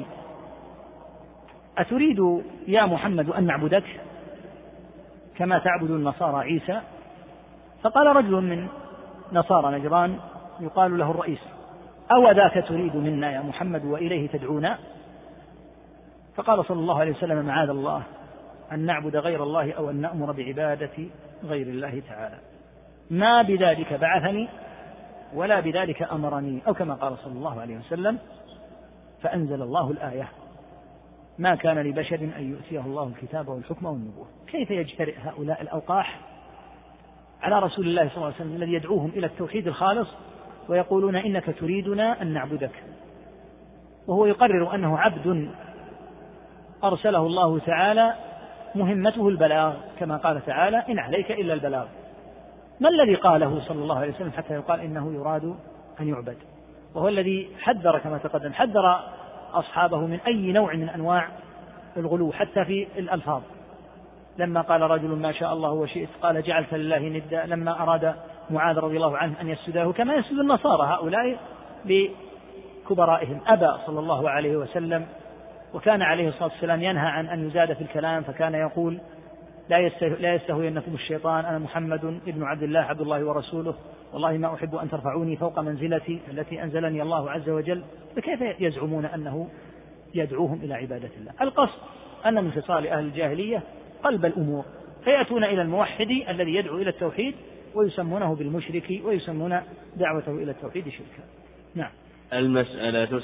أتريد يا محمد أن نعبدك كما تعبد النصارى عيسى؟ فقال رجل من نصارى نجران يقال له الرئيس أو ذاك تريد منا يا محمد وإليه تدعونا؟ فقال صلى الله عليه وسلم معاذ الله أن نعبد غير الله أو أن نأمر بعبادة غير الله تعالى، ما بذلك بعثني ولا بذلك أمرني، أو كما قال صلى الله عليه وسلم. فأنزل الله الآية ما كان لبشر أن يؤتيه الله الكتاب والحكم والنبوة. كيف يجترئ هؤلاء الأوقاح على رسول الله صلى الله عليه وسلم الذي يدعوهم إلى التوحيد الخالص ويقولون إنك تريدنا أن نعبدك، وهو يقرر أنه عبد أرسله الله تعالى مهمته البلاغ، كما قال تعالى: إن عليك إلا البلاغ. ما الذي قاله صلى الله عليه وسلم حتى يقال إنه يراد أن يعبد؟ وهو الذي حذر كما تقدم، حذر أصحابه من أي نوع من أنواع الغلو حتى في الألفاظ. لما قال رجل: ما شاء الله وشئت، قال: جعلت لله ندا. لما أراد معاذ رضي الله عنه أن يسجده كما يسجد النصارى هؤلاء لكبرائهم، أبى صلى الله عليه وسلم. وكان عليه الصلاة والسلام ينهى عن أن يزاد في الكلام، فكان يقول: لا يستهوينكم الشيطان، أنا محمد ابن عبد الله عبد الله ورسوله، والله ما أحب أن ترفعوني فوق منزلتي التي أنزلني الله عز وجل. فكيف يزعمون أنه يدعوهم إلى عبادة الله؟ القصد أن من خصال أهل الجاهلية قلب الأمور، فيأتون إلى الموحد الذي يدعو إلى التوحيد ويسمونه بالمشرك، ويسمون دعوته إلى التوحيد شركا. نعم.
المسألة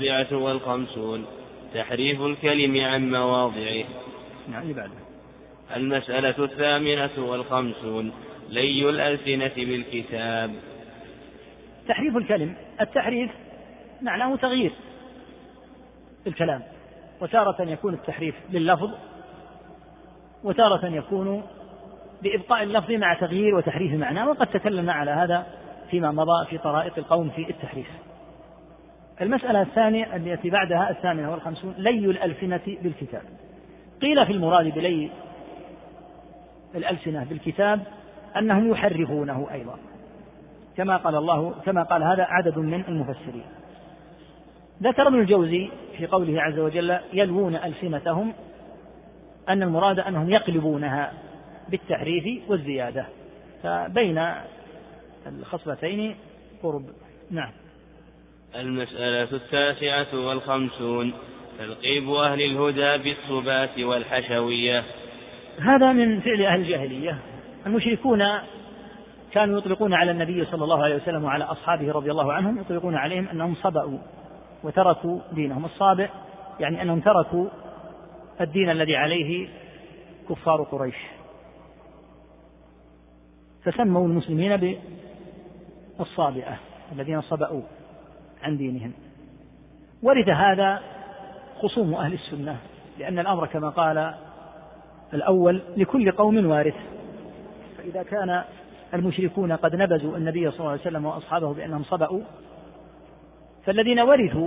57 تحريف الكلم عن مواضعه.
نعم. اللي بعده.
المسألة 58 لي الألسنة بالكتاب.
تحريف الكلم، التحريف معناه تغيير الكلام، وتارة يكون التحريف باللفظ، وتارة يكون بإبقاء اللفظ مع تغيير وتحريف معناه، وقد تكلمنا على هذا فيما مضى في طرائق القوم في التحريف. المسألة الثانية التي بعدها 58 لي الألسنة بالكتاب. قيل في المراد بلي الألسنة بالكتاب أنهم يحرفونه أيضا، كما قال هذا عدد من المفسرين. ذكر ابن الجوزي في قوله عز وجل: يلوون ألسنتهم، أن المراد أنهم يقلبونها بالتحريف والزيادة، فبين الخصلتين قرب. نعم.
المسألة 59 تلقيب أهل الهدى بالصبات والحشوية.
هذا من فعل أهل الجاهلية. المشركون كانوا يطلقون على النبي صلى الله عليه وسلم وعلى أصحابه رضي الله عنهم، يطلقون عليهم أنهم صبأوا وتركوا دينهم. الصابئ يعني أنهم تركوا الدين الذي عليه كفار قريش، فسموا المسلمين بالصابئة الذين صبأوا عن دينهم. ورد هذا خصوم أهل السنة، لأن الأمر كما قال الأول: لكل قوم وارث. فإذا كان المشركون قد نبذوا النبي صلى الله عليه وسلم وأصحابه بأنهم صبأوا، فالذين ورثوا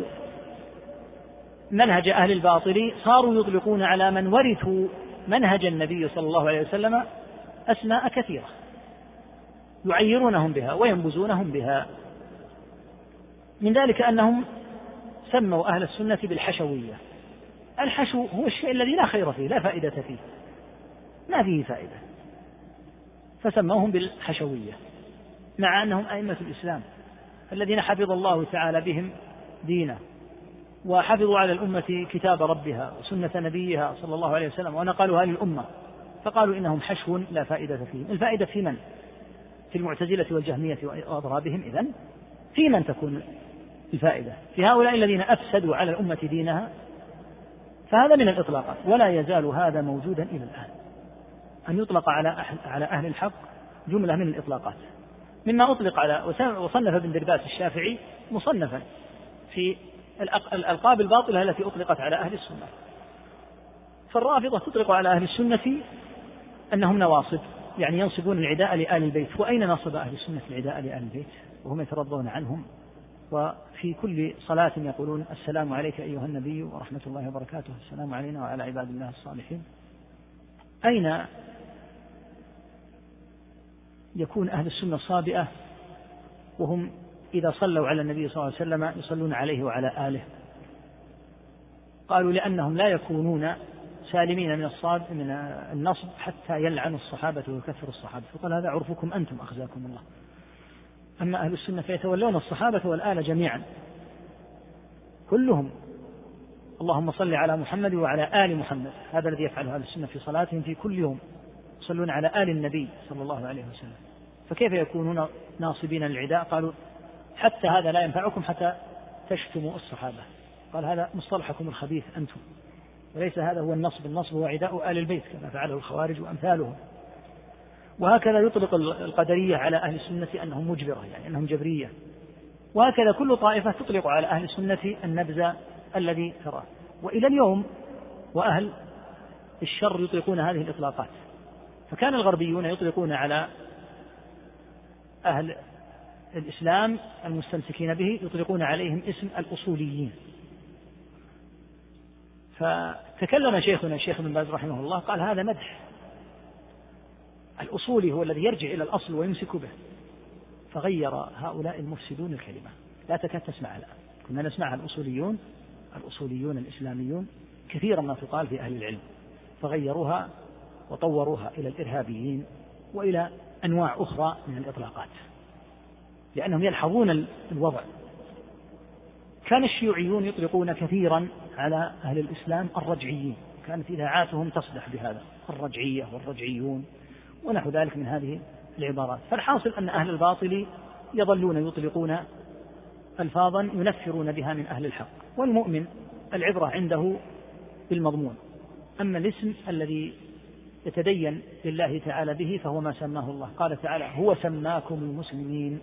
منهج أهل الباطل صاروا يطلقون على من ورثوا منهج النبي صلى الله عليه وسلم أسماء كثيرة يعيرونهم بها وينبذونهم بها. من ذلك أنهم سموا أهل السنة بالحشوية. الحشو هو الشيء الذي لا خير فيه، لا فائدة فيه، ما فيه فائدة، فسموهم بالحشوية، مع أنهم أئمة الإسلام الذين حفظ الله تعالى بهم دينه، وحفظوا على الأمة كتاب ربها وسنة نبيها صلى الله عليه وسلم، ونقلوها للأمة، فقالوا إنهم حشو لا فائدة فيه. الفائدة في من؟ في المعتزلة والجهمية وأضرابهم. إذن في من تكون الفائدة؟ في هؤلاء الذين أفسدوا على الأمة دينها. فهذا من الإطلاقات، ولا يزال هذا موجودا إلى الآن، أن يطلق على أهل الحق جملة من الإطلاقات، مما أطلق على وصنف ابن درباس الشافعي مصنفا في الألقاب الباطلة التي أطلقت على أهل السنة. فالرافضة تطلق على أهل السنة أنهم نواصب، يعني ينصبون العداء لآل البيت. وأين نصب أهل السنة العداء لآل البيت وهم يترضون عنهم؟ وفي كل صلاة يقولون: السلام عليك أيها النبي ورحمة الله وبركاته، السلام علينا وعلى عباد الله الصالحين. أين يكون أهل السنة صابئة وهم إذا صلوا على النبي صلى الله عليه وسلم يصلون عليه وعلى آله؟ قالوا: لأنهم لا يكونون سالمين من النصب حتى يلعنوا الصحابة ويكفروا الصحابة. فقال: هذا عرفكم أنتم أخزاكم الله. أما أهل السنة فيتولون الصحابة والآل جميعا كلهم، اللهم صل على محمد وعلى آل محمد. هذا الذي يفعله أهل السنة في صلاتهم في كل يوم، يصلون على آل النبي صلى الله عليه وسلم. فكيف يكونون ناصبين للعداء؟ قالوا: حتى هذا لا ينفعكم حتى تشتموا الصحابة. قال: هذا مصطلحكم الخبيث أنتم، وليس هذا هو النصب. النصب هو عداء آل البيت كما فعله الخوارج وأمثالهم. وهكذا يطلق القدرية على أهل السنة أنهم مجبرة، يعني أنهم جبرية. وهكذا كل طائفة تطلق على أهل السنة النبذ الذي تراه. وإلى اليوم وأهل الشر يطلقون هذه الإطلاقات. فكان الغربيون يطلقون على أهل الإسلام المستمسكين به يطلقون عليهم اسم الأصوليين. فتكلم شيخنا الشيخ ابن باز رحمه الله قال هذا مدح، الأصولي هو الذي يرجع إلى الأصل ويمسك به، فغير هؤلاء المفسدون الكلمة، لا تكاد تسمع الآن. كنا نسمعها الأصوليون الإسلاميون كثيرا ما تقال في أهل العلم، فغيروها وطوروها إلى الإرهابيين وإلى أنواع أخرى من الإطلاقات لأنهم يلحظون الوضع. كان الشيوعيون يطلقون كثيرا على أهل الإسلام الرجعيين، كانت إذاعاتهم تصدح بهذا، الرجعية والرجعيون ونحو ذلك من هذه العبارات. فالحاصل أن أهل الباطل يظلون يطلقون ألفاظا ينفرون بها من أهل الحق، والمؤمن العبرة عنده بالمضمون، أما الاسم الذي يتدين لله تعالى به فهو ما سماه الله. قال تعالى هو سماكم المسلمين،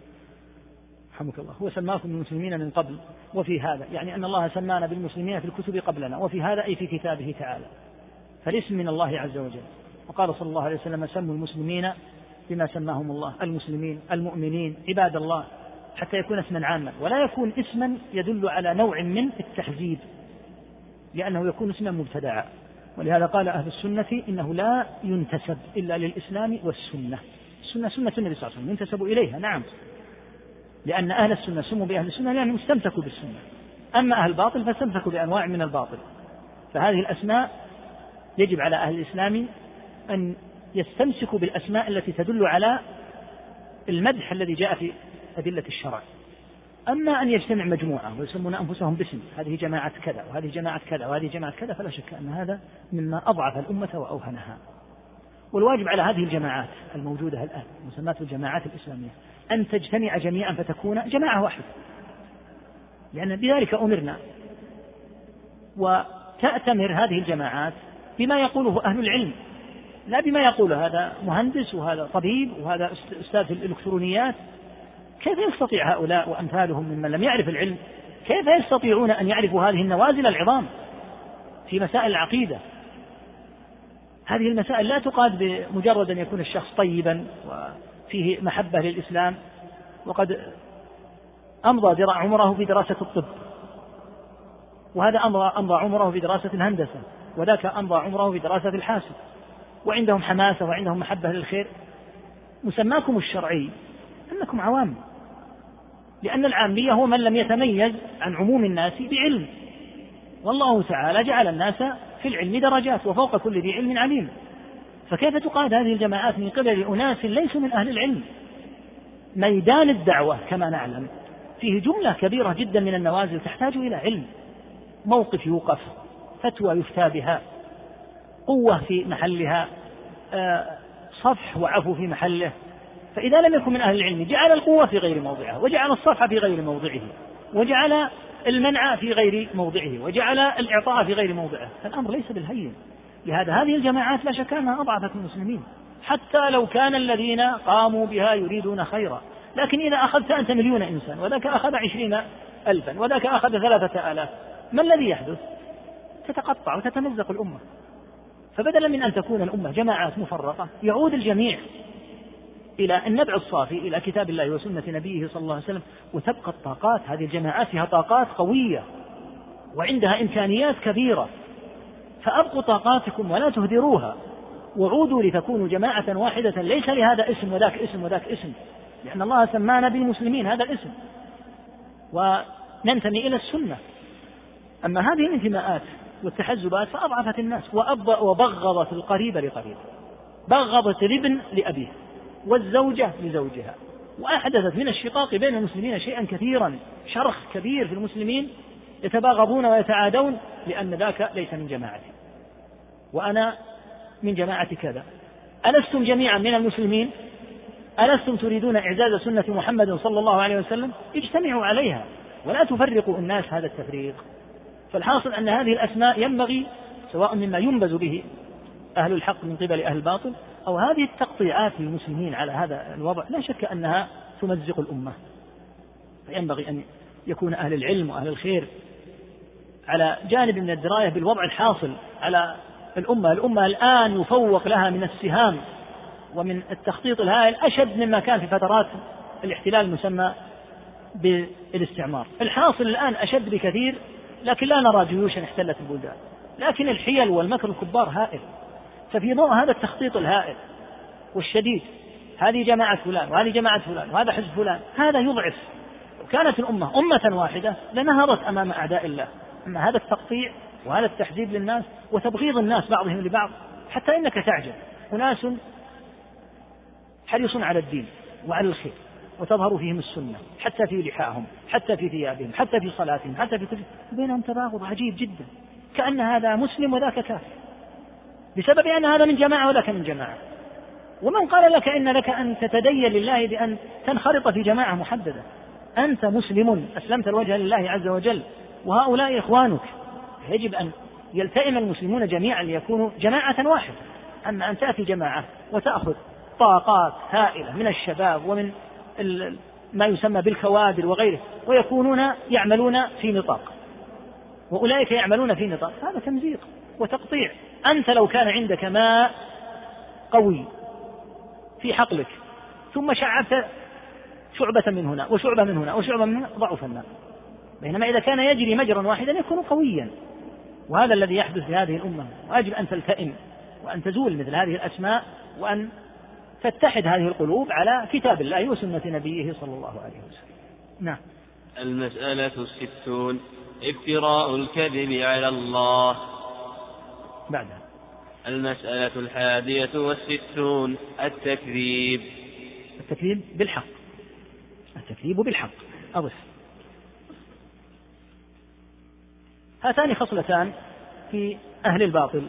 رحمك الله، هو سماكم المسلمين من قبل وفي هذا، يعني أن الله سمانا بالمسلمين في الكتب قبلنا، وفي هذا أي في كتابه تعالى، فالاسم من الله عز وجل. وقال صلى الله عليه وسلم سموا المسلمين بما سماهم الله، المسلمين المؤمنين عباد الله، حتى يكون اسما عاما ولا يكون اسما يدل على نوع من التحزيب، لأنه يكون اسما مبتدعا. ولهذا قال أهل السنة إنه لا ينتسب إلا للإسلام والسنة. السنة سنة النبي صلى الله عليه وسلم ينتسب إليها، نعم، لأن أهل السنة سموا بأهل السنة لأنهم استمسكوا بالسنة. أما أهل الباطل فاستمسكوا بأنواع من الباطل. فهذه الأسماء يجب على أهل الإسلام أن يستمسكوا بالأسماء التي تدل على المدح الذي جاء في أدلة الشرع. أما أن يجتمع مجموعة ويسمون أنفسهم باسم، هذه جماعة كذا وهذه جماعة كذا وهذه جماعة كذا، فلا شك أن هذا مما أضعف الأمة وأوهنها. والواجب على هذه الجماعات الموجودة الآن مسمات الجماعات الإسلامية أن تجتمع جميعا فتكون جماعة واحدة، لأن بذلك أمرنا. وتأتمر هذه الجماعات بما يقوله أهل العلم، لا بما يقول هذا مهندس وهذا طبيب وهذا أستاذ في الإلكترونيات. كيف يستطيع هؤلاء وأمثالهم ممن لم يعرف العلم، كيف يستطيعون أن يعرفوا هذه النوازل العظام في مسائل العقيدة؟ هذه المسائل لا تقاد بمجرد أن يكون الشخص طيبا وفيه محبة للإسلام وقد أمضى عمره في دراسة الطب، وهذا أمضى عمره في دراسة الهندسة، وذاك أمضى عمره في دراسة الحاسب، وعندهم حماسة وعندهم محبة للخير. مسماكم الشرعي أنكم عوام، لأن العامية هو من لم يتميز عن عموم الناس بعلم، والله تعالى جعل الناس في العلم درجات وفوق كل ذي علم عليم. فكيف تقاد هذه الجماعات من قبل أناس ليسوا من أهل العلم؟ ميدان الدعوة كما نعلم فيه جملة كبيرة جدا من النوازل تحتاج إلى علم، موقف يوقف، فتوى يفتى بها، قوة في محلها، صفح وعفو في محله. فإذا لم يكن من أهل العلم جعل القوة في غير موضعها، وجعل الصفح في غير موضعه، وجعل المنع في غير موضعه، وجعل الإعطاء في غير موضعه، فالأمر ليس بالهين. لهذا هذه الجماعات لا شك أنها أضعفت المسلمين، حتى لو كان الذين قاموا بها يريدون خيرا. لكن إذا أخذت أنت 1,000,000 إنسان وذاك أخذ 20,000 وذاك أخذ 3,000، ما الذي يحدث؟ تتقطع وتتمزق الأمة. فبدلا من أن تكون الأمة جماعات مفرقة يعود الجميع إلى النبع الصافي، إلى كتاب الله وسنة نبيه صلى الله عليه وسلم، وتبقى الطاقات. هذه الجماعات فيها طاقات قوية وعندها إمكانيات كبيرة، فأبقوا طاقاتكم ولا تهدروها، وعودوا لتكونوا جماعة واحدة، ليس لهذا اسم وذاك اسم وذاك اسم، لأن الله سمانا بالمسلمين هذا الاسم وننتمي إلى السنة. أما هذه الانتماءات والتحزبات فأضعفت الناس وبغضت القريب لقريب، بغضت الابن لأبيه والزوجة لزوجها، وأحدثت من الشقاق بين المسلمين شيئا كثيرا، شرخ كبير في المسلمين، يتباغضون ويتعادون لأن ذاك ليس من جماعتي وأنا من جماعة كذا. ألستم جميعا من المسلمين؟ ألستم تريدون إعزاز سنة محمد صلى الله عليه وسلم؟ اجتمعوا عليها ولا تفرقوا الناس هذا التفريق. فالحاصل أن هذه الأسماء ينبغي سواء مما ينبذ به أهل الحق من قبل أهل الباطل أو هذه التقطيعات للمسلمين على هذا الوضع، لا شك أنها تمزق الأمة. فينبغي أن يكون أهل العلم وأهل الخير على جانب من الدراية بالوضع الحاصل على الأمة الآن يفوق لها من السهام ومن التخطيط الهائل أشد مما كان في فترات الاحتلال المسمى بالاستعمار. الحاصل الآن أشد بكثير، لكن لا نرى جيوشا احتلت البلدان، لكن الحيل والمكر الكبار هائل. ففي ضوء هذا التخطيط الهائل والشديد، هذه جماعة فلان وهذه جماعة فلان وهذا حزب فلان، هذا يضعف. كانت الأمة أمة واحدة لنهضت أمام أعداء الله. أما هذا التقطيع وهذا التحزيب للناس وتبغيض الناس بعضهم لبعض، حتى إنك تعجب، أناس حريص على الدين وعلى الخير وتظهر فيهم السنة حتى في لحاهم، حتى في ثيابهم، حتى في صلاتهم، حتى في بينهم تباغض عجيب جدا، كأن هذا مسلم وذاك كافر، بسبب أن هذا من جماعة وذاك من جماعة. ومن قال لك إن لك أن تتدين لله بأن تنخرط في جماعة محددة؟ أنت مسلم أسلمت الوجه لله عز وجل، وهؤلاء إخوانك، يجب أن يلتئم المسلمون جميعا ليكونوا جماعة واحدة. أما أن تأتي جماعة وتأخذ طاقات هائلة من الشباب ومن ما يسمى بالكوادر وغيره، ويكونون يعملون في نطاق، وأولئك يعملون في نطاق، هذا تمزيق وتقطيع. أنت لو كان عندك ماء قوي في حقلك ثم شعبت شعبة من هنا وشعبة من هنا وشعبة من هنا، ضعف الماء. بينما إذا كان يجري مجرا واحدا يكون قويا، وهذا الذي يحدث في هذه الأمة. ويجب أن تلتئم وأن تزول مثل هذه الأسماء، وأن تتحد هذه القلوب على كتاب الله وسنة نبيه صلى الله عليه وسلم. نعم.
المسألة 60 افتراء الكذب على الله.
بعدها
المسألة 61 التكذيب.
التكذيب بالحق، التكذيب بالحق. أضف هاتان خصلتان في أهل الباطل: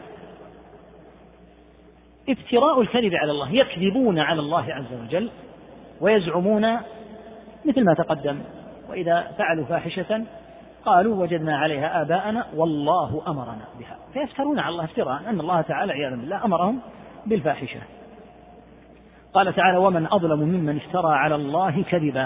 افتراء الكذب على الله، يكذبون على الله عز وجل ويزعمون مثل ما تقدم: وإذا فعلوا فاحشة قالوا وجدنا عليها آباءنا والله أمرنا بها. فيفترون على الله افتراء أن الله تعالى عياذا بالله أمرهم بالفاحشة. قال تعالى: ومن أظلم ممن افترى على الله كذبا.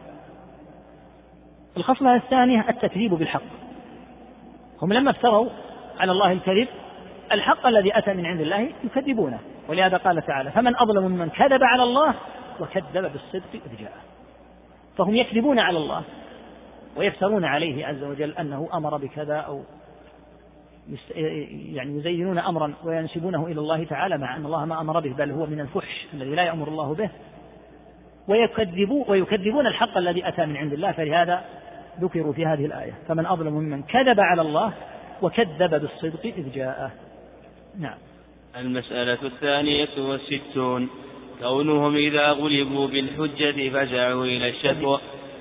الخصلة الثانية التكذيب بالحق. هم لما افتروا على الله الكذب، الحق الذي أتى من عند الله يكذبونه، ولهذا قال تعالى: فمن أظلم ممن كذب على الله وكذب بالصدق إذ جاءه. فهم يكذبون على الله ويفترون عليه عز وجل أنه أمر بكذا، أو يعني يزينون أمرا وينسبونه إلى الله تعالى مع أن الله ما أمر به، بل هو من الفحش الذي لا يأمر الله به. ويكذبون الحق الذي أتى من عند الله، فلهذا ذكروا في هذه الآية: فمن أظلم ممن كذب على الله وكذب بالصدق إذ جاءه. نعم.
المسألة 62 كونهم إذا غلبوا بالحجة فزعوا إلى الشكوى.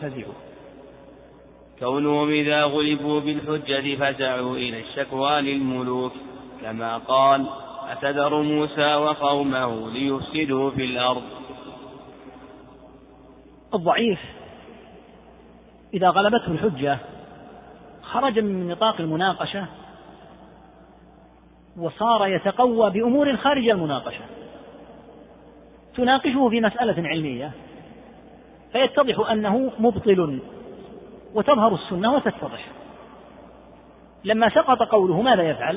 كونهم إذا غلبوا بالحجة فزعوا إلى الشكوى للملوك، كما قال: أتذر موسى وقومه ليفسدوا في الأرض.
الضعيف إذا غلبته الحجة خرج من نطاق المناقشة وصار يتقوى بأمور خارج المناقشة. تناقشه في مسألة علمية فيتضح أنه مبطل وتظهر السنة وتتضح. لما سقط قوله ماذا يفعل؟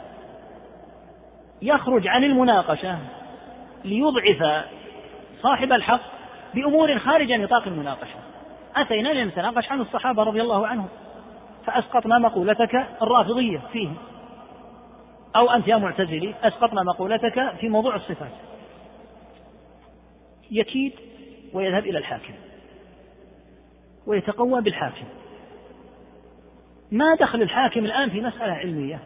يخرج عن المناقشة ليضعف صاحب الحق بأمور خارج نطاق المناقشة. أتينا لنتناقش عن الصحابة رضي الله عنهم فأسقطنا مقولتك الرافضية فيه، أو أنت يا معتزلي أسقطنا مقولتك في موضوع الصفات. يكيد ويذهب إلى الحاكم ويتقوى بالحاكم. ما دخل الحاكم الآن في مسألة علمية؟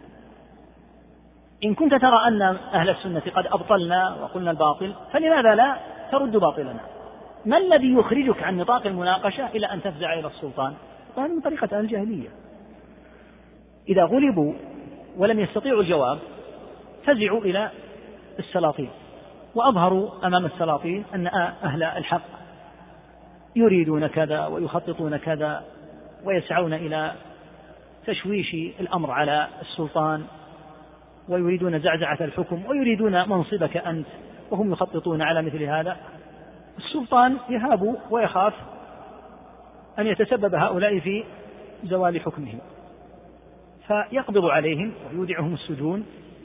إن كنت ترى أن أهل السنة قد أبطلنا وقلنا الباطل، فلماذا لا ترد باطلنا؟ ما الذي يخرجك عن نطاق المناقشة إلى أن تفزع إلى السلطان؟ وهذه من طريقة الجاهلية. إذا غلبوا ولم يستطيعوا الجواب فزعوا إلى السلاطين، وأظهروا أمام السلاطين أن أهل الحق يريدون كذا ويخططون كذا، ويسعون إلى تشويش الأمر على السلطان، ويريدون زعزعة الحكم، ويريدون منصبك أنت، وهم يخططون على مثل هذا. السلطان يهاب ويخاف أن يتسبب هؤلاء في زوال حكمه، فيقبض عليهم ويودعهم السجون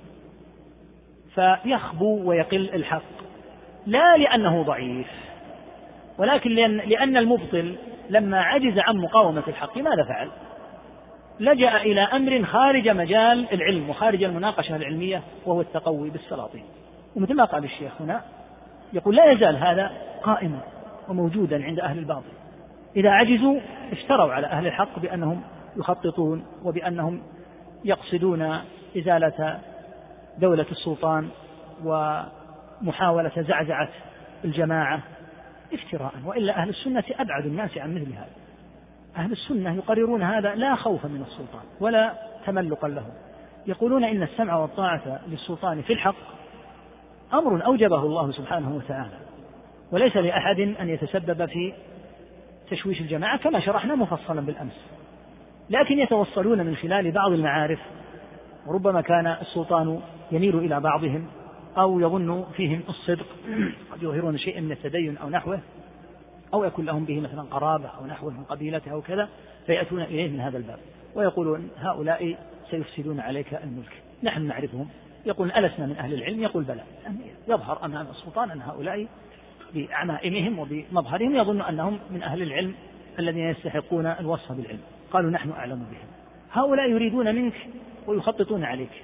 فيخبو ويقل الحق، لا لأنه ضعيف، ولكن لأن المبطل لما عجز عن مقاومة الحق ماذا فعل؟ لجأ إلى أمر خارج مجال العلم وخارج المناقشة العلمية، وهو التقوي بالسلاطين. ومثل ما قال الشيخ هنا يقول لا يزال هذا قائما وموجودا عند أهل الباطل، إذا عجزوا اشتروا على أهل الحق بأنهم يخططون وبأنهم يقصدون إزالة دولة السلطان ومحاولة زعزعة الجماعة افتراء. وإلا أهل السنة أبعد الناس عن مثل هذا. أهل السنة يقررون هذا لا خوفا من السلطان ولا تملقا له، يقولون إن السمع والطاعة للسلطان في الحق أمر أوجبه الله سبحانه وتعالى، وليس لأحد أن يتسبب في تشويش الجماعة كما شرحنا مفصلا بالأمس، لكن يتوصلون من خلال بعض المعارف، وربما كان السلطان يميل إلى بعضهم أو يظن فيهم الصدق، قد يظهرون شيئا من التدين أو نحوه، أو يكون لهم به مثلا قرابة أو نحوه من قبيلته أو كذا، فيأتون إليه من هذا الباب ويقولون هؤلاء سيفسدون عليك الملك، نحن نعرفهم، يقول ألسنا من أهل العلم؟ يقول بلى. يظهر أمام السلطان أن هؤلاء بأعمائمهم وبمظهرهم يظن أنهم من أهل العلم الذين يستحقون الوصف بالعلم، قالوا نحن أعلم بهم. هؤلاء يريدون منك ويخططون عليك،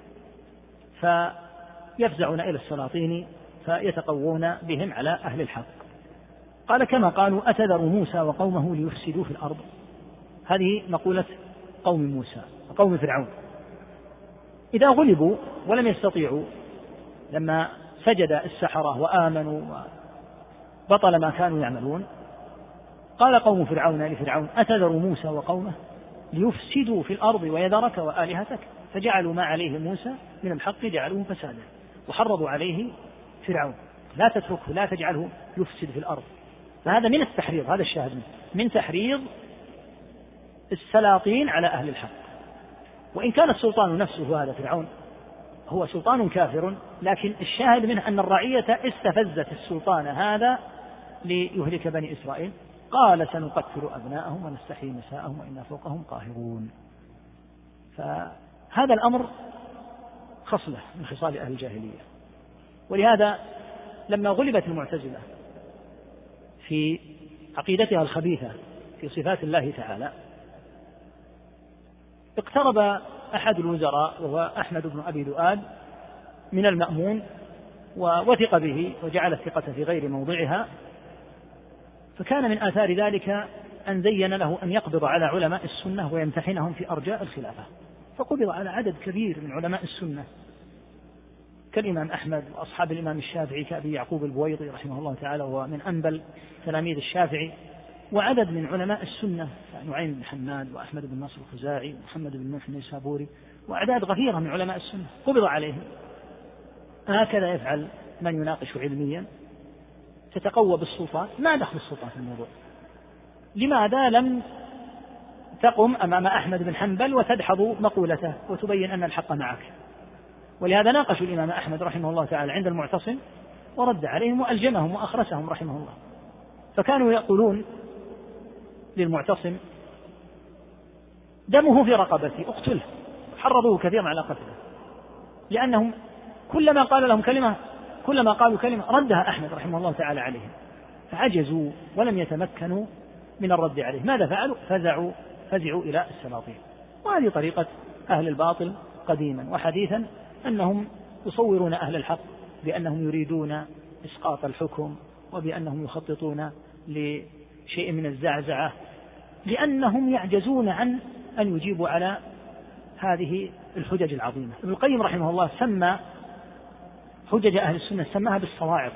فيفزعون إلى السلاطين فيتقوون بهم على أهل الحق. قال كما قالوا أتذر موسى وقومه ليفسدوا في الأرض، هذه مقولة قوم موسى وقوم فرعون. إذا غلبوا ولم يستطيعوا، لما سجد السحرة وآمنوا وبطل ما كانوا يعملون، قال قوم فرعون لفرعون أتذر موسى وقومه ليفسدوا في الأرض ويذرك وآلهتك، فجعلوا ما عليه موسى من الحق جعلوه فسادا، وحرضوا عليه فرعون لا تتركه لا تجعله يفسد في الأرض. فهذا من التحريض، هذا الشاهد من تحريض السلاطين على أهل الحق. وإن كان السلطان نفسه هذا فرعون هو سلطان كافر، لكن الشاهد منه أن الرعية استفزت السلطان هذا ليهلك بني إسرائيل، قال سنقتل أبناءهم ونستحيي نساءهم وإنا فوقهم قاهرون. فهذا الأمر خصلة من خصال أهل الجاهلية. ولهذا لما غلبت المعتزلة في عقيدتها الخبيثة في صفات الله تعالى، اقترب أحد الوزراء وهو أحمد بن أبي دؤاد من المأمون ووثق به وجعل الثقة في غير موضعها، فكان من آثار ذلك أن زين له أن يقبض على علماء السنة ويمتحنهم في أرجاء الخلافة، فقبض على عدد كبير من علماء السنة كالإمام أحمد وأصحاب الإمام الشافعي كأبي يعقوب البويضي رحمه الله تعالى ومن أنبل تلاميذ الشافعي، وعدد من علماء السنة نعيم بن حماد وأحمد بن نصر الخزاعي ومحمد بن نوح النيسابوري وأعداد غفيرة من علماء السنة قبض عليهم. هكذا يفعل من يناقش علميا، تتقوى بالسلطان، ما دخل السلطان في الموضوع. لماذا لم تقم أمام أحمد بن حنبل وتدحض مقولته وتبين أن الحق معك؟ ولهذا ناقشوا الإمام أحمد رحمه الله تعالى عند المعتصم ورد عليهم وألجمهم وأخرسهم رحمه الله، فكانوا يقولون للمعتصم دمه في رقبتي اقتله، حرضوه كثيرا على قتله، لأنهم كلما قال لهم كلمة كلما قالوا كلمة ردها أحمد رحمه الله تعالى عليهم، فعجزوا ولم يتمكنوا من الرد عليه. ماذا فعلوا؟ فزعوا إلى السلاطين. وهذه طريقة أهل الباطل قديما وحديثا، أنهم يصورون أهل الحق بأنهم يريدون إسقاط الحكم وبأنهم يخططون لشيء من الزعزعة، لأنهم يعجزون عن أن يجيبوا على هذه الحجج العظيمة. ابن القيم رحمه الله سمى حجج أهل السنة سماها بالصواعق،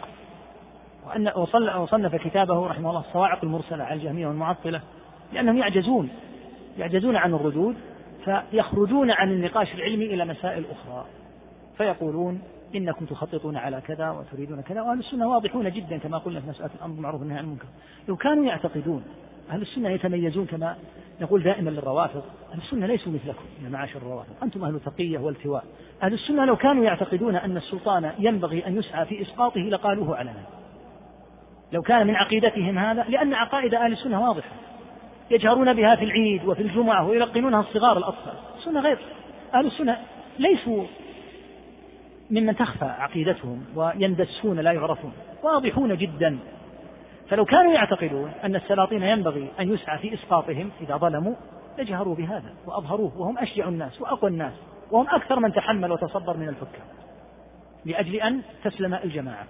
وصنف كتابه رحمه الله الصواعق المرسلة على الجهمية والمعطلة، لأنهم يعجزون عن الردود، فيخرجون عن النقاش العلمي إلى مسائل أخرى، فيقولون إنكم تخططون على كذا وتريدون كذا. وأهل السنة واضحون جدا كما قلنا في مسألة الأمر بالمعروف والنهي عن المنكر. لو كانوا يعتقدون، أهل السنة يتميزون كما نقول دائما للروافض، أهل السنة ليسوا مثلكم يا معاشر الروافض، أنتم أهل تقية والتواء. أهل السنة لو كانوا يعتقدون أن السلطان ينبغي أن يسعى في إسقاطه لقالوه علنا، لو كان من عقيدتهم هذا، لأن عقائد أهل السنة واضحة يجهرون بها في العيد وفي الجمعة ويلقنونها الصغار الأطفال. السنة غير. أهل السنة ليسوا ممن تخفى عقيدتهم ويندسون لا يعرفون، واضحون جدا. فلو كانوا يعتقدون أن السلاطين ينبغي أن يسعى في إسقاطهم إذا ظلموا لجهروا بهذا وأظهروه، وهم أشجع الناس وأقوى الناس، وهم أكثر من تحمل وتصبر من الحكام لأجل أن تسلم الجماعة.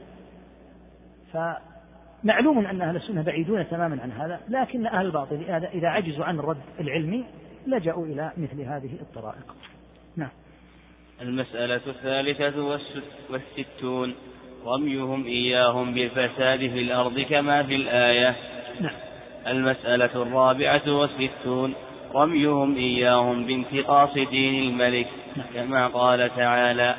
فمعلوم أن أهل السنة بعيدون تماما عن هذا، لكن أهل الباطل إذا عجزوا عن الرد العلمي لجأوا إلى مثل هذه الطرائق. نعم.
المسألة 63 رميهم إياهم بالفساد في الأرض كما في الآية.
نعم.
المسألة 64 رميهم إياهم بانتقاص دين الملك كما قال تعالى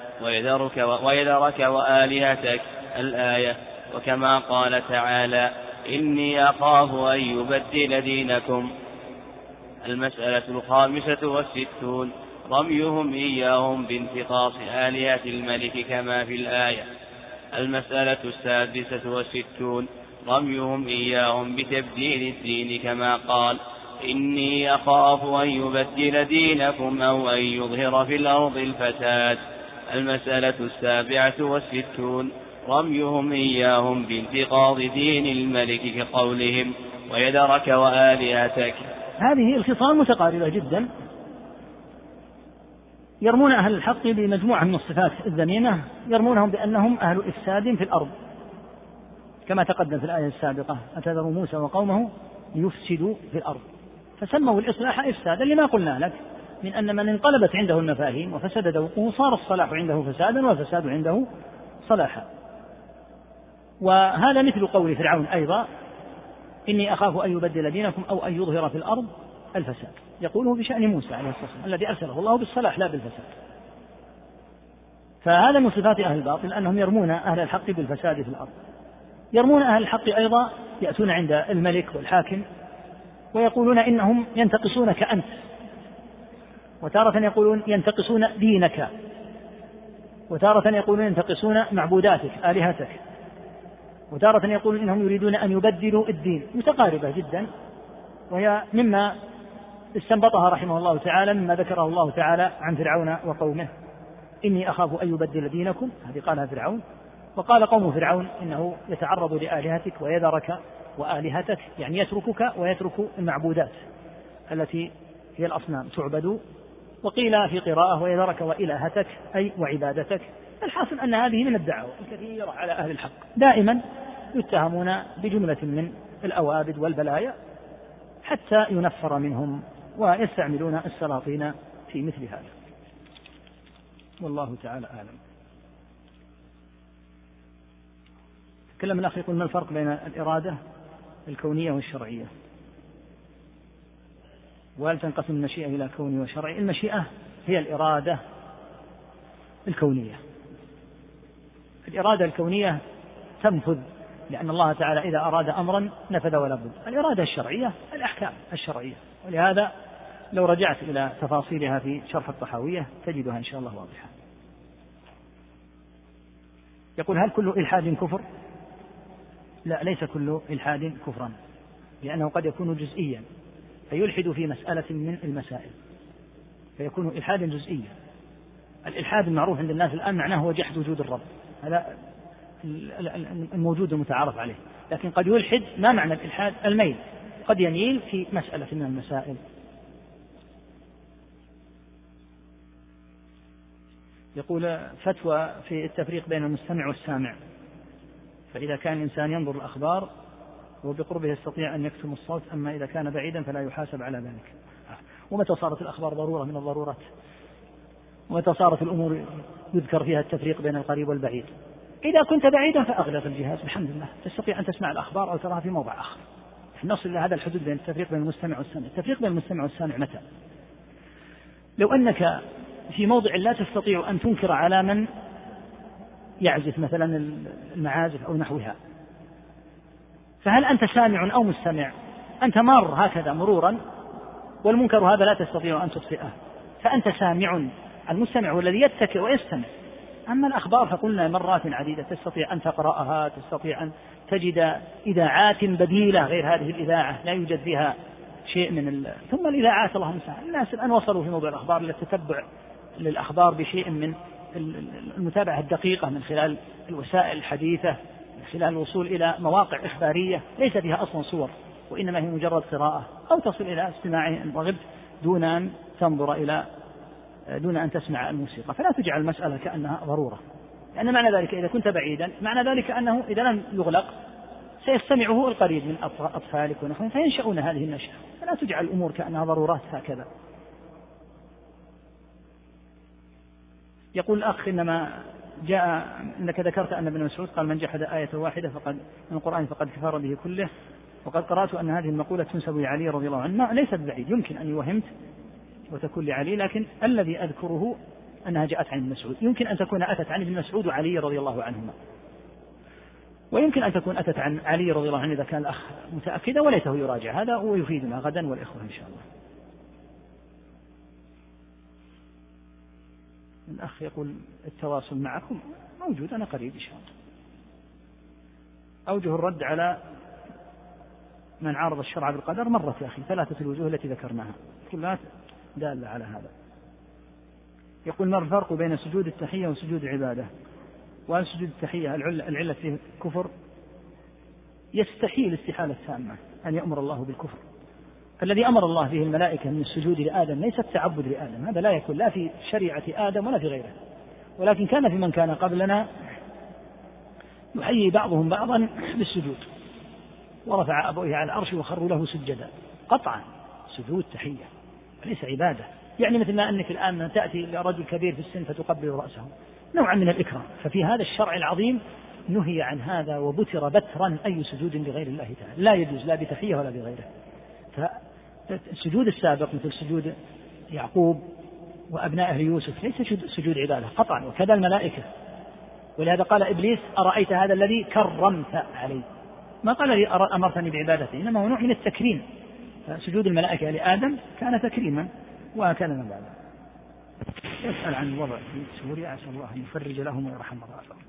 ويذرك وآلهتك الآية، وكما قال تعالى إني أخاف أن يبدل دينكم. المسألة 65 رميهم إياهم بانتقاص آلهة الملك كما في الآية. المسألة 66 رميهم إياهم بتبديل الدين كما قال إني أخاف أن يبدل دينكم أو أن يظهر في الأرض الفساد. المسألة 67 رميهم إياهم بانتقاض دين الملك كقولهم ويذرك وآلهتك.
هذه الخصال متقاربة جدا، يرمون أهل الحق بمجموعة من الصفات الذميمة، يرمونهم بأنهم أهل إفساد في الأرض كما تقدم في الآية السابقة أتذر موسى وقومه يفسدوا في الأرض، فسموا الإصلاح إفسادا لما قلنا لك من أن من انقلبت عنده المفاهيم وفسد ذوقه صار الصلاح عنده فسادا والفساد عنده صلاحا. وهذا مثل قول فرعون أيضا إني أخاف أن يبدل دينكم أو أن يظهر في الأرض الفساد، يقوله بشأن موسى عليه الصلاة والسلام الذي أرسله الله بالصلاح لا بالفساد. فهذا من صفات أهل الباطل أنهم يرمون أهل الحق بالفساد في الأرض. يرمون أهل الحق أيضا يأتون عند الملك والحاكم ويقولون إنهم ينتقصونك أنت، وتارة يقولون ينتقصون دينك، وتارة يقولون ينتقصون معبوداتك آلهتك، وتارة يقولون إنهم يريدون أن يبدلوا الدين. متقاربة جدا، وهي مما استنبطها رحمه الله تعالى مما ذكره الله تعالى عن فرعون وقومه إني أخاف أن يبدل دينكم، هذه قالها فرعون. وقال قوم فرعون إنه يتعرض لآلهتك ويذرك وآلهتك، يعني يتركك ويترك المعبودات التي هي الأصنام تعبد. وقيل في قراءة ويذرك وإلهتك أي وعبادتك. الحاصل أن هذه من الدعوة الكثيرة على أهل الحق، دائما يتهمون بجملة من الأوابد والبلايا حتى ينفر منهم، ويستعملون السلاطين في مثل هذا. والله تعالى أعلم. تكلم الأخ يقول ما الفرق بين الإرادة الكونية والشرعية، وهل تنقسم المشيئة إلى كوني وشرعي؟ المشيئة هي الإرادة الكونية. الإرادة الكونية تنفذ لأن الله تعالى إذا أراد أمرا نفذ ولا بد. الإرادة الشرعية الأحكام الشرعية، ولهذا لو رجعت إلى تفاصيلها في شرح الطحاوية تجدها إن شاء الله واضحة. يقول هل كل إلحاد كفر؟ لا، ليس كل إلحاد كفرا، لأنه قد يكون جزئيا فيلحد في مسألة من المسائل فيكون إلحادا جزئيا. الإلحاد المعروف عند الناس الآن معناه هو جحد وجود الرب، هذا الموجود المتعارف عليه. لكن قد يلحد، ما معنى الإلحاد؟ الميل، قد يميل في مسألة من المسائل. يقول فتوى في التفريق بين المستمع والسامع، فإذا كان الإنسان ينظر الأخبار وبقربه يستطيع أن يكتم الصوت، أما إذا كان بعيدا فلا يحاسب على ذلك. ومتى صارت الأخبار ضرورة من الضرورات؟ ومتى صارت الأمور يذكر فيها التفريق بين القريب والبعيد؟ إذا كنت بعيدا فأغلق الجهاز، الحمد لله تستطيع أن تسمع الأخبار أو تراها في موضع آخر. نصل إلى هذا الحدود بين التفريق بين المستمع والسامع. التفريق بين المستمع والسامع متى؟ لو أنك في موضع لا تستطيع أن تنكر على من يعزف مثلا المعازف أو نحوها، فهل أنت سامع أو مستمع؟ أنت مار هكذا مرورا، والمنكر هذا لا تستطيع أن تطفئه، فأنت سامع. المستمع هو الذي يتكئ ويستمع. أما الأخبار فقلنا مرات عديدة تستطيع أن تقرأها، تستطيع أن تجد إذاعات بديلة غير هذه الإذاعة لا يوجد فيها شيء من ثم الإذاعات الله المستعان، الناس الآن وصلوا في موضوع الأخبار إلى التتبع للأخبار بشيء من المتابعة الدقيقة من خلال الوسائل الحديثة، من خلال الوصول إلى مواقع إخبارية ليس فيها أصلا صور، وإنما هي مجرد قراءة، أو تصل إلى استماع وغبت دون أن تنظر دون أن تسمع الموسيقى. فلا تجعل المسألة كأنها ضرورة، لأن معنى ذلك إذا كنت بعيدا معنى ذلك أنه إذا لم يغلق سيستمعه القريب من أطفالك ونحن فينشأون هذه النشأة. فلا تجعل الأمور كأنها ضرورات هكذا. يقول الأخ إنما جاء إنك ذكرت أن ابن مسعود قال من جحد آية واحدة من القرآن فقد كفر به كله، وقد قرأت أن هذه المقولة تنسب لعلي رضي الله عنه. ليست بعيد، يمكن أن يوهمت وتكون لعلي، لكن الذي أذكره أنها جاءت عن ابن مسعود. يمكن أن تكون أتت عن ابن مسعود وعلي رضي الله عنهما، ويمكن أن تكون أتت عن علي رضي الله عنه إذا كان الأخ متأكدا وليته يراجع هذا ويفيدنا غدا والإخوة إن شاء الله. الأخ يقول التواصل معكم موجود، أنا قريب إن شاء الله. أوجه الرد على من عارض الشرع بالقدر مرت يا أخي 3 الوجوه التي ذكرناها كلها دالة على هذا. يقول ما الفرق بين سجود التحية وسجود العبادة؟ وهل سجود التحية العلة فيه كفر؟ يستحيل استحالة تامة أن يأمر الله بالكفر. الذي أمر الله به الملائكة من السجود لآدم ليس التعبد لآدم، هذا لا يكون لا في شريعة آدم ولا في غيره، ولكن كان في من كان قبلنا يحيي بعضهم بعضا بالسجود، ورفع أبويه على العرش وخروا له سجدا. قطعا سجود تحية وليس عبادة. يعني مثل ما أنك الآن تأتي لرجل كبير في السن فتقبل رأسه، نوعا من الإكرام. ففي هذا الشرع العظيم نهي عن هذا وبتر بترا أي سجود لغير الله تعالى، لا يجوز لا بتحية ولا بغيره. فالسجود السابق مثل سجود يعقوب وأبناء يوسف ليس سجود عبادة قطعا، وكذا الملائكة. ولهذا قال إبليس أرأيت هذا الذي كرمت علي، ما قال لي أمرتني بعبادته، إنما هو نوع من التكريم. فسجود الملائكة لآدم كان تكريما وكان من بعده. يسأل عن الوضع في سوريا، أسأل الله أن يفرج لهم ويرحم مرضاهم.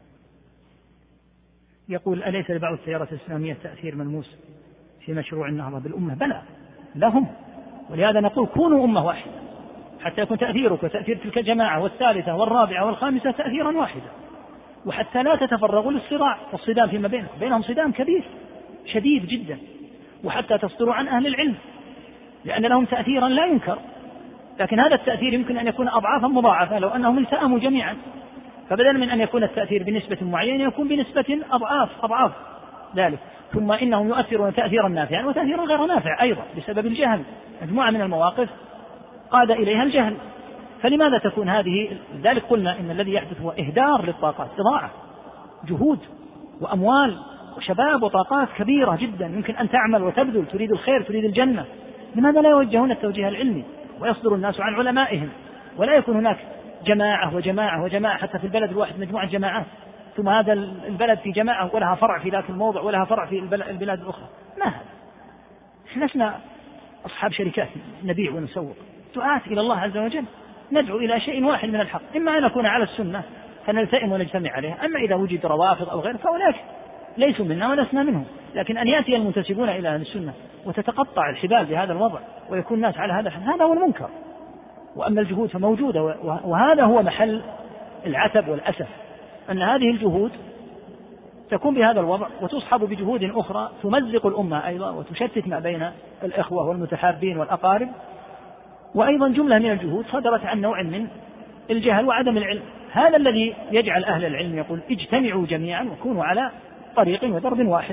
يقول أليس لبعض التيارات الإسلامية تأثير ملموس في مشروع النهضة بالأمة؟ بلى لهم، ولهذا نقول كونوا أمة واحدة حتى يكون تأثيرك وتأثير تلك الجماعة والثالثة والرابعة والخامسة تأثيرا واحدا، وحتى لا تتفرغوا للصراع والصدام فيما بينهم صدام كبير شديد جدا، وحتى تصدروا عن أهل العلم لأن لهم تأثيرا لا ينكر، لكن هذا التأثير يمكن أن يكون أضعافا مضاعفة لو أنهم التأموا جميعا. فبدلا من أن يكون التأثير بنسبة معينة يكون بنسبة أضعاف ذلك. ثم إنهم يؤثرون تأثيرا نافعا وتأثيرا غير نافع أيضا بسبب الجهل. مجموعة من المواقف قاد إليها الجهل، فلماذا تكون هذه؟ ذلك قلنا إن الذي يحدث هو إهدار للطاقات، إضاعة جهود وأموال وشباب وطاقات كبيرة جدا يمكن أن تعمل وتبذل، تريد الخير تريد الجنة. لماذا لا يوجهون التوجيه العلمي ويصدر الناس عن علمائهم، ولا يكون هناك جماعة وجماعة وجماعة حتى في البلد الواحد مجموعة جماعات، ثم هذا البلد في جماعة ولها فرع في ذاك الموضع ولها فرع في البلاد الأخرى؟ ما هذا؟ احنا لسنا أصحاب شركات نبيع ونسوق، دعاة إلى الله عز وجل، ندعو إلى شيء واحد من الحق، إما أن نكون على السنة فنلتئم ونجتمع عليها، أما إذا وجد روافض أو غير فأولئك ليسوا منا ولسنا منهم. لكن أن يأتي المنتسبون إلى أهل السنة وتتقطع الحبال بهذا الوضع ويكون الناس على هذا الحال، هذا هو المنكر. وأما الجهود فموجودة، وهذا هو محل العتب والأسف، أن هذه الجهود تكون بهذا الوضع وتصحب بجهود أخرى تمزق الأمة أيضا وتشتت ما بين الإخوة والمتحابين والأقارب. وأيضا جملة من الجهود صدرت عن نوع من الجهل وعدم العلم، هذا الذي يجعل أهل العلم يقول اجتمعوا جميعا وكونوا على طريق ودرب واحد.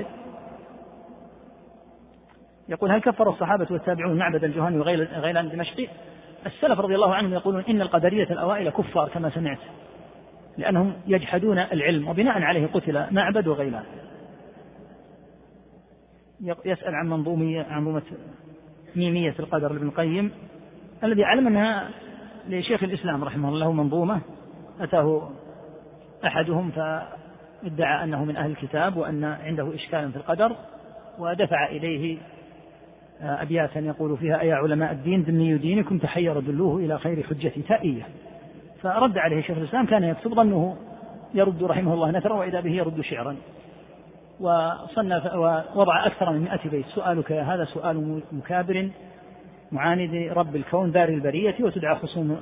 يقول هل كفر الصحابة والتابعون معبد الجهني وغيلان الدمشقي؟ السلف رضي الله عنهم يقولون إن القدرية الأوائل كفار كما سمعت، لأنهم يجحدون العلم وبناء عليه قتل معبد وغيلان. يسأل عن منظومة ميمية القدر لابن القيم، الذي علم أنها لشيخ الإسلام رحمه الله منظومة أتاه أحدهم فادعى أنه من أهل الكتاب وأن عنده إشكالا في القدر، ودفع إليه أبياتا يقول فيها أيا علماء الدين ذمي دينكم تحير دلوه إلى خير حجة تائية. فرد عليه شيخ الإسلام، كان يكتب ظنه يرد رحمه الله نثرا وإذا به يرد شعرا. وصنف ووضع أكثر من 100 بيت. سؤالك هذا سؤال مكابر معاند رب الكون دار البرية، وتدعى خصوم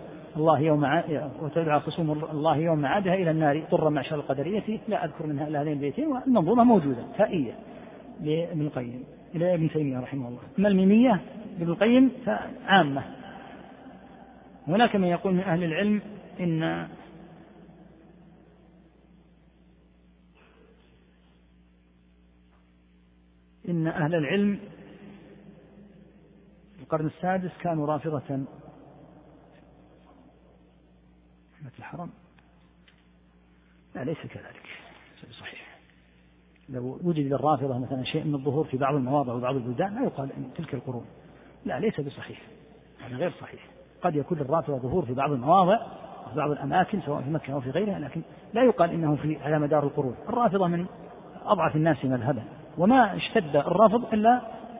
الله يوم معادها إلى النار طر معشر القدرية. لا أذكر منها إلا هذين البيتين، والمنظومة موجودة ثائية لابن القيم إلى ابن تيمية رحمه الله. أما الميمية لابن القيم فعامة. هناك من يقول من أهل العلم إن أهل العلم في القرن السادس كانوا رافضة الحرم. لا، ليس كذلك، صحيح. لو وجد للرافضة مثلا شيء من الظهور في بعض المواضع وبعض البلدان لا يقال أن تلك القرون. لا، ليس بصحيح، هذا غير صحيح. قد يكون للرافضة ظهور في بعض المواضع وفي بعض الأماكن سواء في مكة أو في غيرها، لكن لا يقال إنه على مدار القرون. الرافضة من أضعف الناس مذهبا، وما اشتد الرافض إلا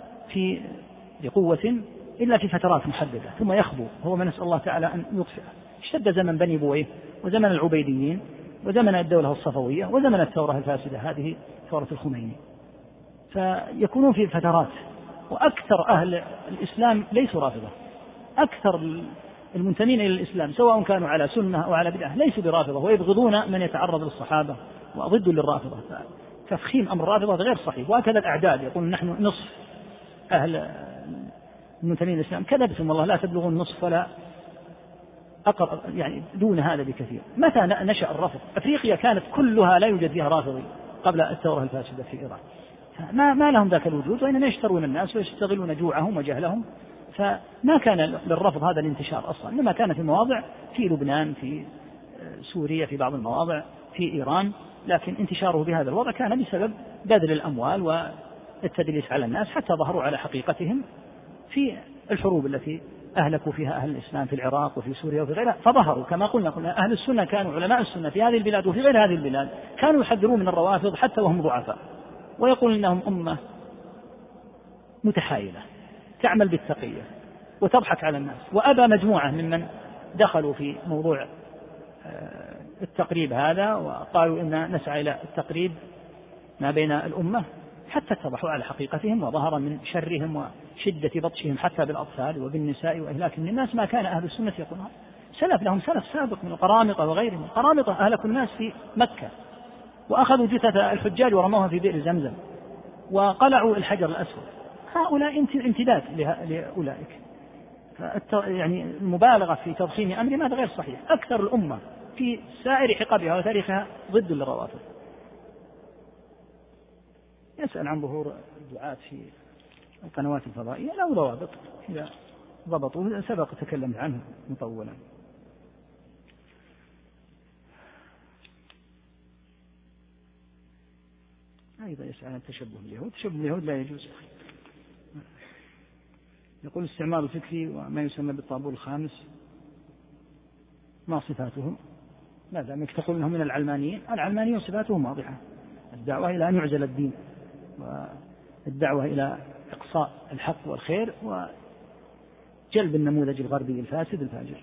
بقوة إلا في فترات محددة ثم يخبو، هو ما نسأل الله تعالى أن يطفئه. اشتد زمن بني بويه وزمن العبيديين وزمن الدولة الصفوية وزمن الثورة الفاسدة، هذه ثورة الخميني، فيكونون في فترات. وأكثر أهل الإسلام ليسوا رافضة، أكثر المنتمين إلى الإسلام سواء كانوا على سنة أو على بدعة ليسوا برافضة، ويبغضون من يتعرض للصحابة وضد للرافضة. تفخيم أمر الرافضة غير صحيح. وهكذا الأعداد يقول نحن نصف أهل المنتمين إلى الإسلام. كذبتم والله، لا تبلغون النصف ولا أقرب، يعني دون هذا بكثير. متى نشأ الرفض؟ أفريقيا كانت كلها لا يوجد فيها رافضي قبل الثورة الفاسدة في إيران، ما لهم ذاك الوجود، وإنما يشترون الناس ويستغلون جوعهم وجهلهم. فما كان للرفض هذا الانتشار أصلا، إنما كان في مواضع في لبنان، في سوريا، في بعض المواضع في إيران، لكن انتشاره بهذا الوضع كان بسبب بذل الأموال والتدليس على الناس حتى ظهروا على حقيقتهم في الحروب التي أهلكوا فيها أهل الإسلام في العراق وفي سوريا وفي غيرها. فظهروا كما قلنا أهل السنة كانوا علماء السنة في هذه البلاد وفي غير هذه البلاد كانوا يحذرون من الروافض حتى وهم ضعفاء، ويقول إنهم أمة متحايلة تعمل بالتقية وتضحك على الناس. وأبى مجموعة ممن دخلوا في موضوع التقريب هذا وقالوا إن نسعى إلى التقريب ما بين الأمة، حتى اتضحوا على حقيقتهم وظهر من شرهم وشدة بطشهم حتى بالأطفال وبالنساء وإهلاك الناس ما كان أهل السنة يقولون. سلف لهم سلف سابق من القرامطة وغيرهم. القرامطة أهلكوا الناس في مكة، وأخذوا جثث الحجاج ورموها في بئر زمزم وقلعوا الحجر الأسود. هؤلاء امتداد لأولئك. يعني المبالغة في تضخيم أمر ماذا غير صحيح. أكثر الأمة في سائر حقبها وتاريخها ضد الروافض. يسأل عن ظهور الدعاة في القنوات الفضائية، لا ضوابط، إذا ضبطوا سبق تكلمت عنه مطولا. أيضا يسأل عن تشبه اليهود. تشبه اليهود لا يجوز. يقول استعمال الفكري وما يسمى بالطابور الخامس ما صفاتهم؟ لا دامك تقول أنهم من العلمانيين. العلمانيون صفاتهم واضحة: الدعوة إلى أن يعزل الدين، والدعوة إلى إقصاء الحق والخير، وجلب النموذج الغربي الفاسد الفاجر.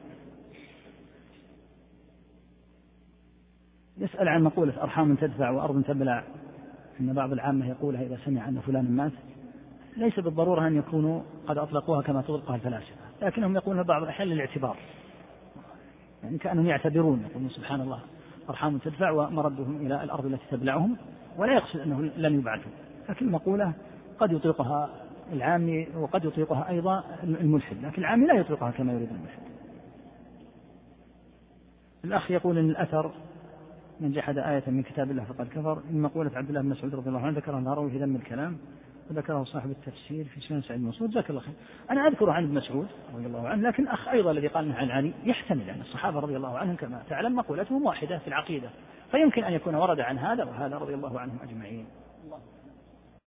يسأل عن مقولة أرحام تدفع وأرض تبلع، إن بعض العامة يقولها إذا سمع أن فلان مات. ليس بالضرورة أن يكونوا قد أطلقوها كما تطلقها الفلاسفة، لكنهم يقولون بعض الأحيان للاعتبار، يعني كأنهم يعتبرون، يقولون سبحان الله أرحام تدفع ومردهم إلى الأرض التي تبلعهم، ولا يقصد أنه لن يبعثوا. لكن المقولة قد يطلقها العامي وقد يطلقها أيضا الملحد، لكن العامي لا يطلقها كما يريد الملحد. الأخ يقول أن الأثر من جحد آية من كتاب الله فقد كفر، من مقولة عبد الله بن مسعود رضي الله عنه ذكرها النهروي في ذم الكلام، وذكره صاحب التفسير في سنن سعيد المنصور. جزاك الله خير. أنا أذكر عن ابن مسعود رضي الله عنه، لكن أخ أيضا الذي قال عن علي يحتمل أن الصحابة رضي الله عنهم كما تعلم مقولتهم واحدة في العقيدة، فيمكن أن يكون ورد عن هذا وهذا رضي الله عنهم أجمعين. الله